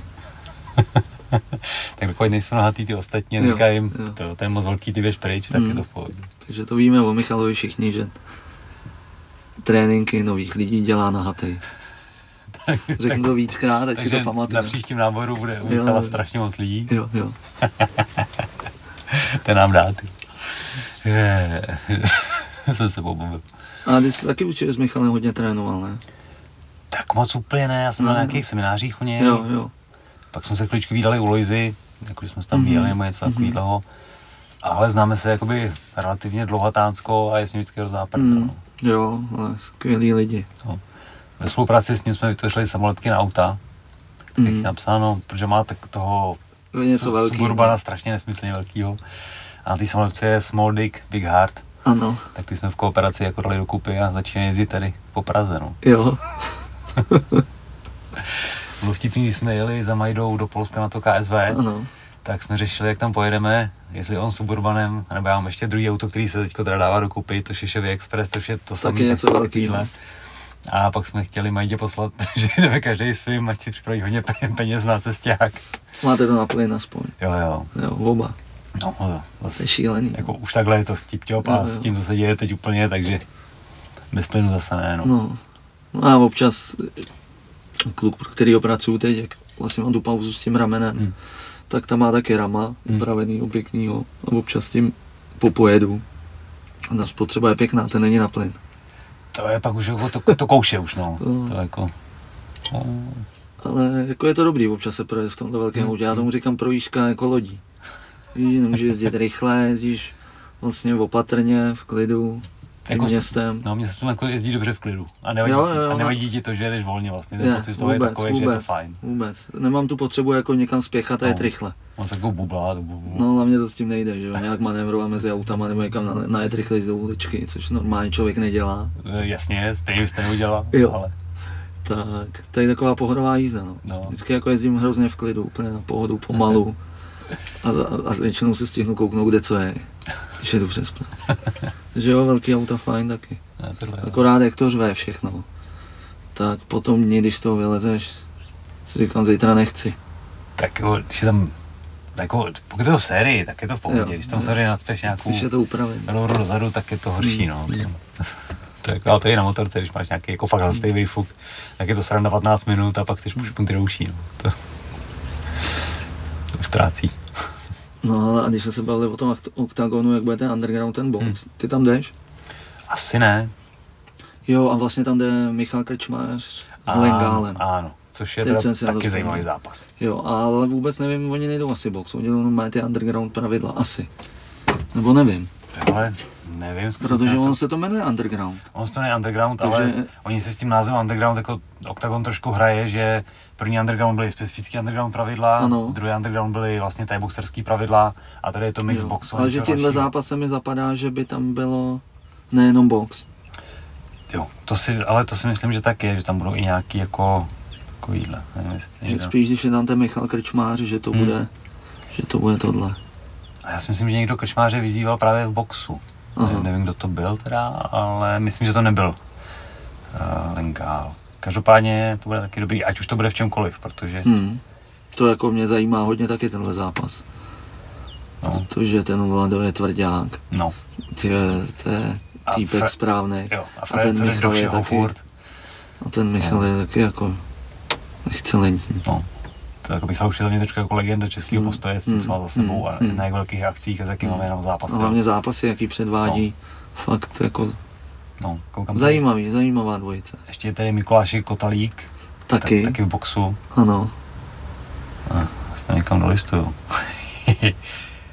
A: Tak dokud nejsou nahatý ty ostatní, říkají jim, to, to je moc velký, ty běž pryč, tak mm. je to v pohodě.
B: Takže to víme o Michalovi všichni, že tréninky nových lidí dělá nahatej. Řeknu to víckrát, tak si to pamatuje.
A: Na příštím náboru bude u Michala strašně moc lidí.
B: Jo, jo.
A: To nám dá, ty. Jsem se pobavil.
B: A ty jsi taky určitě s Michalem hodně trénoval, ne?
A: Tak moc úplně ne, já jsem no, na nějakých seminářích u něj.
B: Jo, jo.
A: Pak jsme se chvíličku vídali u Lojzy, jako jsme se tam vídali nebo něco takového. Mm-hmm. Ale známe se jakoby relativně dlouhatánsko a je s ním vždycky hrozná prdel. Mm.
B: Jo, ale skvělí lidi.
A: No. Ve spolupráci s ním jsme vytvořili samoletky na auta, kterých mm. napsáno, protože má tak toho
B: něco
A: Suburbana strašně nesmyslně velkýho. A na té samoletce je Small Dick, Big Heart.
B: Ano.
A: Tak ty jsme v kooperaci jako dali dokupy a začínají jezdit tady po Praze, no.
B: Jo.
A: Bylo vtipný, když jsme jeli za Majdou do Polska na to K S V,
B: ano.
A: Tak jsme řešili, jak tam pojedeme, jestli on Suburbanem, nebo já mám ještě druhý auto, který se teďko teda dává dokupy, to je Chevy Express, to je to samé.
B: Taky něco velkýhle.
A: A pak jsme chtěli Majdě poslat, že jdeme každý svým, ať si připraví hodně peněz na cesták.
B: Máte to na plyn aspoň.
A: Jo, jo.
B: Jo, oba.
A: No, jo,
B: to je šílený.
A: Jako už takhle je to tip-top a s tím, co se děje teď úplně, takže bez plynu zase ne, no.
B: No, no a občas kluk, který pracuju teď, jak vlastně mám tu pauzu s tím ramenem, hmm. tak tam má taky rama, hmm. upravenýho, pěknýho a občas tím popojedu. A ta spotřeba je pěkná, ten není na plyn.
A: To je pak už jako to, to kouše už, no. To, to jako... No.
B: Ale jako je to dobrý občas se projet v tomto velkém autě. Já tomu říkám projížďka jako lodí. Víš, nemůžeš jezdit rychle, jezdíš vlastně opatrně, v klidu, jako městem.
A: No, městem jako jezdí dobře v klidu. A nevadí,
B: jo, jo,
A: a nevadí ti to, že jedeš volně vlastně. Ten
B: je,
A: pocit z toho je takový, že je to fajn.
B: Vůbec. Nemám tu potřebu jako někam spěchat a jet
A: no.
B: rychle.
A: On se jako bublá. Bu,
B: no, hlavně to s tím nejde, že jo. Nějak manévrovat mezi autama nebo někam na, najet rychle do uličky, což normálně člověk nedělá.
A: Jasně, stejně byste neudělal, ale...
B: Tak, to je taková pohodová jízda, no. no. Vždycky jako jezdím hrozně v klidu, úplně na pohodu, pomalu. A, a, a většinou se stihnu kouknout, kde co je, když je dobře spát. Takže jo, velký auta fajn taky. Akorát jak to řve všechno. Tak potom dní, když z toho vylezeš, si říkám, zítra nechci.
A: Tak jo, když je tam, jako, pokud je to v sérii, tak je to v pohodě. Jo, když tam samozřejmě nadspěš nějakou rouru dozadu, tak je to horší, no. Hmm. Tak, ale to je na motorce, když máš nějaký jako fakt hlasitý výfuk, tak je to sranda patnáct minut a pak ty špunty rouší, no. To, to už ztrácí.
B: No ale a když jsme se bavili o tom oktagonu, jak bude ten underground, ten box, hmm. ty tam jdeš?
A: Asi ne.
B: Jo, a vlastně tam jde Michal Krčmář s Lengálem.
A: Ano, což je teda taky zajímavý zápas.
B: Jo, ale vůbec nevím, oni nejdou asi box, oni mají ty underground pravidla, asi. Nebo nevím.
A: Ale nevím,
B: protože on to... se to jmenuje Underground.
A: On se to jmenuje Underground, takže... ale oni si s tím názvem Underground jako Octagon trošku hraje, že první Underground byly specifické Underground pravidla, ano. Druhý Underground byly vlastně thai-boxerský pravidla a tady je to mix jo. Boxu.
B: Ale že tímhle zápasem mi zapadá, že by tam bylo nejenom box.
A: Jo, to si, ale to si myslím, že tak je, že tam budou i nějaký jako takovýhle. Nevím,
B: že spíš, když je tam ten Michal Krčmář, že to hmm. bude, že to bude tohle.
A: A já si myslím, že někdo Krčmáře vyzýval právě v boxu. Ne, nevím, kdo to byl teda, ale myslím, že to nebyl uh, Lengál. Každopádně to bude taky dobrý, ať už to bude v čemkoliv, protože...
B: Hmm. To jako mě zajímá hodně taky tenhle zápas. No. Protože ten Vlado je tvrdák.
A: No.
B: Ty, to je týpek správnej.
A: Jo, a, a ten Michal je taky... Furt.
B: A ten Michal no. je taky jako excelentní.
A: No. To jako Michal už je za mě trošku jako legenda českého hmm. postoje, s tím hmm. za sebou a hmm. na jak velkých akcích a s jakým hmm. máme jenom zápasy.
B: A hlavně zápasy, jaký předvádí, no. fakt jako
A: no,
B: zajímavý, tady. zajímavá dvojice.
A: Ještě je tady Mikulášek Kotalík,
B: taky.
A: Tak, taky v boxu.
B: Ano.
A: A, já se tam někam dolistuju.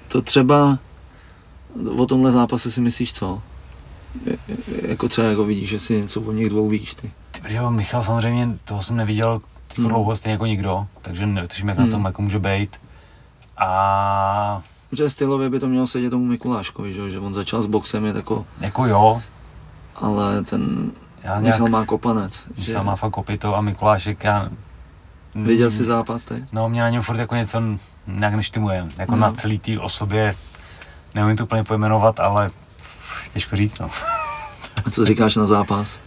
B: to třeba o tomhle zápase si myslíš co? Jako třeba jako vidíš, že si něco o nich dvou víš ty.
A: Ty jo, Michal samozřejmě, toho jsem neviděl jako hmm. dlouho stejně jako nikdo, takže netuším, jak hmm. na tom jako může být. A...
B: Protože stylově by to mělo sedět tomu Mikuláškovi, že, že on začal s boxem, je tako...
A: Jako jo.
B: Ale ten
A: já
B: Michal nějak... má kopanec.
A: Michal
B: že...
A: má fakt kopito a Mikulášek, já...
B: Viděl jsi zápas teď?
A: No, mě na něm furt jako něco nějak neštimuje, jako hmm. na celý té osobě, nevím to úplně pojmenovat, ale těžko říct, no.
B: A co říkáš na zápas?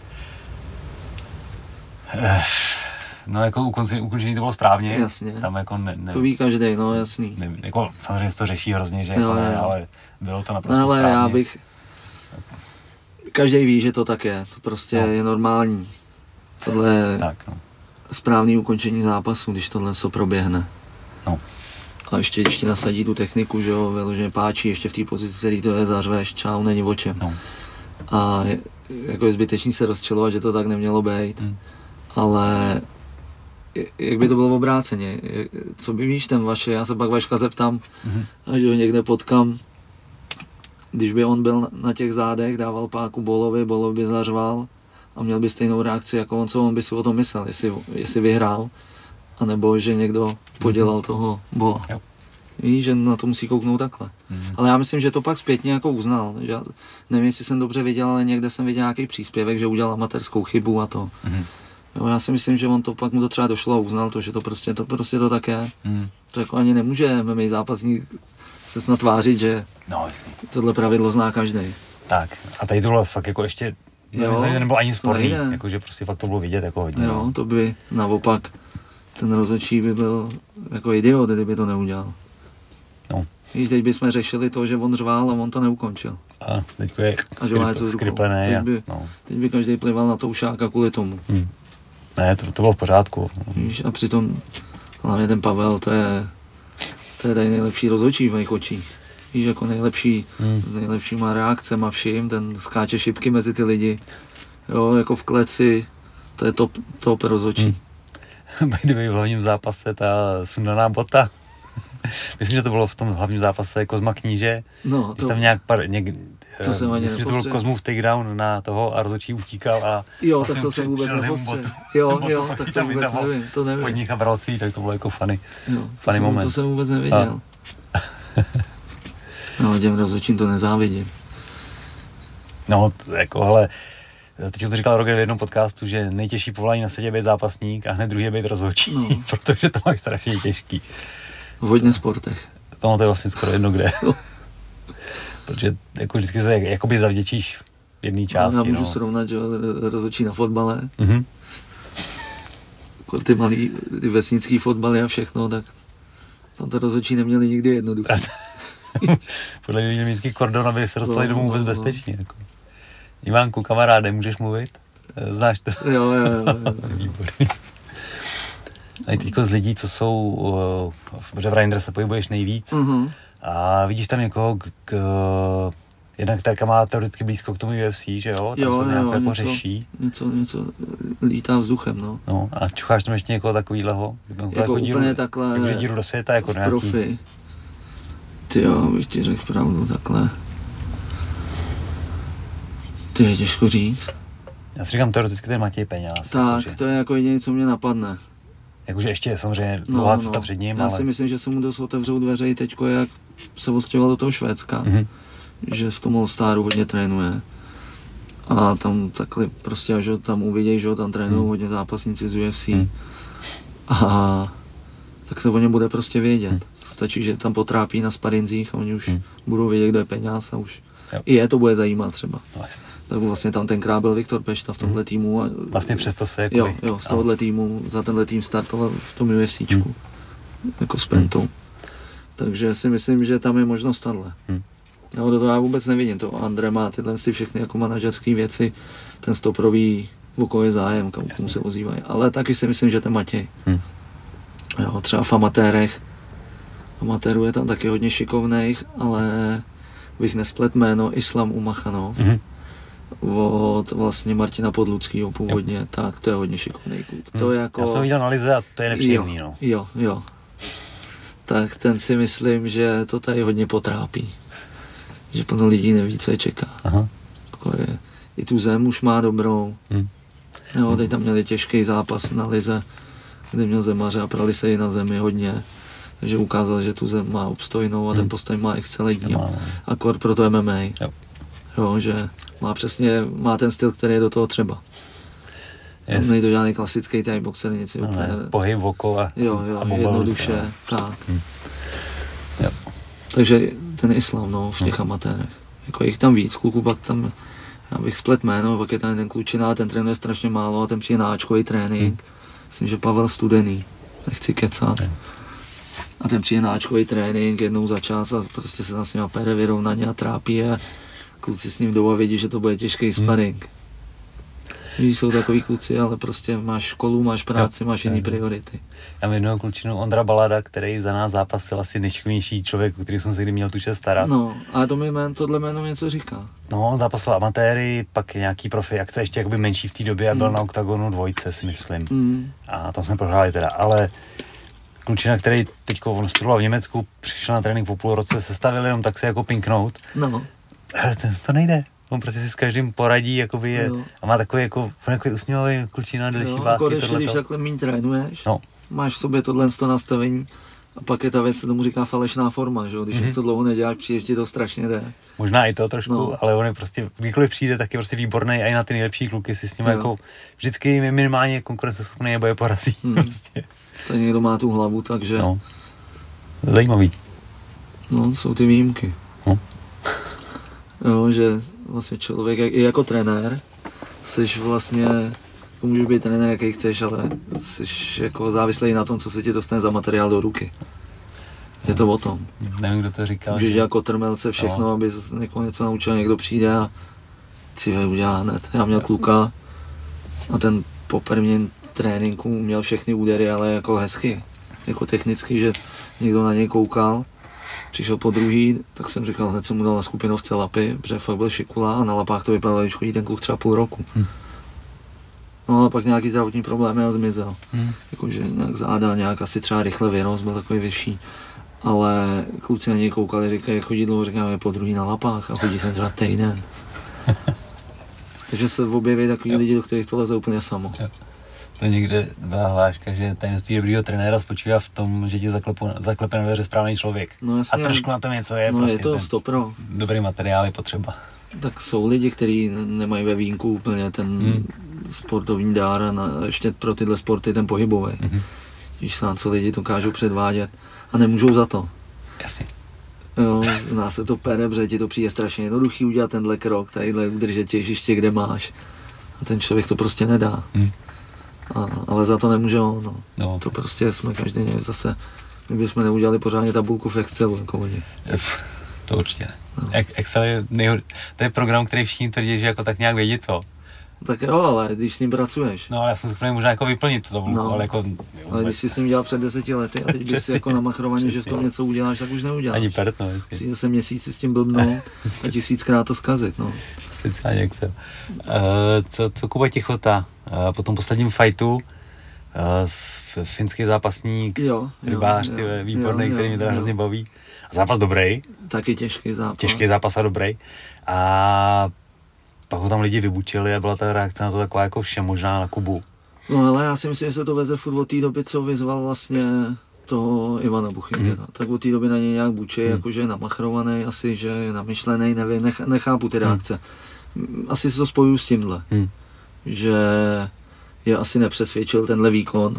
A: No jako ukončení, ukončení to bylo správně.
B: Jasně.
A: Tam jako ne, ne,
B: to ví každý, no jasný.
A: Ne, jako samozřejmě se to řeší hrozně, že jako
B: jo,
A: ne,
B: jo.
A: ale bylo to naprosto
B: no, ale
A: správně.
B: Já bych... Každý ví, že to tak je, to prostě no. je normální. Tohle je
A: tak, no.
B: správný ukončení zápasu, když tohle co proběhne.
A: No.
B: A ještě, ještě nasadí tu techniku, že jo, vyloženě páčí, ještě v té pozici, který to je, zařveš, čau, není o čem.
A: No.
B: A je, jako je zbytečný se rozčilovat, že to tak nemělo být, hmm. ale jak by to bylo obráceně, co by víš ten Vaše, já se pak Vaška zeptám, hmm. až ho někde potkám, když by on byl na těch zádech, dával páku Bolovi, Bolov by zařval a měl by stejnou reakci jako on, co on by si o tom myslel, jestli, jestli vyhrál, anebo že někdo podělal toho Bola.
A: Jo.
B: Víš, že na to musí kouknout takhle. Mm. Ale já myslím, že to pak zpětně jako uznal. Že, nevím, jestli jsem dobře viděl, ale někde jsem viděl nějaký příspěvek, že udělal amatérskou chybu a to. Mm. Jo, já si myslím, že on to pak mu to třeba došlo a uznal to, že to prostě to, prostě to tak je. Mm. To jako ani nemůže M M A zápasník se snad tvářit, že
A: no,
B: tohle pravidlo zná každý.
A: Tak a tady tohle fakt jako ještě, nevím, že nebylo ani sporný, jakože prostě fakt to bylo vidět jako hodně.
B: Jo,
A: no.
B: To by naopak ten rozhodčí by byl jako idiot, kdyby to neudělal.
A: No.
B: Víš, teď bychom řešili to, že on řvál a on to neukončil.
A: A teď je
B: skrip,
A: skriplené.
B: Teď by, no. teď by každý plival na toušáka kvůli tomu. Hmm.
A: Ne, to, to bylo v pořádku.
B: Víš, a přitom hlavně ten Pavel, to je, to je tady nejlepší rozhodčí v mých očích. Víš, jako nejlepší, hmm. nejlepší má reakce, má vším, ten skáče šipky mezi ty lidi. Jo, jako v kleci, to je top, top rozhodčí.
A: Hmm. Kdyby v hlavním zápase ta sundaná bota. Myslím, že to bylo v tom hlavním zápase Kozma Kníže.
B: No,
A: to, tam nějak par, něk,
B: to jsem ani
A: myslím, že to byl Kozmův takedown na toho a rozhodčí utíkal a
B: jo, vlastně tak to jsem vůbec nepostřel. Jo, jo, tak to vůbec nevím, to nevím.
A: Spodních a bral si, tak to bylo jako funny,
B: jo,
A: funny
B: to
A: moment.
B: Jsem, to jsem vůbec nevěděl. No, těm rozhodčím to nezávidím.
A: No, jako, hele, teď to říkal Roger v jednom podcastu, že nejtěžší povolání na světě je být zápasník a hned druhý je být rozhodčí, no. Protože to máš strašně těžký.
B: V hodně sportech.
A: No, to je vlastně skoro jedno kde. Protože jako vždycky se jakoby zavděčíš jedné části.
B: No, já můžu
A: no.
B: srovnat, že rozhodčí na fotbale.
A: Mm-hmm.
B: Ty malý, ty vesnický fotbaly a všechno, tak tam to rozhodčí neměli nikdy jednoduché.
A: Podle mě měl vždycky kordon, aby se dostali
B: no,
A: domů vůbec
B: no,
A: bezpečně. Jako. Ivánku, kamaráde, můžeš mluvit? Znáš to?
B: Jo, jo, jo. jo.
A: Výborný. A i teďko z lidí, co jsou, protože v Reinders se pohybuješ nejvíc mm-hmm. a vidíš tam někoho, k, k, jedna kterka má teoreticky blízko k tomu U F C, že jo? Tam
B: jo,
A: se nějak
B: jo,
A: jako
B: něco,
A: řeší.
B: Něco, něco lítá vzduchem, no.
A: No a čucháš tam ještě někoho takovýhleho?
B: Jako, jako úplně
A: díru,
B: takhle,
A: jakože díru do světa, jako nějaký.
B: Profi. Ty jo, bych ti řekl pravdu, takhle. Ty je těžko říct.
A: Já si říkám teoreticky ten Matěj Peňáz.
B: Tak,
A: jakože.
B: to je jako jediné, co mě napadne.
A: Jakože ještě je samozřejmě
B: no,
A: dlouhá
B: no.
A: cesta před ním,
B: Já
A: ale...
B: si myslím, že se mu dost otevřou dveře i teďko, jak se odstěhoval do toho Švédska. Mm-hmm. Že v tom All-Staru hodně trénuje. A tam takhle prostě, až ho tam uvidějí, že ho tam trénují mm. hodně zápasníci z U F C. Mm. A tak se o něm bude prostě vědět. Mm. Stačí, že tam potrápí na sparinzích a oni už mm. budou vědět, kdo je Peňáz a už jo. I je to bude zajímat třeba.
A: Vlastně.
B: Tak vlastně tam tenkrát byl Viktor Pešta v tomhle týmu. A
A: vlastně přesto se jako...
B: Jo, jo, z tohohle týmu, za tenhle tým startoval v tom UFCčku. Mm. Jako s Pentou. Mm. Takže si myslím, že tam je možnost tahle. Mm. No, to, to já vůbec nevidím. To Andre má tyhle ty všechny jako manažerské věci, ten stoprový, o koho je zájem, komu se ozývají. Ale taky si myslím, že ten Matěj. Hmm. Jo, třeba v amatérech. Amatérů je tam taky hodně šikovných, ale bych nesplet jméno Islam Umachanov. Hmm. Od vlastně Martina Podluckýho původně, jo. Tak to je hodně šikovný kluk. To
A: hmm.
B: je jako...
A: Já jsem viděl na lize a to je nepříjemný,
B: jo,
A: no.
B: Jo, jo. tak ten si myslím, že to tady hodně potrápí. Že plno lidí neví, co je čeká.
A: Aha.
B: Je, i tu zem už má dobrou.
A: Hmm.
B: Jo, teď tam měli těžký zápas na lize, kde měl zemaře a prali se i na zemi hodně. Takže ukázal, že tu zem má obstojnou a hmm. ten postoj má excelentní. Akor pro to M M A.
A: Jo.
B: Jo, že má přesně, má ten styl, který je do toho třeba. Yes. Nejde to žádný klasický Thai boxer, nic
A: no,
B: úplně.
A: Pohyb okolo a,
B: jo, jo,
A: a
B: jednoduše, se, tak.
A: Hmm. Jo.
B: Takže ten islám, no, v těch hmm. amatérech. Jako jich tam víc, kluků pak tam, já bych splet jméno, pak je tam jeden klučina, ten trénuje strašně málo a ten přijde na áčkový trénink. Hmm. Myslím, že Pavel Studený, nechci kecat. Hmm. A ten přijde na áčkový trénink jednou za čas a prostě se tam s nima pere vyrovnaně a trápí a kluci s ním jdou a vědí, že to bude těžký sparring. Hmm. Víš, jsou takový kluci, ale prostě máš školu, máš práci, jo, máš jiný priority.
A: Já mám jednoho klučinu Ondra Balada, který za nás zápasil asi nejšikovnější člověk, který jsem se kdy měl tu čest starat.
B: No, a to mi jmen, tohle jméno něco říká.
A: No, on zápasil amatéry, pak nějaký profi akce, ještě jakoby menší v té době a byl mm. na Oktagonu dvojce, si myslím. Mm. A tam jsme prohráli teda, ale klučina, který teďko on studoval v Německu, přišel na trénink po půl roce, sestavil jenom tak se jako pinknout.
B: No.
A: Ale to, to nejde. On prostě si s každým poradí, jakoby je, a má takový jako, takový usměvavý klučina, delší vásky,
B: tohleto. Když takhle méně trénuješ, no. máš v sobě tohle nastavení a pak je ta věc, se tomu říká falešná forma, že? Když mm-hmm. něco dlouho neděláš, přijde, ti to strašně jde.
A: Možná i to trošku, no. ale on je prostě, kdykoliv přijde, tak je prostě výborný a i na ty nejlepší kluky si s ním jako vždycky minimálně konkurenceschopný nebo je porazí. Hmm. Prostě.
B: To někdo má tu hlavu, takže...
A: No. Zajímavý.
B: No, jsou ty výjimky.
A: No.
B: Jo, že vlastně člověk, i jako trenér, jsi vlastně, jako můžeš být trenér, jaký chceš, ale jsi jako závislý na tom, co se ti dostane za materiál do ruky. Je to o tom.
A: Nevím, kdo to říkal.
B: Můžeš dělat kotrmelce, všechno, no. aby někoho něco naučil, někdo přijde a si ho udělá hned. Já měl kluka a ten po prvním tréninku měl všechny údery, ale jako hezky, jako technicky, že někdo na něj koukal. Přišel po druhý, tak jsem říkal hned, jsem mu dal na skupinovce lapy, protože fakt byl šikula a na lapách to vypadalo, když chodí ten kluk třeba půl roku. Hmm. No ale pak nějaký zdravotní problémy a zmizel. Hmm. Jakože nějak záda, nějak asi třeba rychle vyrost, byl takový vyšší. Ale kluci na něj koukali, říkají, chodí dlouho, říkám, je po druhý na lapách a chodí sem třeba týden. Takže se objeví takový lidi, do kterých to leze úplně samo. Jo.
A: To někde byla hláška, že tajemství dobrýho trenéra spočívá v tom, že ti zaklepe na dveře správný člověk.
B: No jasně,
A: a trošku na tom něco je.
B: No
A: prostě
B: je to stopro.
A: Dobrý materiál je potřeba.
B: Tak jsou lidi, kteří nemají ve vínku úplně ten hmm. sportovní dár a na, ještě pro tyhle sporty ten pohybový. Hmm. Víš sám, co lidi dokážou předvádět a nemůžou za to.
A: Jasně.
B: Jo, z nás se to pere, protože ti to přijde strašně jednoduchý udělat tenhle krok, tadyhle udržet těžiště, kde máš. A ten člověk to prostě nedá. Hmm. A, ale za to nemůže on, no. no. To prostě jsme každý zase, my bychom neudělali pořádně tabulku v Excelu, jako oni.
A: To určitě ne. No. Excel je nejhod... to je program, který všichni tvrdí, že jako tak nějak vědí co.
B: Tak jo, ale když s ním pracuješ.
A: No, já jsem schopný možná jako vyplnit tu tabulku, no. ale jako... Jo,
B: ale když jsi s ním dělal před deseti lety a teď bys si jako namachrovaně, že v tom něco uděláš, tak už neuděláš.
A: Ani pert, no, jasně.
B: Přijde se měsíci s tím blbnout a tisíckrát to zkazit, no.
A: Speciálně Excel. Uh, co, co Kuba Tichota? Uh, po tom posledním fightu uh, finský zápasník,
B: jo,
A: rybář,
B: jo,
A: ty,
B: jo,
A: výborný,
B: jo,
A: který mě teda
B: jo.
A: hrozně baví. Zápas dobrý.
B: Taky těžký zápas.
A: Těžký zápas a dobrý. A pak ho tam lidi vybučili a byla ta reakce na to taková jako vše možná na Kubu.
B: No ale já si myslím, že se to veze furt od té doby, co vyzval vlastně toho Ivana Buchingera. Hmm. Tak od té doby na něj nějak bučí, hmm. jakože je namachrovaný, asi, že je namyšlený, nevím, nech, nechápu ty reakce. Hmm. Asi se to spojuju s tímhle, hmm. že je asi nepřesvědčil tenhle výkon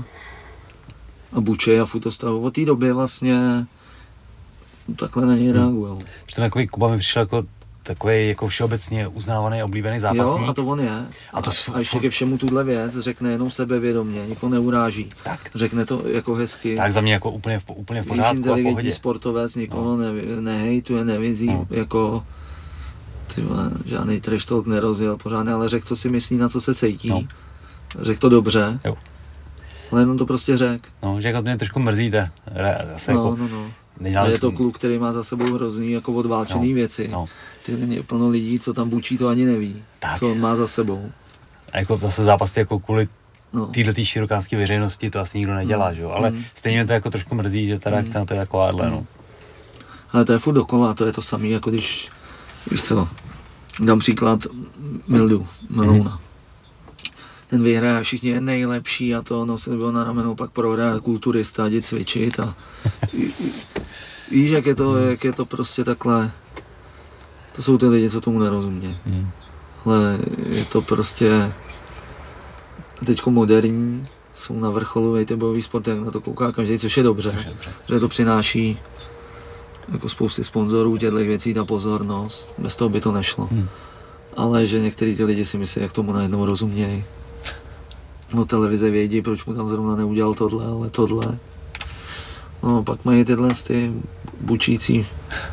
B: a bučí a furt to stavu. Od té doby vlastně takhle na něj hmm. reagujou.
A: Přitom takový Kuba mi přišel jako takový jako všeobecně uznávaný, oblíbený zápasník.
B: Jo, a to on je.
A: A, to
B: a, a ještě ke všemu tuhle věc řekne jenom sebevědomě, nikoho neuráží. Tak. Řekne to jako hezky.
A: Tak za mě jako úplně v, úplně v pořádku a v pohodě.
B: Sportovec, nikoho no. ne, nehejtuje, nevyzí, no. jako tyhle, žádný trash talk nerozjel pořádně, ale řekl, co si myslí, na co se cítí. No. Řekl to dobře. Jo. Ale jenom to prostě řekl.
A: No, že jako to mě trošku mrzíte. Zase
B: no,
A: jako...
B: no, no. A je to kluk, který má za sebou hrozný jako odválčený no, věci. No. Ty plno lidí, co tam bučí, to ani neví, tak. Co on má za sebou.
A: A jako zase zápas jako kvůli
B: No.
A: této širokánské veřejnosti to asi nikdo nedělá, mm. že jo? Ale mm. stejně mě to jako trošku mrzí, že ta reakce mm. na to je takováhle, no.
B: Ale to je furt dokola, to je to samé, jako když, víš co, dám příklad Mildu, Melouna. Mm. Ten vyhraje, všichni je nejlepší a to nosil byl na ramenou, pak prohraje kulturista, jdi cvičit a víš, jak je to, jak je to prostě takhle, to jsou ty lidi, co tomu nerozumí. Mm. Ale je to prostě teďko moderní, jsou na vrcholu, ty bojový sport, jak na to kouká každý, což je dobře, což je dobře. Že to přináší jako spousty sponzorů, těchto věcí, ta pozornost, bez toho by to nešlo. Hmm. Ale že některý ty lidi si myslí, jak tomu najednou rozumějí. No televize vědí, proč mu tam zrovna neudělal tohle, ale tohle. No pak mají tyhle ty bučící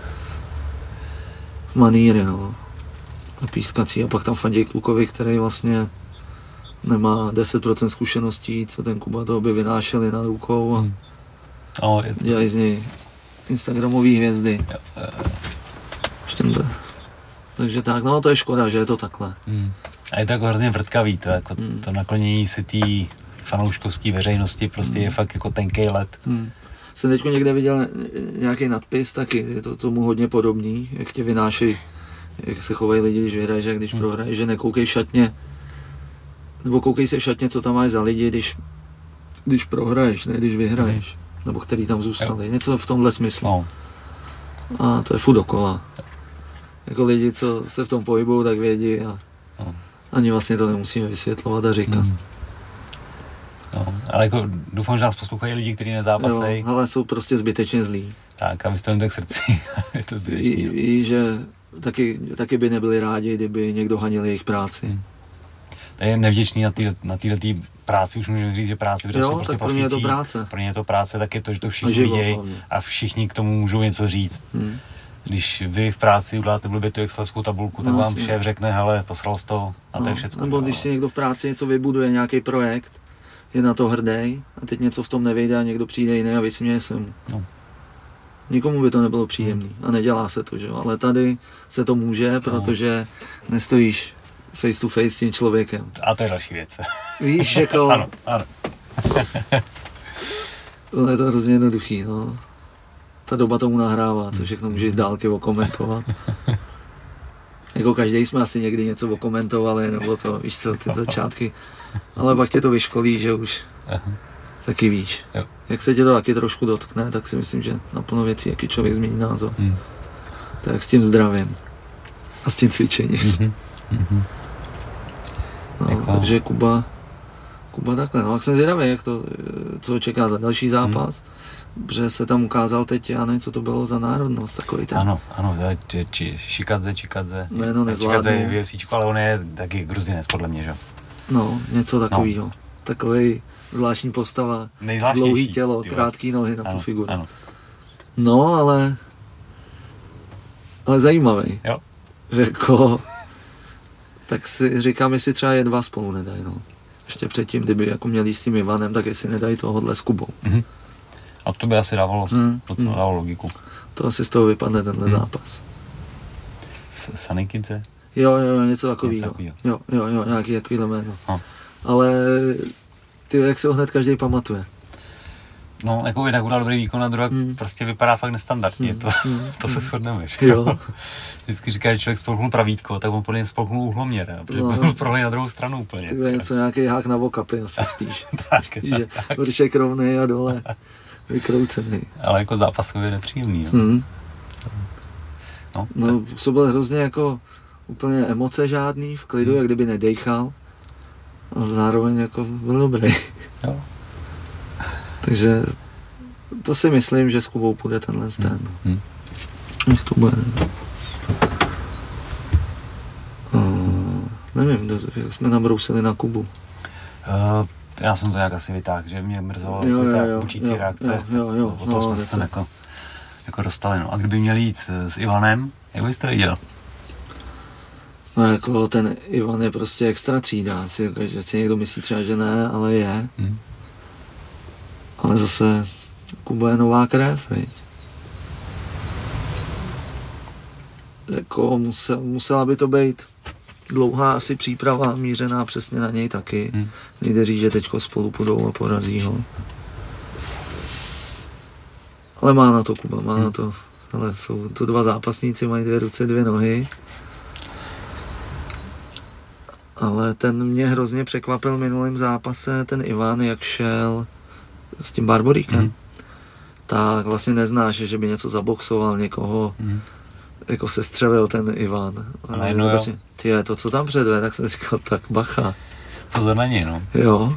B: maníry, no. A pískací a pak tam fandí klukovi, který vlastně nemá deset procent zkušeností, co ten Kuba toho by vynášeli na rukou a hmm. oh, to... dělají z něj instagramový hvězdy. Jo, jo, jo. Štěnde. Takže tak, no to je škoda, že je to takhle.
A: Hmm. A je to jako hrozně vrtkavý, to, jako hmm. to naklonění se té fanouškovské veřejnosti prostě hmm. je fakt jako tenkej led.
B: Hmm. Jsem teďko někde viděl nějaký nadpis, taky je to tomu hodně podobný, jak tě vynášejí, jak se chovají lidi, když vyhraješ a když hmm. prohraješ, že nekoukej šatně, nebo koukej se šatně, co tam máš za lidi, když, když prohraješ, ne když vyhraješ. Hmm. Nebo který tam zůstali, jo. Něco v tomhle smyslu. No. A to je furt dokola. Jako lidi, co se v tom pohybují, tak vědí a no. Ani vlastně to nemusíme vysvětlovat a říkat. Mm.
A: No, ale jako doufám, že nás poslouchají lidi, kteří nezápasejí.
B: Ale jsou prostě zbytečně zlí.
A: Tak a vy jste tak k srdci. Je to zbytečný.
B: Ví, že taky, taky by nebyli rádi, kdyby někdo hanil jejich práci. Mm.
A: To je nevděčný na této na práci, už můžeme říct, že práce, protože
B: jo,
A: jsou prostě
B: tak pro mě je to práce.
A: Pro mě je to práce, tak je to, že to všichni vidějí a všichni k tomu můžou něco říct. Hmm. Když vy v práci uděláte blbě tu excelskou tabulku, tak no, vám šéf řekne, hele, posral jsi to a no, to je všechno.
B: Nebo když si někdo v práci něco vybuduje, nějaký projekt, je na to hrdý a teď něco v tom nevyjde a někdo přijde jiný a vysměje se mu. No. Nikomu by to nebylo příjemný a nedělá se to, že jo, ale tady se to může, protože nestojíš face to face s tím člověkem.
A: A to je další věc.
B: Víš, jako...
A: ano, ano.
B: To je to hrozně jednoduchý, no. Ta doba tomu nahrává, co všechno můžeš z dálky okomentovat. Jako každý jsme asi někdy něco okomentovali, nebo to, víš co, ty začátky. Ale pak tě to vyškolí, že už aha. Taky víš. Jo. Jak se tě to taky trošku dotkne, tak si myslím, že na plno věcí, jaký člověk změní názor. Hmm. Tak s tím zdravím. A s tím cvičením. Mm-hmm. Mm-hmm. No, jako... Takže Kuba, Kuba takhle, no, jak jsem zvědavý, jak to, co čeká za další zápas, hmm. Protože se tam ukázal teď, já nevím, co to bylo za národnost, takový ten.
A: Ano, ano, či, či, Šikadze, Čikadze,
B: jméno nezvládnu.
A: Čikadze je věcíčko, ale on je taky Gruzinec, podle mě, že?
B: No, něco takového, no. Takovej zvláštní postava, dlouhý tělo, krátký nohy na ano, tu figuru. Ano. No, ale, ale zajímavý,
A: jo.
B: Že jako, tak si říkám, jestli třeba je dva spolu nedají, no. Ještě předtím, kdyby jako měli s tím Ivanem, tak jestli nedají tohohle s Kubou. Mm-hmm.
A: A to by asi dávalo, hmm. docela hmm. dávalo logiku.
B: To asi z toho vypadne tenhle hmm. zápas.
A: Sanikidze?
B: Jo, jo, něco takového. Jo, jo, jo, nějaký takovýhle jméno. No. Ale ty, jak se ho hned každý pamatuje.
A: No, jako jednak udal dobrý výkon a druhá hmm. prostě vypadá fakt nestandardně, hmm. to, hmm. to se shodneme.
B: Jo.
A: Vždycky říká, že člověk spolknul pravítko, tak on podle něj spolknul uhloměr, protože no. byl prohlej na druhou stranu úplně.
B: To je něco, nějaký hák na vokapy asi spíš.
A: tak,
B: že
A: tak.
B: Vršek rovnej a dole vykroucený.
A: Ale jako zápasově nepříjemný.
B: Hmm. No, no působil hrozně jako úplně emoce žádný, v klidu, hmm. jak kdyby nedejchal. A zároveň jako byl dobrý.
A: Jo.
B: Takže to si myslím, že s Kubou půjde tenhle ten. Hmm. Jak to bude? Uh, nevím, jak jsme nabrousili na Kubu.
A: Uh, já jsem to nějak asi vytáhl, že mě mrzelo
B: jo,
A: ta
B: jo,
A: učící
B: jo,
A: reakce.
B: Jo, jo, jo.
A: O toho jsme se jako, jako dostali. No. A kdyby měl jít s, s Ivanem, jak bys to viděl?
B: No jako ten Ivan je prostě extra třída, že si někdo myslí třeba, že ne, ale je. Hmm. Ale zase Kuba je nová krev, viď? Jako musel, musela by to být dlouhá asi příprava mířená přesně na něj taky. Hmm. Nejde říct, že teďko spolu půjdou a porazí ho. Ale má na to Kuba, má hmm. na to. Ale jsou to dva zápasníci, mají dvě ruce, dvě nohy. Ale ten mě hrozně překvapil v minulém zápase, ten Ivan, jak šel s tím Barboríkem. Hmm. Tak vlastně neznáš, že by něco zaboxoval, někoho hmm. jako se střelil ten Ivan.
A: Ale no vlastně,
B: ty je to, co tam předve, tak jsem říkal, tak bacha.
A: Pozor na něj, no.
B: Jo.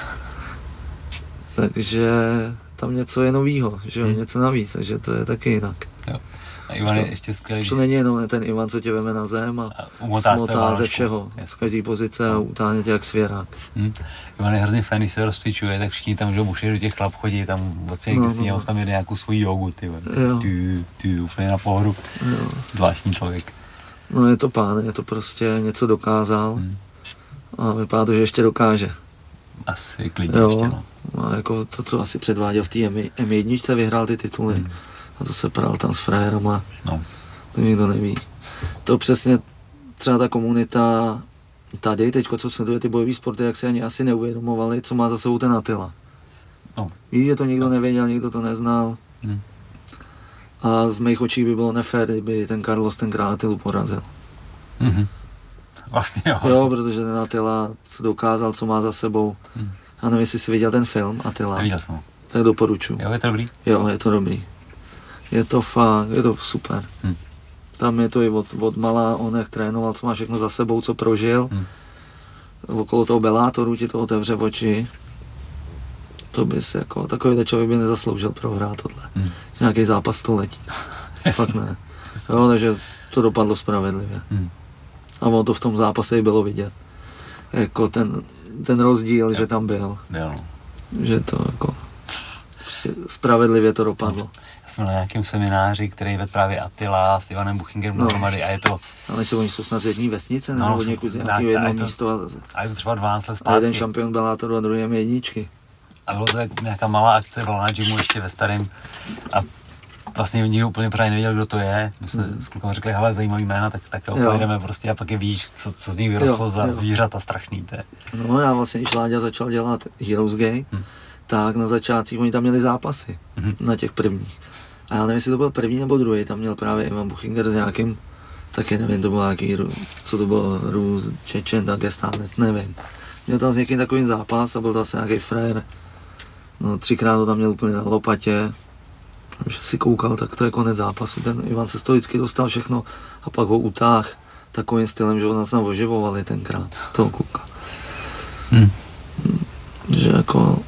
B: Takže tam něco je novýho, že jo, hmm. něco navíc, takže to je taky jinak.
A: Jo. A Ivan je ještě skvělý.
B: To není jenom ten Ivan, co tě veme na zem a, a smotá ze všeho, z každé pozice a utáhne tě jak svěrák.
A: Hmm. Ivan je hrozně fajn, když se rozcvičuje, tak všichni tam, že buši do těch chlap chodí, tam odciněj no, no, no. tam jede nějakou svoji jogu, ty, ty, ty, úplně na pohodu. Jo. Zvláštní člověk.
B: No je to pán, je to prostě něco dokázal hmm. a vypadá to, že ještě dokáže.
A: Asi klidně jo. ještě, no.
B: A jako to, co asi předváděl v té em jedna, vyhrál ty tituly. Hmm. A to se pral tam s frajerama. No. To nikdo neví. To přesně třeba ta komunita tady, teďko, co sleduje ty bojové sporty, jak si ani asi neuvědomovali, co má za sebou ten Attila. No. Ví, že to nikdo no. nevěděl, nikdo to neznal. Hmm. A v mých očích by bylo nefér, kdyby ten Carlos tenkrát Attilu porazil.
A: Mm-hmm. Vlastně jo.
B: Jo, protože ten Attila co dokázal, co má za sebou. Hmm. Já nevím, jestli jsi viděl ten film Attila.
A: Neviděl jsem.
B: Tak doporučuji.
A: Jo, je to dobrý?
B: Jo, je to dobrý. Je to fakt, je to super. Hmm. Tam je to i od, od malá, on jak trénoval, co má všechno za sebou, co prožil. Hmm. Okolo toho Bellátoru ti to otevře oči. To bys jako, takovýhle člověk by nezasloužil prohrát tohle. Hmm. Nějaký zápas století. Fakt ne. Jo, takže to dopadlo spravedlivě. Hmm. A ono to v tom zápase i bylo vidět. Jako ten, ten rozdíl, jo. že tam byl.
A: Jo.
B: Že to jako prostě spravedlivě to dopadlo.
A: Já jsem na nějakém semináři, který vedl právě Attila s Ivanem Buchingerem
B: no.
A: dohromady a je to...
B: Ale jsou oni jsou snad z jedné vesnice, nebo
A: no,
B: někud z nějakého jednoho místa.
A: A je to třeba dvanáct let zpátky.
B: A jeden šampion Bellátoru a druhý jedničky.
A: A bylo to jak nějaká malá akce, byla na gymu ještě ve starém a vlastně nikdo úplně pořád nevěděl, kdo to je. My jsme hmm. s klukama řekli, hele, zajímavý jména, tak, tak jo, pojedeme prostě a pak je víš, co, co z nich vyrostlo jo, za jo. zvířata strašný. To je.
B: No já vlastně, když Láďa začal dělat Heroes Gate, hmm. tak na začátcích oni tam měli zápasy, hmm. na těch prvních. A já nevím, jestli to byl první nebo druhý, tam měl právě Ivan Buchinger s nějakým, taky nevím, to byl nějaký, co to bylo, Rus, Čečen, Dagestánec, nevím. Měl tam s někým takovým zápas a byl to asi nějaký frér. No třikrát to tam měl úplně na lopatě. Když si koukal, tak to je konec zápasu. Ten Ivan se stoicky dostal všechno a pak ho utáhl takovým stylem, že ho nás oživovali tenkrát, toho kluka. Hmm. Že jako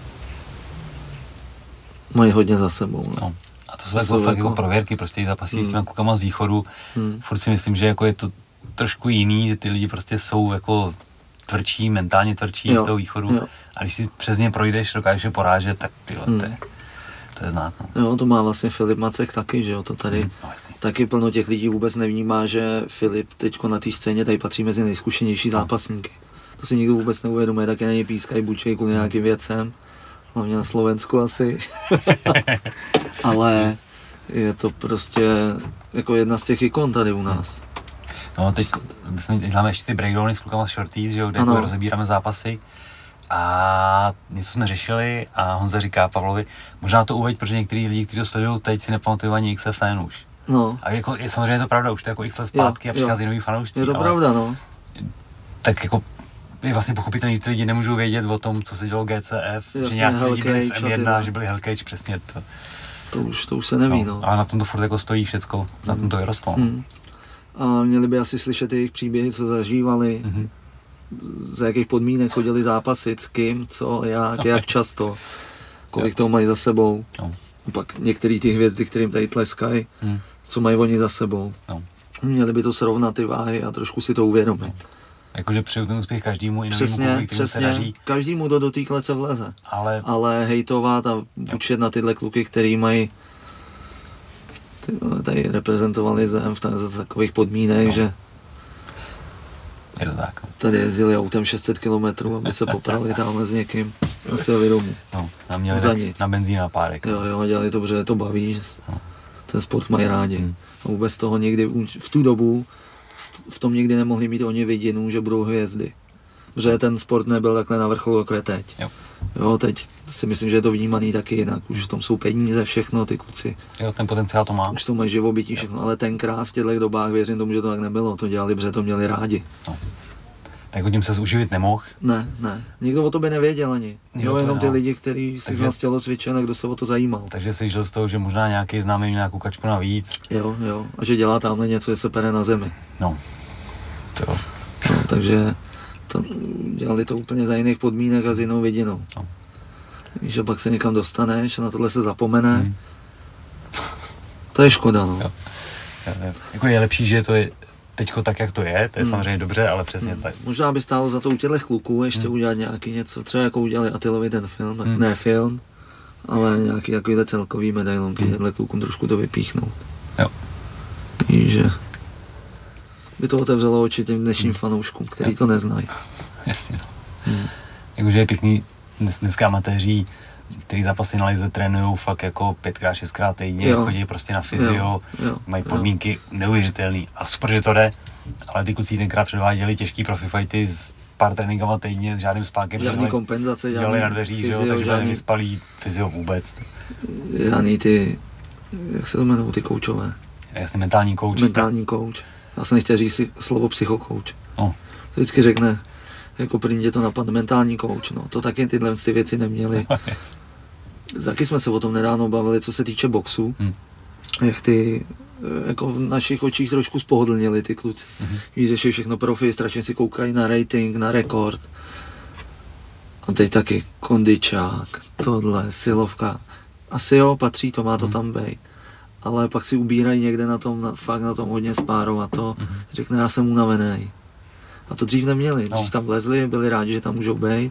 B: mají hodně za sebou. No. No.
A: A to jsou to jako, fakt jako prověrky, prostě zápasí hmm. s těma klukama z východu. Hmm. Furt si myslím, že jako je to trošku jiný, že ty lidi prostě jsou jako tvrdší, mentálně tvrdší jo. z toho východu. Jo. A když si přes ně projdeš, dokážeš je porážet, tak tyjo, hmm. to je... To je znát, no.
B: Jo, to má vlastně Filip Macek taky, že jo, to tady mm, no, taky plno těch lidí vůbec nevnímá, že Filip teďko na té scéně tady patří mezi nejzkušenější no. zápasníky. To si nikdo vůbec neuvědomuje, taky na něj pískají bučej kvůli nějakým věcem, hlavně na Slovensku asi, ale je to prostě jako jedna z těch ikon tady u nás.
A: No teď my jsme děláme ještě ty breakdowny s klukama z Shorties, že jo, kde jako rozebíráme zápasy. A něco jsme řešili a Honza říká Pavlovi, možná to uveď, protože některý lidi, kteří to sledují teď, si nepamatují ani X F N už. No. A jako, je, samozřejmě je to pravda, už to jako X let zpátky jo, a přichází noví fanoušci.
B: Je to pravda, no.
A: Tak jako je vlastně pochopitelné, že ty lidi nemůžou vědět o tom, co se dělo G C F, jasně, že nějaký lidi byli v M jedna, že byli Hellcage, přesně to.
B: To už, to už se neví, no. no.
A: Ale na tom to furt jako stojí všecko, mm. na tom to vyrostlo. Mm.
B: A měli by asi slyšet jejich příběhy, co zažívali. Mm-hmm. Za jakých podmínek chodili zápasit, s kým, co, jak, jak často, kolik jo. toho mají za sebou. Jo. Pak některé ty hvězdy, kterým tady tleskají, hmm. co mají oni za sebou. Jo. Měli by to srovnat ty váhy a trošku si to uvědomit. Jo.
A: Jakože přeju ten úspěch každému i novému klubu, kterému se daří.
B: Každému, kdo do té klece vleze.
A: Ale,
B: Ale hejtovat a bučet na tyhle kluky, který mají ty, tady reprezentovali zem v takových podmínek, jo. že
A: je to tak.
B: Tady jezdili autem šest set kilometrů, aby se poprali tamhle s někým. Asi jeli domů.
A: No, nám měli za nic. Na benzín a párek.
B: Jo, jo, dělali to, protože to baví. No. Ten sport mají rádi. Hmm. A vůbec toho někdy v tu dobu v tom nikdy nemohli mít oni vidinu, že budou hvězdy. Protože ten sport nebyl takhle na vrcholu, jako je teď.
A: Jo.
B: Jo, teď si myslím, že je to vnímaný taky jinak. Už v tom jsou peníze, všechno, ty kluci.
A: Jo, ten potenciál to má.
B: Už to mají živobytí, všechno. Ale tenkrát v těchto dobách věřím tomu, že to tak nebylo. To dělali, protože to měli rádi.
A: No. Tak o tím se uživit nemohl?
B: Ne, ne. Nikdo o tobě nevěděl ani. Jo, jenom
A: ne,
B: ty
A: no.
B: lidi, kteří si z nás tělocvičen a kdo se o to zajímal.
A: Takže jsi žil z toho, že možná nějaký známý měl nějakou kačku navíc.
B: Jo, jo. A že dělá tamhle něco, že se pere na zemi.
A: No. To jo.
B: No, takže to, dělali to úplně za jiných podmínek a s jinou vidinou.
A: No.
B: Víš, a pak se někam dostaneš a na tohle se zapomene.
A: Hmm.
B: To je škoda, no.
A: Jo. Jo, jo. Jako je lepší, že to je teďko tak, jak to je, to je
B: Hmm.
A: samozřejmě dobře, ale přesně
B: Hmm.
A: tak.
B: Možná by stálo za to u těchto kluků ještě
A: Hmm.
B: udělat nějaký něco, třeba jako udělali Attilovi ten film, tak
A: Hmm.
B: ne film, ale nějaký takovýhle celkový medailonky,
A: Hmm.
B: těchto klukům trošku to vypíchnout.
A: Jo.
B: Víš, že by to otevřelo oči těm dnešním
A: Hmm.
B: fanouškům, který
A: Jo.
B: to neznají.
A: Jasně. No.
B: Hmm.
A: Jakože je pěkný, dnes, dneska amatéři, který zápasy na lize trénujou fakt jako pětkrát, šestkrát týdně,
B: Jo.
A: chodí prostě na fyzio,
B: Jo. Jo.
A: mají
B: Jo.
A: podmínky neuvěřitelný a super, že to jde, ale ty kluci tenkrát předváděli těžký profi fighty s pár tréninkama týdně, s žádným spánkem,
B: Žádný
A: dělali-
B: kompenzace,
A: dělali
B: žádný
A: na dveřích, že jo,
B: fyzio,
A: takže žádný
B: žádný,
A: vyspalý fyzio vůbec.
B: žádný ty, jak se to jmenují, ty koučové,
A: Jasně, mentální kouč.
B: mentální kouč. Já jsem nechtěl říct si slovo psychokouč.
A: No.
B: Vždycky řekne, jako první tě to napadne, mentální kouč, no, to taky tyhle ty věci neměli.
A: Yes.
B: Taky jsme se o tom nedávno bavili, co se týče boxu,
A: Hmm.
B: jak ty jako v našich očích trošku spohodlnili ty kluci.
A: Mhm.
B: Víš, řeší všechno profi, strašně si koukají na rating, na rekord. A teď taky kondičák, tohle, silovka. Asi jo, patří to, má to
A: Mhm.
B: tam být. Ale pak si ubírají někde na tom, na, fakt na tom hodně spárovat to.
A: Mhm.
B: Řekne, já jsem unavený. A to dřív neměli,
A: No.
B: když tam vlezli, byli rádi, že tam můžou být.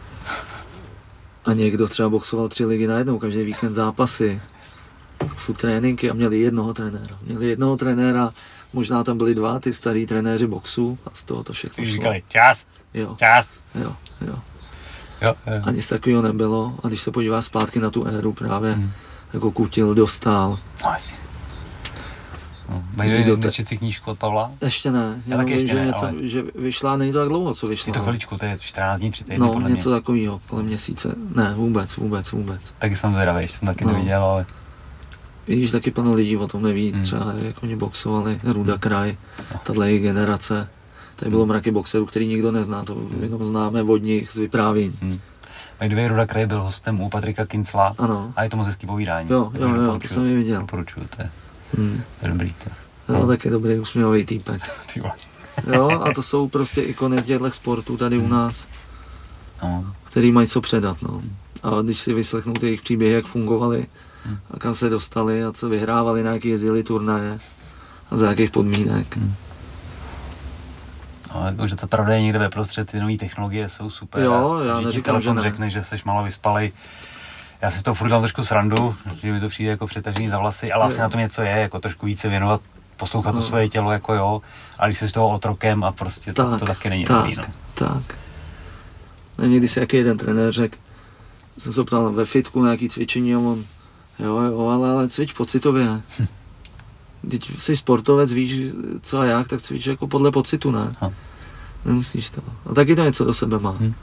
B: A někdo třeba boxoval tři ligy najednou, každý víkend zápasy, furt tréninky a měli jednoho trenéra. Měli jednoho trenéra, možná tam byli dva, ty starý trenéři boxu a z toho to všechno
A: Když
B: šlo.
A: říkali, čas,
B: Jo,
A: čas.
B: jo, jo.
A: Jo, jo.
B: A nic takového nebylo a když se podívá zpátky na tu éru právě,
A: Hmm.
B: jako Kutil, Dostál.
A: No jasně. No,
B: Někdo
A: Bajde,
B: te-
A: nečet si knížku od Pavla?
B: Ještě ne,
A: Já taky
B: vím,
A: ještě
B: že,
A: ne,
B: něco,
A: ale-
B: že vyšla, není to tak dlouho, co
A: Je
B: vyšla.
A: to chviličku, to je čtrnáct dní, tři týdny,
B: No,
A: podle
B: něco
A: mě.
B: takového, kolem měsíce. Ne, vůbec, vůbec, vůbec.
A: Taky jsem zvědavý, jsem taky
B: No.
A: to viděl, ale
B: Vidíš, taky plno lidí o tom neví,
A: Hmm.
B: třeba jak oni boxovali, Ruda Kraj,
A: no,
B: tahle jejich generace. Tady bylo mraky boxerů, který nikdo nezná, to jenom známe od nich z vyprávění.
A: Hmm. Bajde, Ruda Kraj byl hostem u Patrika Kincla
B: Ano,
A: a je to moc hezký povídání.
B: jo,
A: Takže
B: jo, jo, to
A: doporučuju,
B: jsem ji viděl.
A: Doporučuju, to je,
B: Hmm.
A: to je dobrý. To.
B: Jo, taky dobrý usměvavý týpek.
A: Ty vole.
B: Jo, a to jsou prostě ikony těchto sportů tady u nás,
A: No,
B: který mají co předat, no. A když si vyslechnou ty jejich příběhy, jak fungovali
A: Hmm.
B: a kam se dostali a co vyhrávali, na jaký jezdili turnaje a za jakých podmínek.
A: Hmm. no jako, že ta pravda je někde ve prostřed, ty nové technologie jsou super.
B: Jo,
A: a
B: já
A: že ti
B: neříkám,
A: telefon
B: že ne.
A: řekne, že jsi malo vyspalej. Já si to furt dám trošku srandu, že mi to přijde jako přetažení za vlasy, ale asi
B: Jo.
A: na tom něco je, jako trošku více věnovat, poslouchat to
B: No.
A: svoje tělo, jako jo, ale když jsi z toho otrokem a prostě to,
B: Tak,
A: to taky není
B: tak,
A: dobrý, no.
B: tak. A někdy si jaký jeden trenér řekl, jsem se ptal ve fitku na nějaký cvičení a on, jo, jo, ale, ale cvič pocitově. Když jsi sportovec, víš co a jak, tak cvič jako podle pocitu, ne?
A: Hm.
B: Nemusíš to. A taky to něco do sebe má.
A: Hm.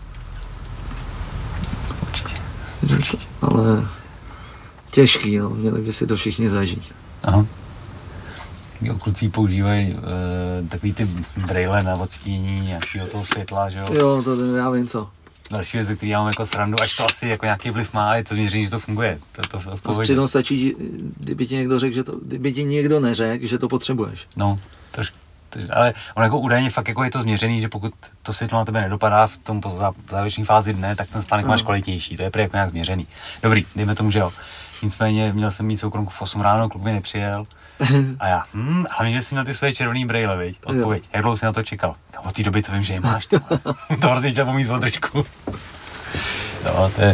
A: Určitě. Určitě.
B: Ale těžký, no, měli by si to všichni zažít.
A: Aha. Jo, kluci používají uh, takový ty brejle na odstínění nějakého toho světla, že jo.
B: Jo, to já vím co.
A: Další věc, který já mám jako srandu, až to asi jako nějaký vliv má, je to změření, že to funguje. To, to, to v
B: A
A: pohodě.
B: přitom stačí, kdyby ti někdo řekl, že to, kdyby ti někdo neřekl, že to potřebuješ.
A: No, trošku. Ale ono jako údajně fakt jako je to změřený, že pokud to světlo na tebe nedopadá v tom závěrečné fázi dne, tak ten spánek
B: Ano.
A: máš kvalitnější, to je prý jako nějak změřený. Dobrý, dejme tomu, že jo. Nicméně měl jsem mít soukromku v osm ráno, kluk mi nepřijel. A já, hm, hlavně, že jsi měl ty svoje červený brejle, viď? Odpověď, jak dlouho jsi na to čekal? No, od té doby, co vím, že je máš, to, to hrozně chtěl pomít zvol trošku. No, to je,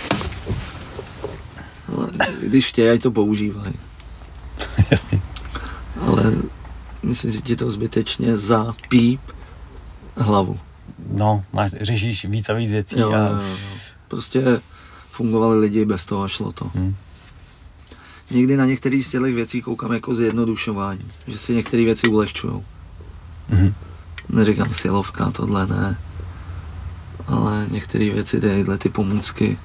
B: Ale když chtějí, ať to používají.
A: jasně.
B: Ale myslím, že ti to zbytečně zapíp hlavu.
A: No, máš, řešíš víc a víc věcí
B: Jo,
A: a...
B: jo, jo. Prostě fungovali lidi bez toho a šlo to.
A: Hm.
B: Někdy na některé z těch věcí koukám jako zjednodušování, že si některé věci ulehčujou. Mm-hmm. Neříkám silovka, tohle ne. Ale některé věci, tyhle ty pomůcky,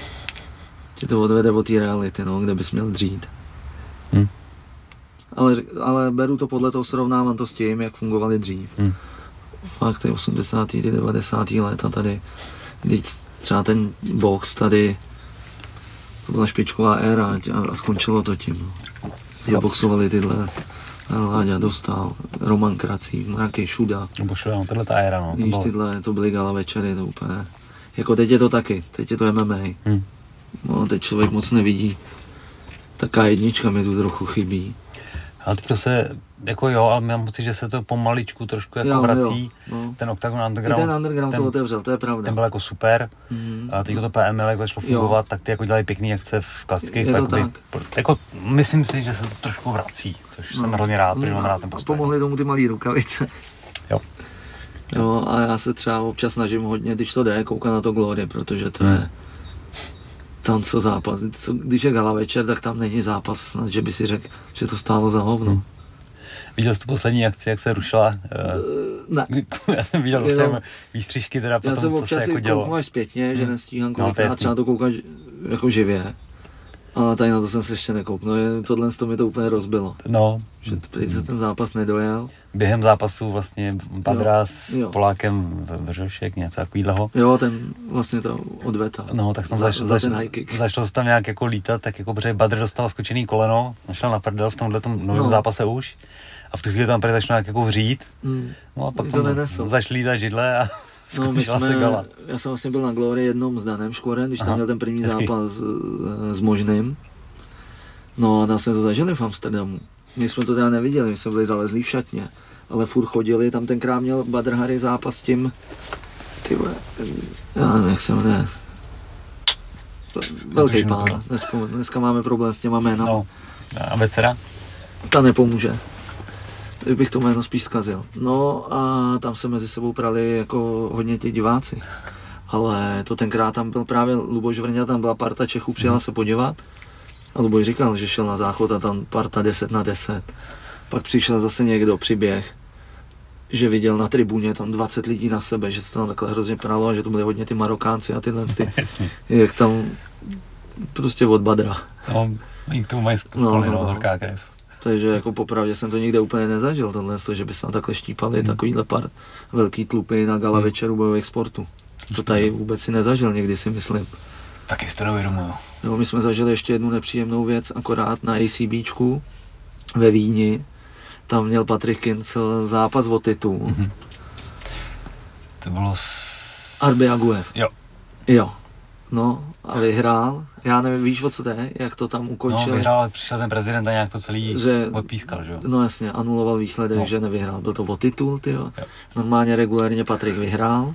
B: tě to odvede od té reality, no, kde bys měl dřít. Hmm. Ale, ale beru to podle toho, srovnávám to s tím, jak fungovali dřív. Hmm. Fakt ty osmdesátá ty devadesátá léta tady, když třeba ten box tady, to byla špičková éra a skončilo to tím. No. Boxovali tyhle, Láďa Dostál, Roman Krací, Mraky, Šuda.
A: Nebo Šuda, no, tahle ta éra, no.
B: Víš, tyhle, to byly gala večery, to úplně. Jako teď je to taky, teď je to M M A. Hmm. No, teď člověk moc nevidí. Taká jednička mi tu trochu chybí.
A: Ale teďka se, jako jo, ale mám pocit, že se to pomaličku trošku jako jo, vrací. Jo, no. Ten Octagon Underground.
B: I ten Underground ten, to otevřel, to je pravda.
A: Ten byl jako super. Mm-hmm. A teďka to P M L, jak začalo fungovat, jo. Tak ty jako dělají pěkný akce v klasických.
B: Je to tak.
A: Jako, myslím si, že se to trošku vrací, což no. jsem hrozně rád, protože mám rád ten postoj.
B: Pomohly tomu ty malý rukavice.
A: Jo.
B: Jo, a já se třeba občas snažím hodně, když to jde, koukat na to Glory, protože to je tam co zápas. Co, když je gala večer, tak tam není zápas, snad, že by si řekl, že to stálo za hovno. Hmm.
A: Viděl jsi tu poslední akci, jak se rušila?
B: Uh, ne.
A: Já jsem viděl
B: Jenom,
A: jsem výstřižky teda potom,
B: já jsem
A: co se jako dělo.
B: Já jsem občas zpětně, že
A: hmm.
B: nestíhám kolikrát, no, třeba to koukat jako živě. Ale tady na to jsem se ještě nekouknul, tohle to mi to úplně rozbilo.
A: No.
B: Že prý se ten zápas nedojel.
A: Během zápasu vlastně Badra s jo. Polákem Vržošek, něco takového.
B: Jo, ten vlastně to odveta.
A: No, tak tam zač, zač, začalo se tam nějak jako lítat, tak jako protože Badr dostal skočený koleno, našel na prdel v tomhletom novém no. zápase už. A v tu chvíli tam prý začalo nějak jako vřít. Mm. No a pak tam začali lítat židle a
B: no, my jsme, se gala. Já jsem vlastně byl na Glory jednom s Danem Škvorem, když Aha, tam měl ten první hezky. zápas s, s Možným. No a tam jsme to zažili v Amsterdamu. My jsme to teda neviděli, my jsme byli zalezlí v šatně. Ale furt chodili, tam tenkrát měl Badr Hari zápas s tím, ty vole, já nevím, jak se jmenuje. Velký pán, nespomenu, dneska máme problém s těma jménama.
A: No, a Becera?
B: Ta nepomůže. Bych to jméno spíš zkazil. No a tam se mezi sebou prali jako hodně ti diváci. Ale to tenkrát tam byl právě Luboš Vrňa, tam byla parta Čechů, přijela hmm. se podívat. A Luboš říkal, že šel na záchod a tam parta deset na deset. Pak přišel zase někdo, přiběh, že viděl na tribuně tam dvacet lidí na sebe, že se to tam takhle hrozně pralo a že to byly hodně ty Marokánci a tyhle ty, jak tam prostě od Badra.
A: No, i k tomu mají skvělý, no, horká krev.
B: Takže jako popravdě jsem to nikde úplně nezažil, tohle, že by se tam takhle štípali hmm. takovýhle part velký tlupy na gala večeru bojových sportů. To tady vůbec si nezažil někdy, si myslím.
A: Taky si to neuvědomuju.
B: Jo, my jsme zažili ještě jednu nepříjemnou věc, akorát na ACBčku ve Vídni. Tam měl Patrik Kincel zápas o titul. Mm-hmm.
A: To bylo s...
B: Arbi Aguev.
A: Jo.
B: Jo. No a vyhrál. Já nevím, víš, o co jde, jak to tam ukončil.
A: No, vyhrál, ale přišel ten prezident a nějak to celý že, odpískal, že jo?
B: No jasně, anuloval výsledek, no. že nevyhrál. Byl to o titul, tyjo. Jo. Normálně regulérně Patrik vyhrál.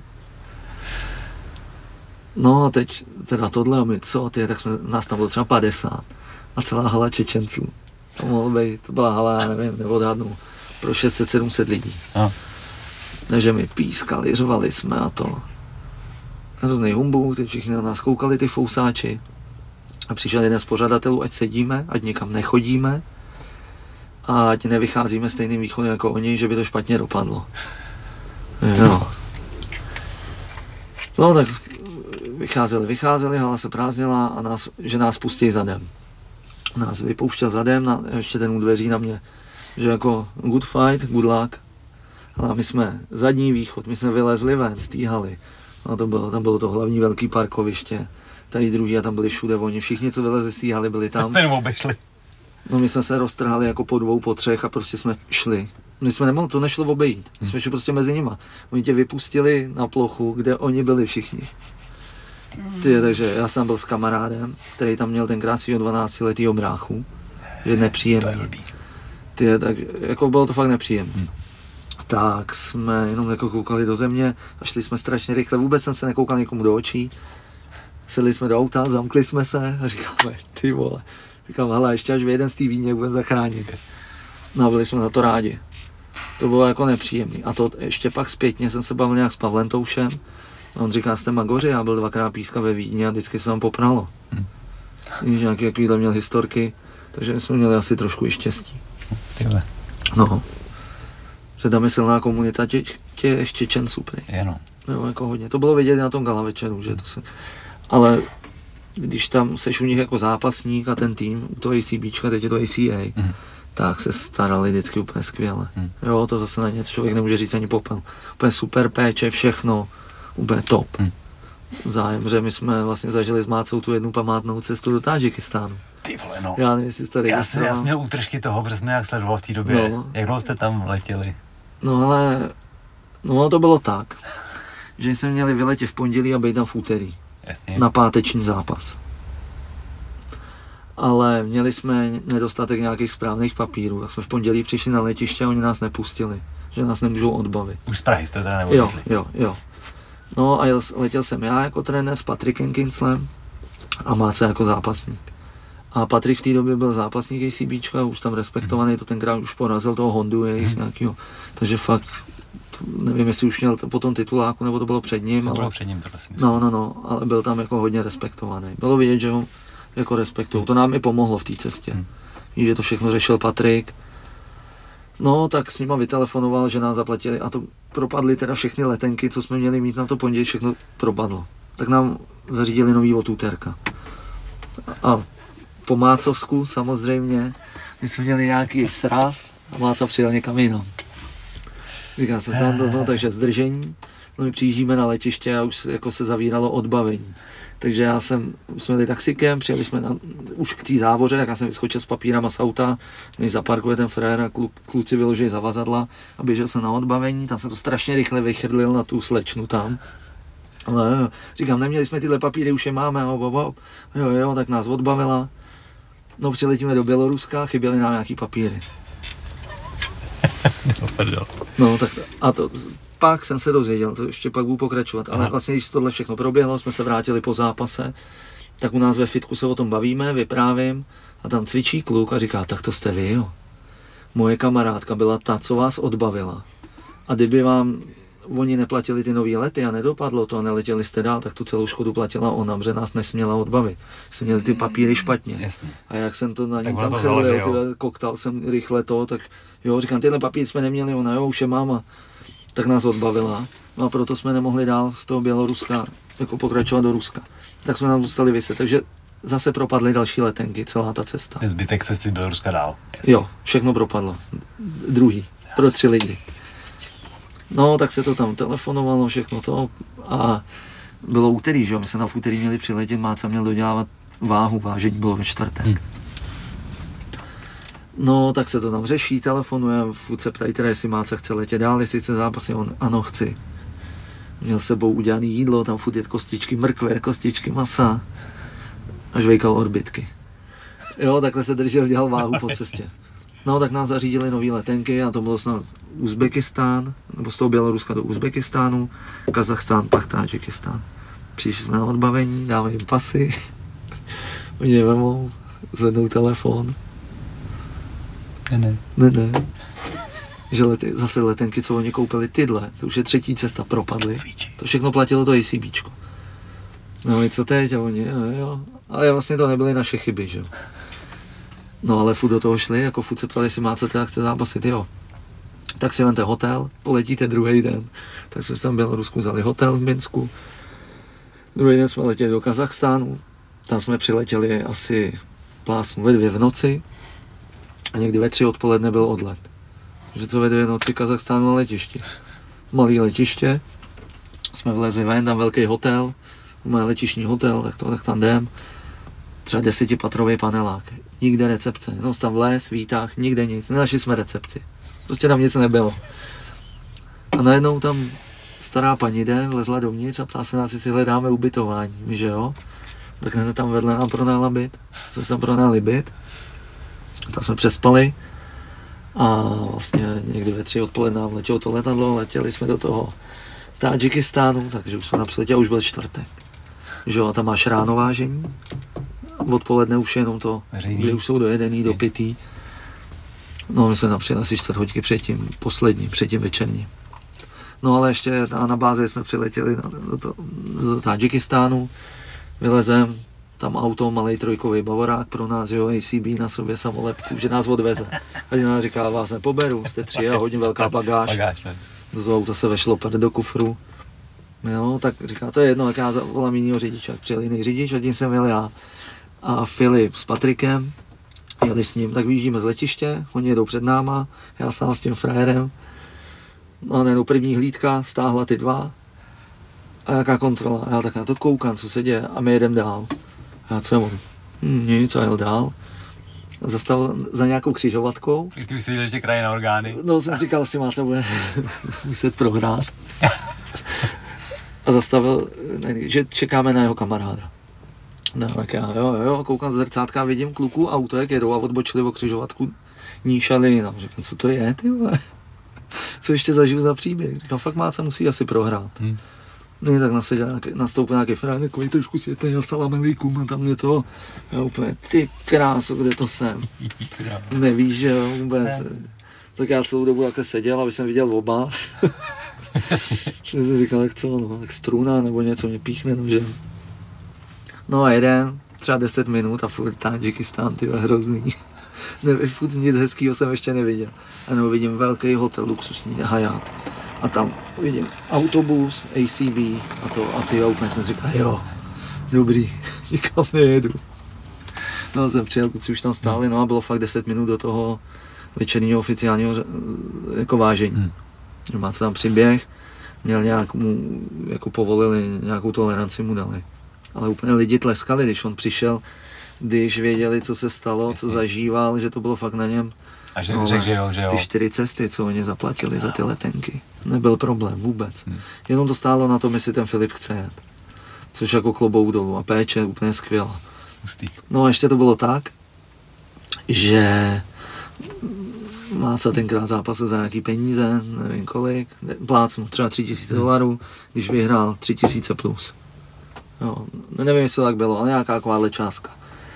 B: No a teď teda tohle a my co, ty, tak jsme, nás tam bylo třeba padesát. A celá hala Čečenců. To mohlo být, to byla hala, já nevím, neodhadnu, pro šest set sedm set lidí. No. Takže my pískali, řvali jsme a to. Hrozný humbuk, teď všichni na nás koukali ty fousáči. A přišel jeden z pořadatelů, ať sedíme, ať někam nechodíme a ať nevycházíme stejným východem jako oni, že by to špatně dopadlo. Jo. No tak vycházeli, vycházeli, hala se prázdnila a nás, že nás pustí zadem. Nás vypouštěl zadem, na, ještě ten u dveří na mě, že jako good fight, good luck. Ale my jsme zadní východ, my jsme vylezli ven z té haly. A to bylo, tam bylo to hlavní velký parkoviště. Tady druhý a tam byli všude oni, všichni, co vylezli z té haly, byli tam.
A: Ten obešli.
B: No my jsme se roztrhali jako po dvou, po třech a prostě jsme šli. My jsme nemohli, to nešlo obejít. My jsme šli prostě mezi nima. Oni tě vypustili na plochu, kde oni byli všichni. Ty, takže já jsem byl s kamarádem, který tam měl tenkrát svýho dvanáctiletýho bráchu. Je nepříjemný. Ty, tak jako bylo to fakt nepříjemné. Hmm. Tak jsme jenom jako koukali do země a šli jsme strašně rychle. Vůbec jsem se nekoukal někomu do očí. Sedli jsme do auta, zamkli jsme se a říkáme, ty vole. Říkám, hele, ještě až vyjedem z té Vídně, budeme zachránit. Yes. No byli jsme za to rádi. To bylo jako nepříjemný. A to ještě pak zpětně jsem se bavil nějak s Pavlem Toušem. A on říká, jste magoři, já byl dvakrát píska ve Vídni a vždycky se tam popralo. Hmm. Víš, nějaký jakýhle měl historky, takže jsme měli asi trošku i štěstí.
A: Tyhle.
B: No. že tam je silná komunita těch, těch Čečenců prý.
A: Jenom.
B: Jo, jako hodně. To bylo vidět na tom gala večeru, že to se... Ale když tam seš u nich jako zápasník a ten tým, u toho ACBčka, teď je to A C A, mm. tak se starali vždycky úplně skvěle. Mm. Jo, to zase na ně člověk nemůže říct ani popel. Úplně super péče, všechno, úplně top. Mm. Zájem, že my jsme vlastně zažili s Mácou tu jednu památnou cestu do Tádžikistánu.
A: Ty vole, no.
B: Já nevím, jestli jste
A: já, jsem, já jsem měl útržky toho, protože jsem nějak sledoval v té době. No. Jak dlouho jste tam letěli?
B: No ale, no to bylo tak, že jsme měli vyletět v pondělí a být tam v úterý.
A: Jasně.
B: Na páteční zápas. Ale měli jsme nedostatek nějakých správných papírů, tak jsme v pondělí přišli na letiště a oni nás nepustili, že nás nemůžou odbavit.
A: Už z Prahy jste teda neodešli?
B: Jo, jo, jo. No a letěl jsem já jako trenér s Patrikem Kinslem a Máce jako zápasník. A Patrik v té době byl zápasník ACBčka, už tam respektovaný, to tenkrát už porazil toho Hondu jejich mm. nějakýho, takže fakt, nevím, jestli už měl po tom tituláku, nebo to bylo před ním.
A: To
B: ale...
A: bylo před ním, to si myslím.
B: No, no, no, ale byl tam jako hodně respektovaný. Bylo vidět, že ho jako respektují. To nám i pomohlo v té cestě. Hmm. Víš, že to všechno řešil Patrik. No, tak s nima vytelefonoval, že nám zaplatili a to propadly teda všechny letenky, co jsme měli mít na to pondělí, všechno propadlo. Tak nám zařídili nový od úterka. A po Mácovsku samozřejmě, my jsme měli nějaký sraz a Máca přijel někam jinam. Říká se tam, no, no, takže zdržení, no my přijíždíme na letiště a už jako se zavíralo odbavení. Takže já jsem, jsme jeli taxikem, přijeli jsme na, už k té závoře, tak já jsem vyskočil s papírama z auta, než zaparkuje ten frér a klu, kluci vyložili zavazadla a běžel jsem na odbavení, tam jsem to strašně rychle vychrlil na tu slečnu tam. Ale říkám, neměli jsme tyhle papíry, už je máme, hop, hop, hop. Jo, jo, tak nás odbavila. No přiletíme do Běloruska, chyběly nám nějaký papíry. No tak a to, pak jsem se dozvěděl, to ještě pak budu pokračovat, ale vlastně když tohle všechno proběhlo, jsme se vrátili po zápase, tak u nás ve fitku se o tom bavíme, vyprávím a tam cvičí kluk a říká, tak to jste vy, jo. Moje kamarádka byla ta, co vás odbavila. A kdyby vám oni neplatili ty nový lety a nedopadlo to a neletěli jste dál, tak tu celou škodu platila ona, protože nás nesměla odbavit. Jsme měli ty papíry špatně.
A: Jasně.
B: A jak jsem to na ní tam chrlil, koktal jsem rychle to, tak jo, říkám, tyhle papíry jsme neměli, ona jo, už je máma. Tak nás odbavila. No a proto jsme nemohli dál z toho Běloruska jako pokračovat do Ruska. Tak jsme tam zůstali viset, takže zase propadly další letenky, celá ta cesta.
A: Zbytek cesty z Běloruska dál. Jasně.
B: Jo, všechno propadlo. Druhý, pro tři lidi. No, tak se to tam telefonovalo, všechno to a bylo úterý, že jo, my jsme na v úterý měli přiletět, Máca měl dodělávat váhu, vážení bylo ve čtvrtek. Hmm. No, tak se to tam řeší, telefonuje, furt se ptají teda, jestli Máca chce letět dál, jestli chce zápasy, on ano, chci. Měl s sebou udělané jídlo, tam furt jet kostičky mrkve, kostičky masa a žvejkal odbytky. Jo, takhle se držel, dělal váhu po cestě. No, tak nám zařídili nový letenky a to bylo snad Uzbekistán, nebo z toho Běloruska do Uzbekistánu, Kazachstán, pak Tádžikistán. Přišli jsme na odbavení, dáme jim pasy, oni je vemou, zvednou telefon.
A: Ne, ne.
B: Ne, ne. Že lety, zase letenky, co oni koupili, tyhle, to už je třetí cesta, propadly. To všechno platilo to ACBčko. No i co teď? A oni, jo, jo. Ale vlastně to nebyly naše chyby, že jo. No ale furt do toho šli, jako furt se ptali, jestli Máca teda chce zápasit, jo. Tak si vemte hotel, poletíte druhý den. Tak jsme si tam v Bělorusku vzali hotel v Minsku. Druhý den jsme letěli do Kazachstánu. Tam jsme přiletěli asi plásnu ve dvě v noci. A někdy ve tři odpoledne byl odlet. Takže co ve dvě noci Kazachstánu na letišti. Malý letiště. Jsme vlezli ven, tam velký hotel. Máme letišní hotel, tak to tak tam jdem. Třeba desetipatrový panelák. Nikde recepce. Jenom tam vlez, výtah, nikde nic. Nenašli jsme recepci. Prostě tam nic nebylo. A najednou tam stará paní jde, vlezla dovnitř a ptá se nás, jestli hledáme ubytování. My, že jo? Tak hned tam vedle nám pronajala byt. Jsme tam pronajali byt. Tam jsme přespali. A vlastně někdy ve tři odpoledne nám letělo to letadlo, letěli jsme do toho Tádžikistánu, takže už jsme tam přiletěli, už byl čtvrtek. Že jo, a tam máš ráno vážení. Odpoledne už jenom to, kdy už jsou dojedený, dopitý. No, my jsme tam přijeli asi čtvrt hodiny předtím, poslední, předtím večerní. No, ale ještě na, na bázi jsme přiletěli na, do, to, do Tádžikistánu, vylezem, tam auto, malej trojkový bavorák pro nás, jo, A C B na sobě samolepku, že nás odveze. A nás říká, vás nepoberu, jste tři a hodně velká bagáž. bagáž do toho auta se vešlo pade do kufru. Jo, tak říká, to je jedno, tak já zavolám jinýho řidiče. Tak přijel jiný řidič, a tím jsem jel já a Filip s Patrikem, jeli s ním, tak vyjíždíme z letiště, oni jedou před náma, já sám s tím frajerem. No a najednou první hlídka, stáhla ty dva. A jaká kontrola? Já tak na to koukám, co se děje a my jedeme dál. A co je on? Hm, nic, a jel dál. Zastavil za nějakou křižovatkou.
A: Ty už si viděl, že kraje na orgány.
B: No jsem říkal, že Máca bude muset prohrát. A zastavil, že čekáme na jeho kamaráda. No tak já, jo, jo, koukám z zrcátka, vidím kluku auto, jak jedou a odbočili o křižovatku níž a jinam. Říkám, co to je, ty vole? Co ještě zažiju za příběh? Říkám, fakt Máca musí asi prohrát. Hmm. No tak naseděl nějaký, nastoupil nějaký frajer, takový trošku světlý, salam alejkum, a tam mě to, já úplně, ty kráso, kde to jsem? Nevíš, že jo, vůbec. Tak já celou dobu takhle seděl, aby jsem viděl oba. Jasně. Že jsem říkal, jak co, no, tak struna nebo něco mě píchne nožem. No a jedem, třeba deset minut a furt Tádžikistán, ty hrozný. Nevím, furt nic hezkýho jsem ještě neviděl. A nebo vidím velký hotel, luxusní, Hyatt. A tam vidím autobus, A C B a to, a ty úplně jsem říkal, jo, dobrý, nikam nejedu. No jsem přijel, kluci už tam stáli, no a bylo fakt deset minut do toho večerního oficiálního jako vážení. Hmm. Má se tam přiběh, měl nějak mu, jako povolili, nějakou toleranci mu dali. Ale úplně lidi tleskali, když on přišel, když věděli, co se stalo, Jasně. co zažíval, že to bylo fakt na něm.
A: A že no, řekl, že jo, že jo.
B: Ty čtyři cesty, co oni zaplatili no. za ty letenky, nebyl problém vůbec. Hmm. Jenom to stálo na tom, jestli ten Filip chce jet. Což jako klobouk dolů a péče úplně skvělá.
A: Hustý.
B: No a ještě to bylo tak, že Máca tenkrát zápasil za nějaký peníze, nevím kolik, plácnu třeba tři tisíce dolarů, když vyhrál tři tisíce plus. Jo, nevím, jestli tak bylo, ale nějaká takováhle částka.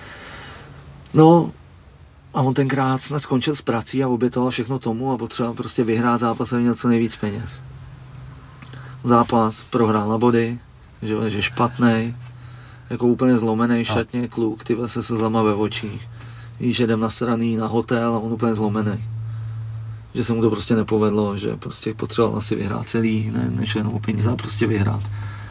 B: No a on tenkrát snad skončil s prací a obětoval všechno tomu a potřeboval prostě vyhrát zápas a měl co nejvíc peněz. Zápas prohrál na body, že, že špatnej, jako úplně zlomený šatně kluk, ty se slzama ve očích. Víš, jdem nasraný na hotel a on úplně zlomený. Že se mu to prostě nepovedlo, že prostě potřeboval asi vyhrát celý, ne, než jenom o peníze, prostě vyhrát.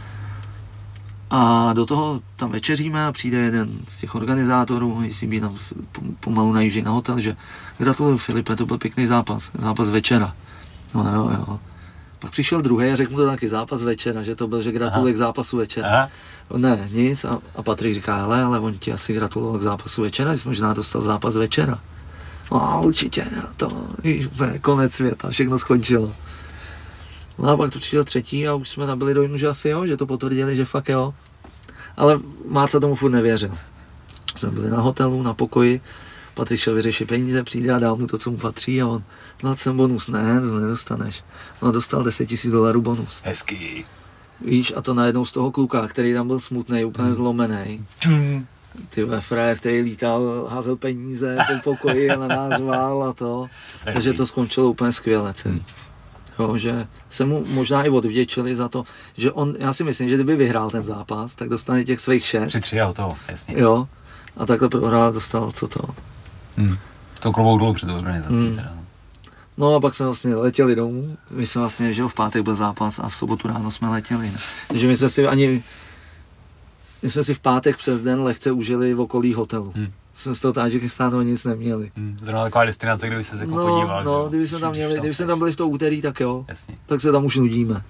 B: A do toho tam večeříme a přijde jeden z těch organizátorů, jestli by nám pomalu najíždí na hotel, že gratuluju Filipe, to byl pěkný zápas, zápas večera. No jo, jo. Pak přišel druhý a řekl mu to taky zápas večera, že to byl, že gratuluje k zápasu večera. Aha. Ne, nic a, a Patrik říká, hele, ale on ti asi gratuloval k zápasu večera, jsi možná dostal zápas večera. No určitě, to víš, konec světa, všechno skončilo. No a pak tu přišel třetí a už jsme nabili dojmu, že asi jo, že to potvrdili, že fakt jo. Ale Máca tomu furt nevěřil. Jsme byli na hotelu, na pokoji, Patrik šel vyřešit peníze, přijde a dá mu to, co mu patří a on, no jsem bonus, ne, to nedostaneš. No dostal deset tisíc dolarů bonus.
A: Hezký.
B: Víš, a to najednou z toho kluka, který tam byl smutný, úplně zlomený. Ty frajer, který lítal, házel peníze po pokoji a na nás vál a to. Takže to skončilo úplně skvěle celý. Jo, že se mu možná i odvděčili za to, že on, já si myslím, že kdyby vyhrál ten zápas, tak dostane těch svých šest.
A: Tři, tři a to, jasně.
B: Jo, a takhle prohrál, dostal co to.
A: Hmm. To klobouk dolů před organizací. Hmm. Teda.
B: No a pak jsme vlastně letěli domů, my jsme vlastně, že v pátek byl zápas a v sobotu ráno jsme letěli. Ne? Takže my jsme si ani, my jsme si v pátek přes den lehce užili v okolí hotelu. Hmm. Jsme z toho Tádžikistánu nic neměli.
A: Hmm. Zrovna taková destinace, kde by se jako
B: no,
A: podíval.
B: No, kdyby jsme tam měli, kdyby jsme tam byli v to úterý, tak jo.
A: Jasně.
B: Tak se tam už nudíme.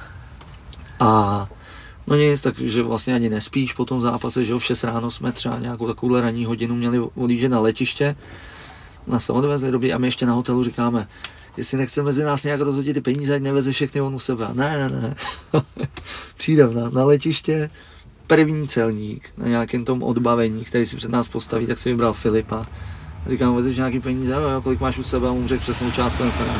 B: A no nic, takže vlastně ani nespíš po tom zápase, že jo, v šest ráno jsme třeba nějakou takovouhle ranní hodinu měli odjíždět na letiště. Nás se odvezli dobrý a my ještě na hotelu říkáme, jestli nechce mezi nás nějak rozhodit ty peníze, ať neveze všechny on u sebe. Ne, ne, ne. Přijdem na, na letiště, první celník na nějakém tom odbavení, který si před nás postaví, tak si vybral Filipa. Říkám, vezeš nějaký peníze, jo, jo, kolik máš u sebe a mu řekl přesnou částku F N.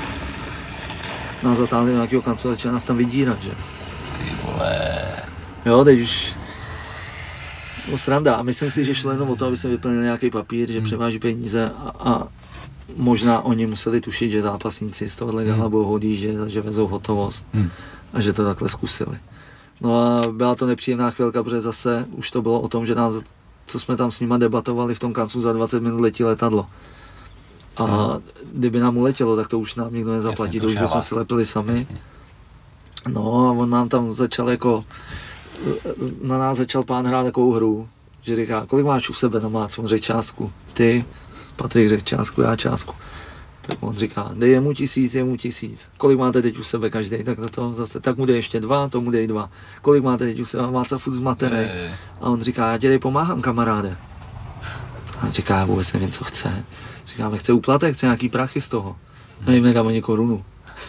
B: Nás zatáhli do nějakého kanclu a začali nás tam vydírat, že?
A: Ty vole.
B: Jo, teď už no sranda a myslím si, že šlo jenom o to, aby se vyplnil nějaký papír, že hmm. převáží peníze a, a možná oni museli tušit, že zápasníci z tohohle gala hmm. budou hodí, že, že vezou hotovost hmm. a že to takhle zkusili. No a byla to nepříjemná chvilka, protože zase už to bylo o tom, že nás, co jsme tam s nima debatovali, v tom kanclu za dvacet minut letí letadlo. A kdyby nám uletělo, tak to už nám nikdo nezaplatí, to už bychom si lepili sami. Jasně. No a on nám tam začal jako, na nás začal pán hrát takovou hru, že říká, kolik máš u sebe na mlácu? On řekl částku. Ty, Patrik řekl částku, já částku. Tak on říká, dej jemu tisíc, jemu tisíc. Kolik máte teď u sebe každý? Tak to zase, tak mu dej ještě dva, tomu dej dva. Kolik máte teď u sebe? Máca furt zmatený. A on říká, já tě dej pomáhám, kamaráde. A říká, já vůbec nevím, co chce. Říkáme, chce úplatek, chce nějaký prachy z toho. Já jim nedám ani korunu.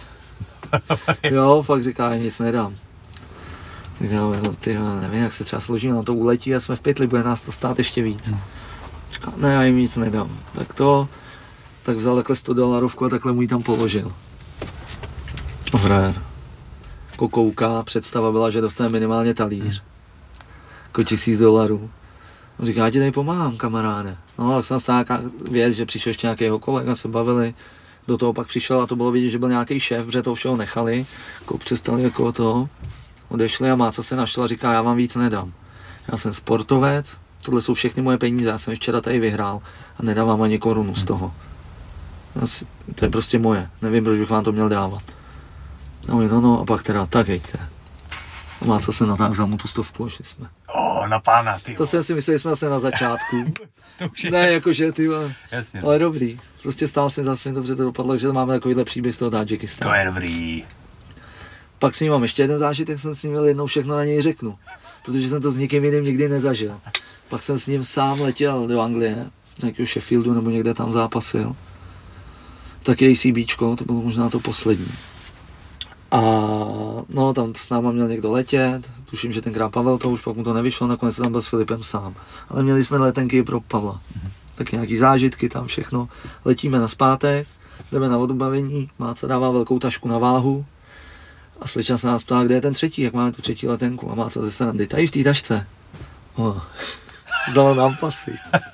B: Jo, fakt říká, já nic nedám. Říkáme, no ty, nevím, jak se třeba složíme, na to uletí a jsme v pytli, bude nás to stát ještě víc. Říká, ne, já jim nic nedám. Tak to, tak vzal takhle sto dolarovku a takhle mu ji tam položil. Frér. Jako kouká, představa byla, že dostane minimálně talíř. Jako tisíc dolarů. On říká, já ti tady pomáhám, kamaráde. No, tak jsem stala nějaká věc, že přišel ještě nějaký jeho kolega, se bavili. Do toho pak přišel a to bylo vidět, že byl nějaký šéf, protože to všeho nechali. Jako přestali jako to. Odešli a Máca se našla a říká, já vám víc nedám. Já jsem sportovec, tohle jsou všechny moje peníze, já jsem včera tady vyhrál a nedám vám ani korunu z toho. Asi, to je prostě moje, nevím, proč bych vám to měl dávat. No, no, no a pak teda, tak jejte. A Máca se natáhl za mu tu stovku a šli jsme.
A: O, na pána, ty.
B: To jsem si myslel, že jsme se na začátku.
A: To už je...
B: Ne, jakože ty,
A: jasně,
B: ale dobrý. Prostě stál jsem za svým, dobře to dopadlo, že máme takovýhle příběh z toho Tadžikistánu.
A: To je dobrý.
B: Pak s ním mám ještě jeden zážitek, jsem s ním měl jednou, všechno na něj řeknu. Protože jsem to s nikým jiným nikdy nezažil. Pak jsem s ním sám letěl do Anglie, nějakého Sheffieldu nebo někde tam zápasil. Tak je ACBčko, to bylo možná to poslední. A no, tam s náma měl někdo letět, tuším, že tenkrát Pavel to už pak mu to nevyšlo, nakonec tam byl s Filipem sám. Ale měli jsme letenky pro Pavla. Mm-hmm. Taky nějaký zážitky, tam všechno. Letíme na zpátek, jdeme na odbavení, Máca dává velkou tašku na váhu a slečna se nás ptá, kde je ten třetí, jak máme tu třetí letenku. A Máca ze srandy, tady v té tašce. Oh. Zdala nám pasy.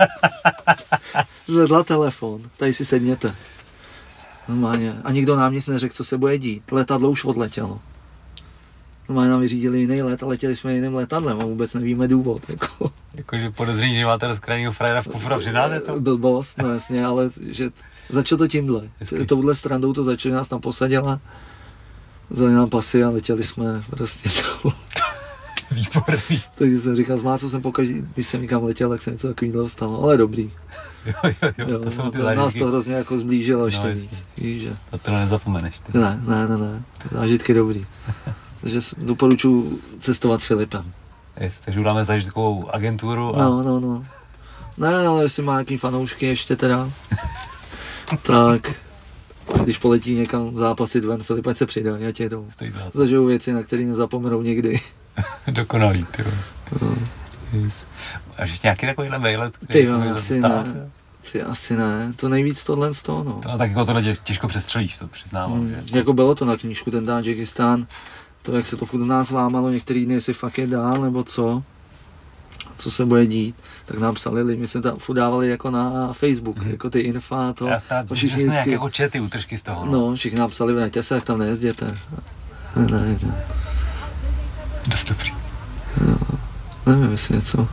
B: Zvedla telefon, tady si sedněte. Normálně. A nikdo nám nic neřekl, co se bude dít. Letadlo už odletělo. Normálně nám vyřídili jiný let a letěli jsme jiným letadlem a vůbec nevíme důvod. Jako.
A: Jakože podezření, že máte rozkraněného frajera v kufru a přiznáte to?
B: Blbost, no jasně, ale že začalo to tímhle. Touhle strandou to začali, nás tam posadila, vzali nám pasy a letěli jsme prostě to.
A: Výborný.
B: Takže jsem říkal, s Mácou jsem pokaždý, když jsem někam letěl, tak se něco takového stalo, ale dobrý.
A: Jo, jo, jo, jo to jsou ty zážitky.
B: Nás to hrozně jako zblížilo ještě
A: no,
B: víc. Víš, že?
A: A to nezapomeneš. Ty.
B: Ne, ne, ne, ne, zážitky dobrý. Takže doporučuji cestovat s Filipem.
A: Jest, takže uděláme zážitkovou agenturu. A...
B: No, no, no. Ne, ale jestli má nějaký fanoušky ještě teda, tak když poletí někam zápasit ven, Filip, ať se přidá, já tě jedou. Zažijou věci, na které nezapomenou nikdy.
A: Dokonalý, ty no. Yes. A ještě nějaký takovýhle vejlet?
B: Ty jo, asi ne. Ty asi ne, to nejvíc tohle z toho, no.
A: To, tak jako tohle těžko přestřelíš, to přiznávám. Hmm,
B: že? Jako bylo to na knížku, ten Tadžikistán, to jak se to furt u nás lámalo, některý dny, jestli fakt je dál, nebo co, co se bude dít, tak nám psali lidi, my jsme tam furt dávali jako na Facebook, hmm. jako ty infa, to.
A: Já to všichni vždycky... nějaké jako čety, útržky z toho.
B: No, no všichni nám psali, vrajte se, jak tam nejezděte. Ne, ne, ne.
A: Dost dobrý.
B: No, nevím, jestli něco.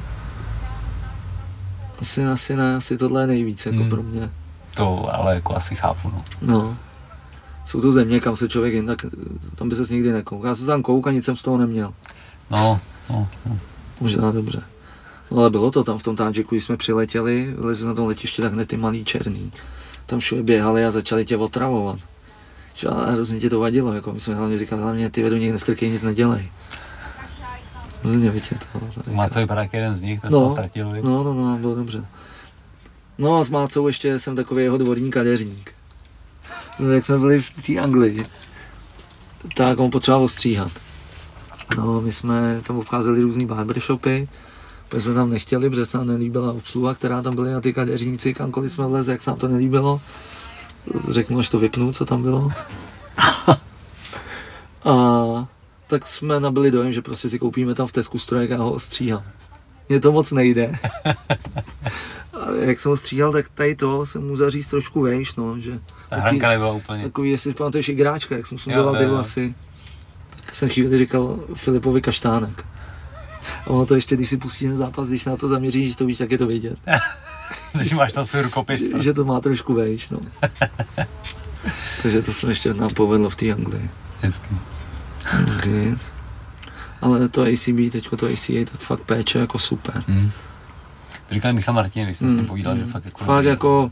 B: Asi, asi ne, asi tohle je nejvíc, jako hmm. pro mě.
A: To ale jako asi chápu, no.
B: No. Jsou to země, kam se člověk jen tak, tam by ses nikdy nekoukal. Já se tam kouk a nic jsem z toho neměl.
A: No, no, no.
B: Možná dobře. No ale bylo to tam v tom Tadžiku, když jsme přiletěli, vylezli na tom letiště, tak hned ty malý černý. Tam všude běhali a začali tě otravovat. A hrozně tě to vadilo, jako my jsme hlavně říkali, hlavně ty vedu někde nestrkej, nic nedělej. Hrozně vytě to.
A: Máco vypadá jak jeden z nich, ten
B: no,
A: se tam ztratil, viď?
B: No, no, no, bylo dobře. No a s Mácou ještě jsem takový jeho dvorní kadeřník. No, jak jsme byli v té Anglii, tak on potřeboval ostříhat. No, my jsme tam obcházeli různý barbershopy, protože jsme tam nechtěli, protože se nám nelíbila obsluha, která tam byly, a ty kadeřníci, kamkoliv jsme vlezli, jak se nám to nelíbilo. Řeknu, až to vypnu, co tam bylo. A tak jsme nabili dojem, že prostě si koupíme tam v Tesku strojek a ho ostříhám. Mně to moc nejde. A jak jsem ho stříhal, tak tady to jsem mu zaříct trošku vejš, no, že...
A: Ta hranka nebyla úplně.
B: Takový, jestli si pamatuješ igráčka, jak jsem sundoval ty vlasy. Tak jsem chvíli říkal Filipovi Kaštánek. A ono to ještě, když si pustíš ten zápas, když na to zaměříš, to víš, jak je to vidět.
A: Když máš tam svůj rukopis.
B: Že, že to má trošku vejš, no. Takže to jsem ještě nám povedlo v té Anglii.
A: Hezky.
B: Okay. Ale to A C B, teďko to A C A, tak fakt péče jako super.
A: Hmm. To říkal Michal Martin, když jsem
B: hmm.
A: s ním povídal, že fakt jako...
B: Fakt jako...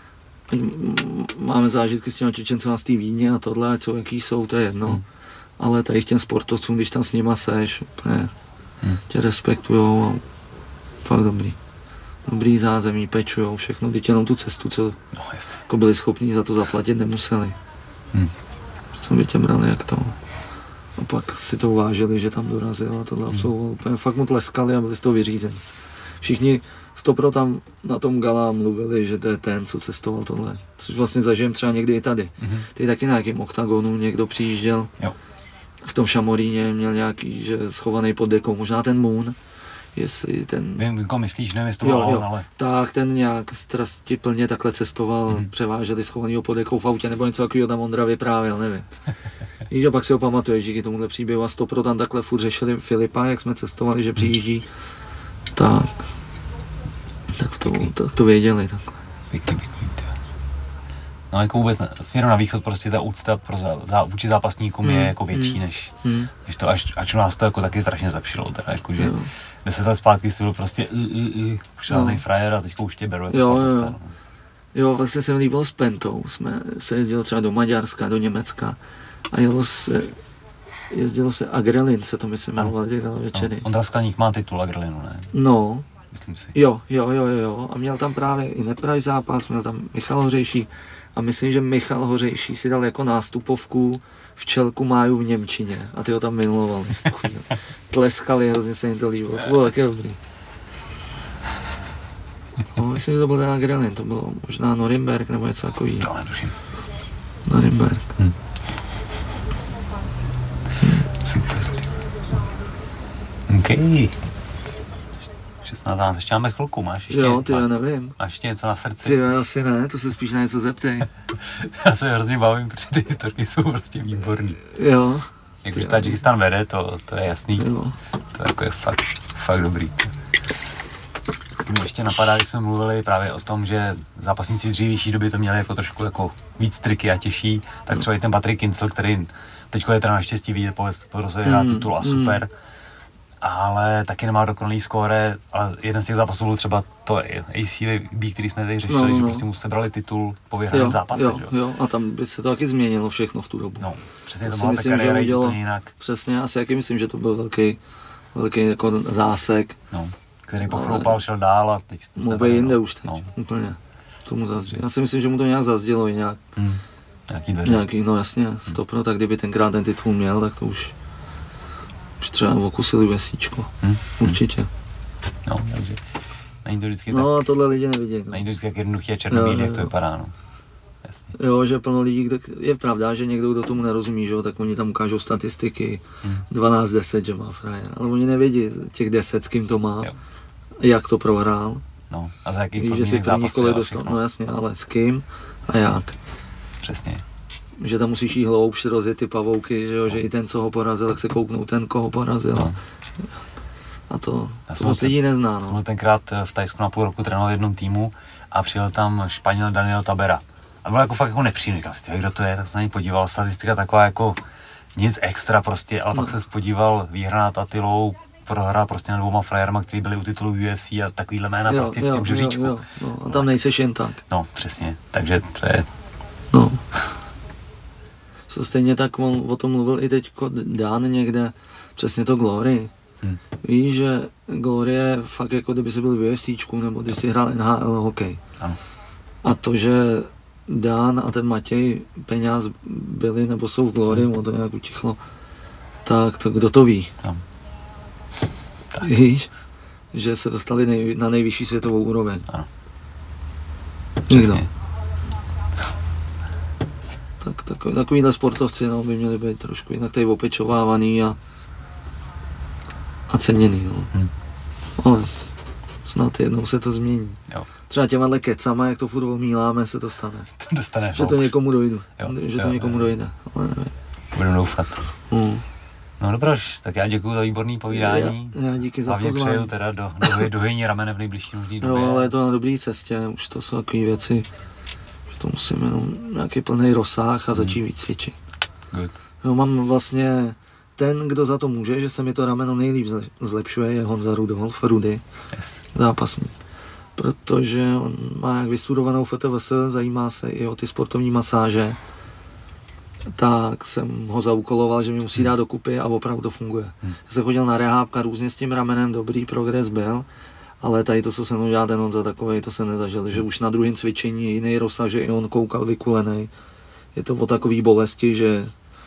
B: Máme zážitky s těma Čečencema z té Vídně a tohle, co jaký jsou, to je jedno. Hmm. Ale tady k těm sportovcům, když tam s nima seš, ne, hmm. tě respektujou a fakt dobrý. Dobrý zázemí, pečujou všechno, teď jenom tu cestu, co
A: no,
B: jako byli schopní za to zaplatit, nemuseli.
A: Hmm.
B: Jsem by tě brali jak to. A pak si to uvážili, že tam dorazil a tohle hmm. absolvoval. Úplně fakt mu tleskali a byli z toho vyřízení. Všichni stopro tam na tom gala mluvili, že to je ten, co cestoval tohle. Což vlastně zažijem třeba někdy i tady. Mm-hmm. Ty taky na nějakým oktagonu někdo přijížděl.
A: Jo.
B: V tom Šamoríně měl nějaký, že schovaný pod dekou, možná ten Moon. Jestli ten...
A: Vím, jako myslíš, nevím, jestli to byl on, ale...
B: Tak ten nějak strasti plně takhle cestoval, mm-hmm. převáželi schovanýho pod dekou v autě, nebo něco takového tam Ondra vyprávěl, nevím. Víš, a pak si ho pamatuješ díky tomuhle příběhu a stopro tam takhle furt řešili Filipa, jak jsme cestovali, že přijíždí. Tak, tak to, tak to věděli takhle.
A: Pěkný, pěkný, to. No jako vůbec směrem na východ prostě ta úcta pro zá, zá, vůči zápasníkům hmm. je jako větší hmm. než, hmm. než to, až, až u nás to jako taky strašně zlepšilo, teda jako, že deset let zpátky jsi byl prostě i, i, i, už žádnej no. frajer a teďko už tě beru jako
B: jo,
A: sportovce.
B: Jo. jo, vlastně se mi líbilo s Pentou, jsme se jezdili třeba do Maďarska, do Německa a jelo se, jezdilo se Agrelin, se to myslím jmenovali ty večery.
A: No, Ondra Skleník má titul Agrelinu, ne?
B: No.
A: Myslím si.
B: Jo, jo, jo, jo, a měl tam právě i Nepraj zápas, měl tam Michal Hořejší a myslím, že Michal Hořejší si dal jako nástupovku Včelku máju v němčině a ty ho tam milovali. Tleskali, hrozně se jim to líbilo, to bylo taky dobrý. No, myslím, že to byl ten Agrelin, to bylo možná Norimberg nebo něco takový.
A: No, netuším.
B: Norimberg.
A: Hm. Hm. Super. OK. šestnáct, ještě máme chvilku, máš ještě?
B: Jo, ty já nevím.
A: Máš ještě něco na srdci?
B: Ty já asi ne, to se spíš na něco zeptej.
A: Já se hrozně bavím, protože ty historiky jsou prostě výborný.
B: Jo.
A: Jak už Tadžikistán vede, to, to je jasný.
B: Jo.
A: To jako je fakt, fakt dobrý. Taky mě ještě napadá, když jsme mluvili právě o tom, že zápasníci z dřívější doby to měli jako trošku jako víc triky a těžší, tak třeba i ten Patrik Kincl, který teďko je teda naštěstí vidět po rozhodě mm, titul a super. Mm. Ale taky nemá dokonalý skóre, ale jeden z těch zápasů byl třeba to A C B, který jsme tady řešili, no, no. že prostě mu sebrali titul po vyhraném zápase,
B: jo,
A: jo?
B: Jo, a tam by se to taky změnilo všechno v tu dobu.
A: No, přesně to mohla ta kariéra jít úplně jinak.
B: Přesně, asi jaký myslím, že to byl velký, velký jako zásek.
A: No, který pochloupal, šel dál a teď jsme
B: mohl být jinde už teď, no. úplně. Tomu zazdělo. Já si myslím, že mu to nějak zazdělo i nějak.
A: Hmm. Nějaký dveře.
B: Nějaký, no jasně, stopro, tak kdyby tenkrát ten titul měl, tak to už už třeba okusili vesíčko, hmm. určitě.
A: No, takže není to vždycky
B: no,
A: tak...
B: a tohle lidi nevidějí. No.
A: Není to vždycky tak jednoduché a černobílé, jak to vypadá, no. Jasně.
B: Jo, že plno lidí, je pravda, že někdo, kdo tomu nerozumí, že jo, tak oni tam ukážou statistiky, hmm. dvanáct deset, že má frajer, ale oni nevědí těch deset, s kým to má, jo. jak to prohrál.
A: No, a za jakých
B: podmínek zápasy. Že si první kole dostal, no jasně, ale s kým a jasně. jak.
A: Přesně.
B: Že tam musíš jít hloubš, rozjet ty pavouky, že jo, že i ten, co ho porazil, tak se kouknou ten, koho porazil. No. A to moc lidí nezná. No.
A: Jsem tenkrát v Thajsku na půl roku trénoval v jednom týmu a přijel tam Španěl Daniel Tabera. A byl jako fakt jako nepříjemný, říkal, kdo to je, tak se na něj podíval, statistika taková jako nic extra prostě, ale no. pak se podíval výhra nad Attilou, prohra prostě nad dvouma frajerma, kteří byli u titulu U F C a takovýhle jména jo, prostě v tom žebříčku.
B: Jo, jo. No, a tam nejseš jen tak.
A: No, přesně, takže to je...
B: No. Co stejně tak on o tom mluvil i teďko Dan někde, přesně to Glory. Hmm. Víš, že Glory je fakt jako kdyby jsi byl v UFCčku nebo když jsi hrál N H L hokej.
A: Ano.
B: A to, že Dan a ten Matěj Peňáz byli nebo jsou v Glory, hmm. on to nějak utichlo, tak to kdo to ví?
A: No. Tak.
B: Víš, že se dostali nej, na nejvyšší světovou úroveň.
A: Ano.
B: Nikdo. Tak, takový, takovýhle sportovci no, by měli být trošku jinak tady opečovávaný a, a ceněný. No. Hmm. Ale snad jednou se to změní.
A: Jo.
B: Třeba těmahle kecama, jak to furt omíláme, se to stane.
A: To dostane
B: že to někomu dojde.
A: Jo.
B: Že
A: jo,
B: to někomu
A: jo.
B: dojde. Ale nevím.
A: Budeme doufat.
B: Hmm.
A: No dobroš, tak já děkuji za výborný povídání.
B: Já, já díky za
A: Hlavně
B: pozvání.
A: přeju teda do, do, dohyní ramene v nejbližší možný době.
B: Jo, ale je to na dobré cestě, už to jsou takové věci, že to musím jenom nějaký plný rozsah a začít víc cvičit.
A: Good.
B: Jo, mám vlastně ten, kdo za to může, že se mi to rameno nejlíp zlepšuje, je Honza Rudolf, Rudy,
A: Yes.
B: zápasník. Protože on má jak vystudovanou F T V S, zajímá se i o ty sportovní masáže, tak jsem ho zaúkoloval, že mi musí dát dokupy a opravdu to funguje.
A: Hmm.
B: Já jsem chodil na rehábka různě s tím ramenem, dobrý progres byl, ale tady to, co se mnou dělá ten Honza takovej, to jsem nezažil, že už na druhém cvičení je jiný rozsah, že i on koukal vykulenej. Je to o takový bolesti, že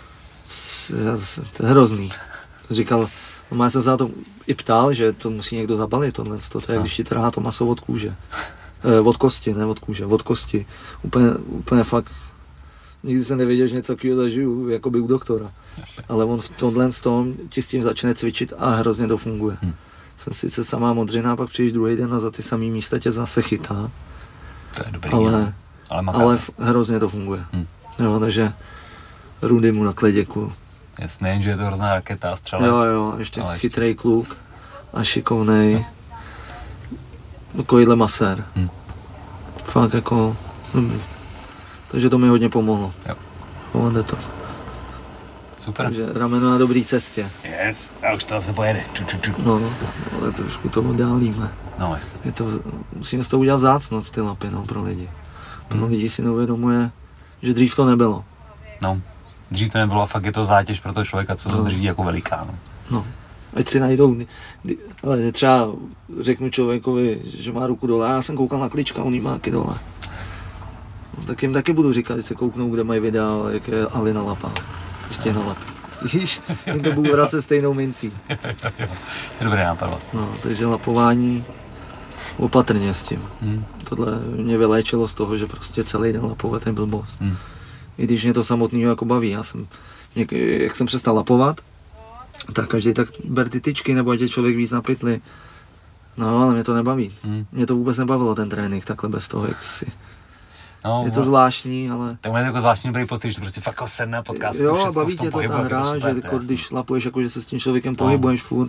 B: to je hrozný. Říkal, no, já jsem se na to i ptal, že to musí někdo zabalit tohle, to je, když ti trhá to maso od kůže. Eh, od kosti, ne od kůže, od kosti. Úplně, úplně fakt, nikdy jsem nevěděl, že něco takového zažiju, jako by u doktora. Ale on v tomhle tom ti s tím začne cvičit a hrozně to funguje. Hmm. Jsem sice samá modřina, pak přijdeš druhý den a za ty samý místa tě zase chytá.
A: To je dobrý,
B: ale,
A: ale,
B: ale hrozně to funguje. Hmm. Jo, takže Rudy mu takhle děkuju.
A: Jasně, nejen, že je to hrozná raketa, střelec.
B: Jo, jo, ještě chytrý ještě. Kluk a šikovnej. No. Takovýhle masér. Hmm. Fakt jako dobrý. Takže to mi hodně pomohlo.
A: Jo.
B: Jo, jde to.
A: Super.
B: Takže rameno na dobrý cestě.
A: Yes, a už to zase pojede. Ču, ču, ču.
B: No, ale trošku to oddálíme.
A: No, jasně.
B: Je to, musíme z toho udělat vzácnost, ty lapy, no, pro lidi. Pro hmm. lidi si neuvědomuje, že dřív to nebylo.
A: No. Dřív to nebylo a fakt je to zátěž pro toho člověka, co to
B: no.
A: drží jako velikán. No.
B: no. Ať si najdou, ale třeba řeknu člověkovi, že má ruku dole, já jsem koukal na klička, on jí má taky dole. No, tak jim taky budu říkat, že se kouknou, kde mají videa, jak je Alina Lapa. Ještě na lapy. Víš, jim to budu vracet stejnou mincí.
A: Je dobrý nápad vlastně.
B: No, takže lapování opatrně s tím. Hmm. Tohle mě vyléčilo z toho, že prostě celý den lapovat je blbost. Hmm. I když mě to samotného jako baví. Já jsem, jak jsem přestal lapovat, tak každý tak ber ty tyčky, nebo ať je člověk víc na pytli. No, ale mě to nebaví. Hmm. Mě to vůbec nebavilo ten trénink takhle bez toho, jak si...
A: No,
B: je to zvláštní, ale...
A: Tak je jako zvláštní dobrý pocit, že to prostě fakt sedne podcast.
B: Jo, a baví tě to ta hra, že jako, když lapuješ, jako, že se s tím člověkem no. pohybuješ furt.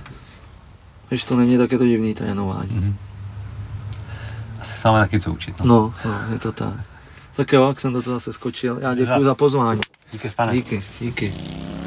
B: Když to není, tak je to divný trénování. Mm-hmm.
A: Asi se máme taky co učit. No,
B: no, no je to tak. Tak jo, jak jsem do toho zase skočil. Já děkuji za pozvání.
A: Díky, pane.
B: Díky, díky.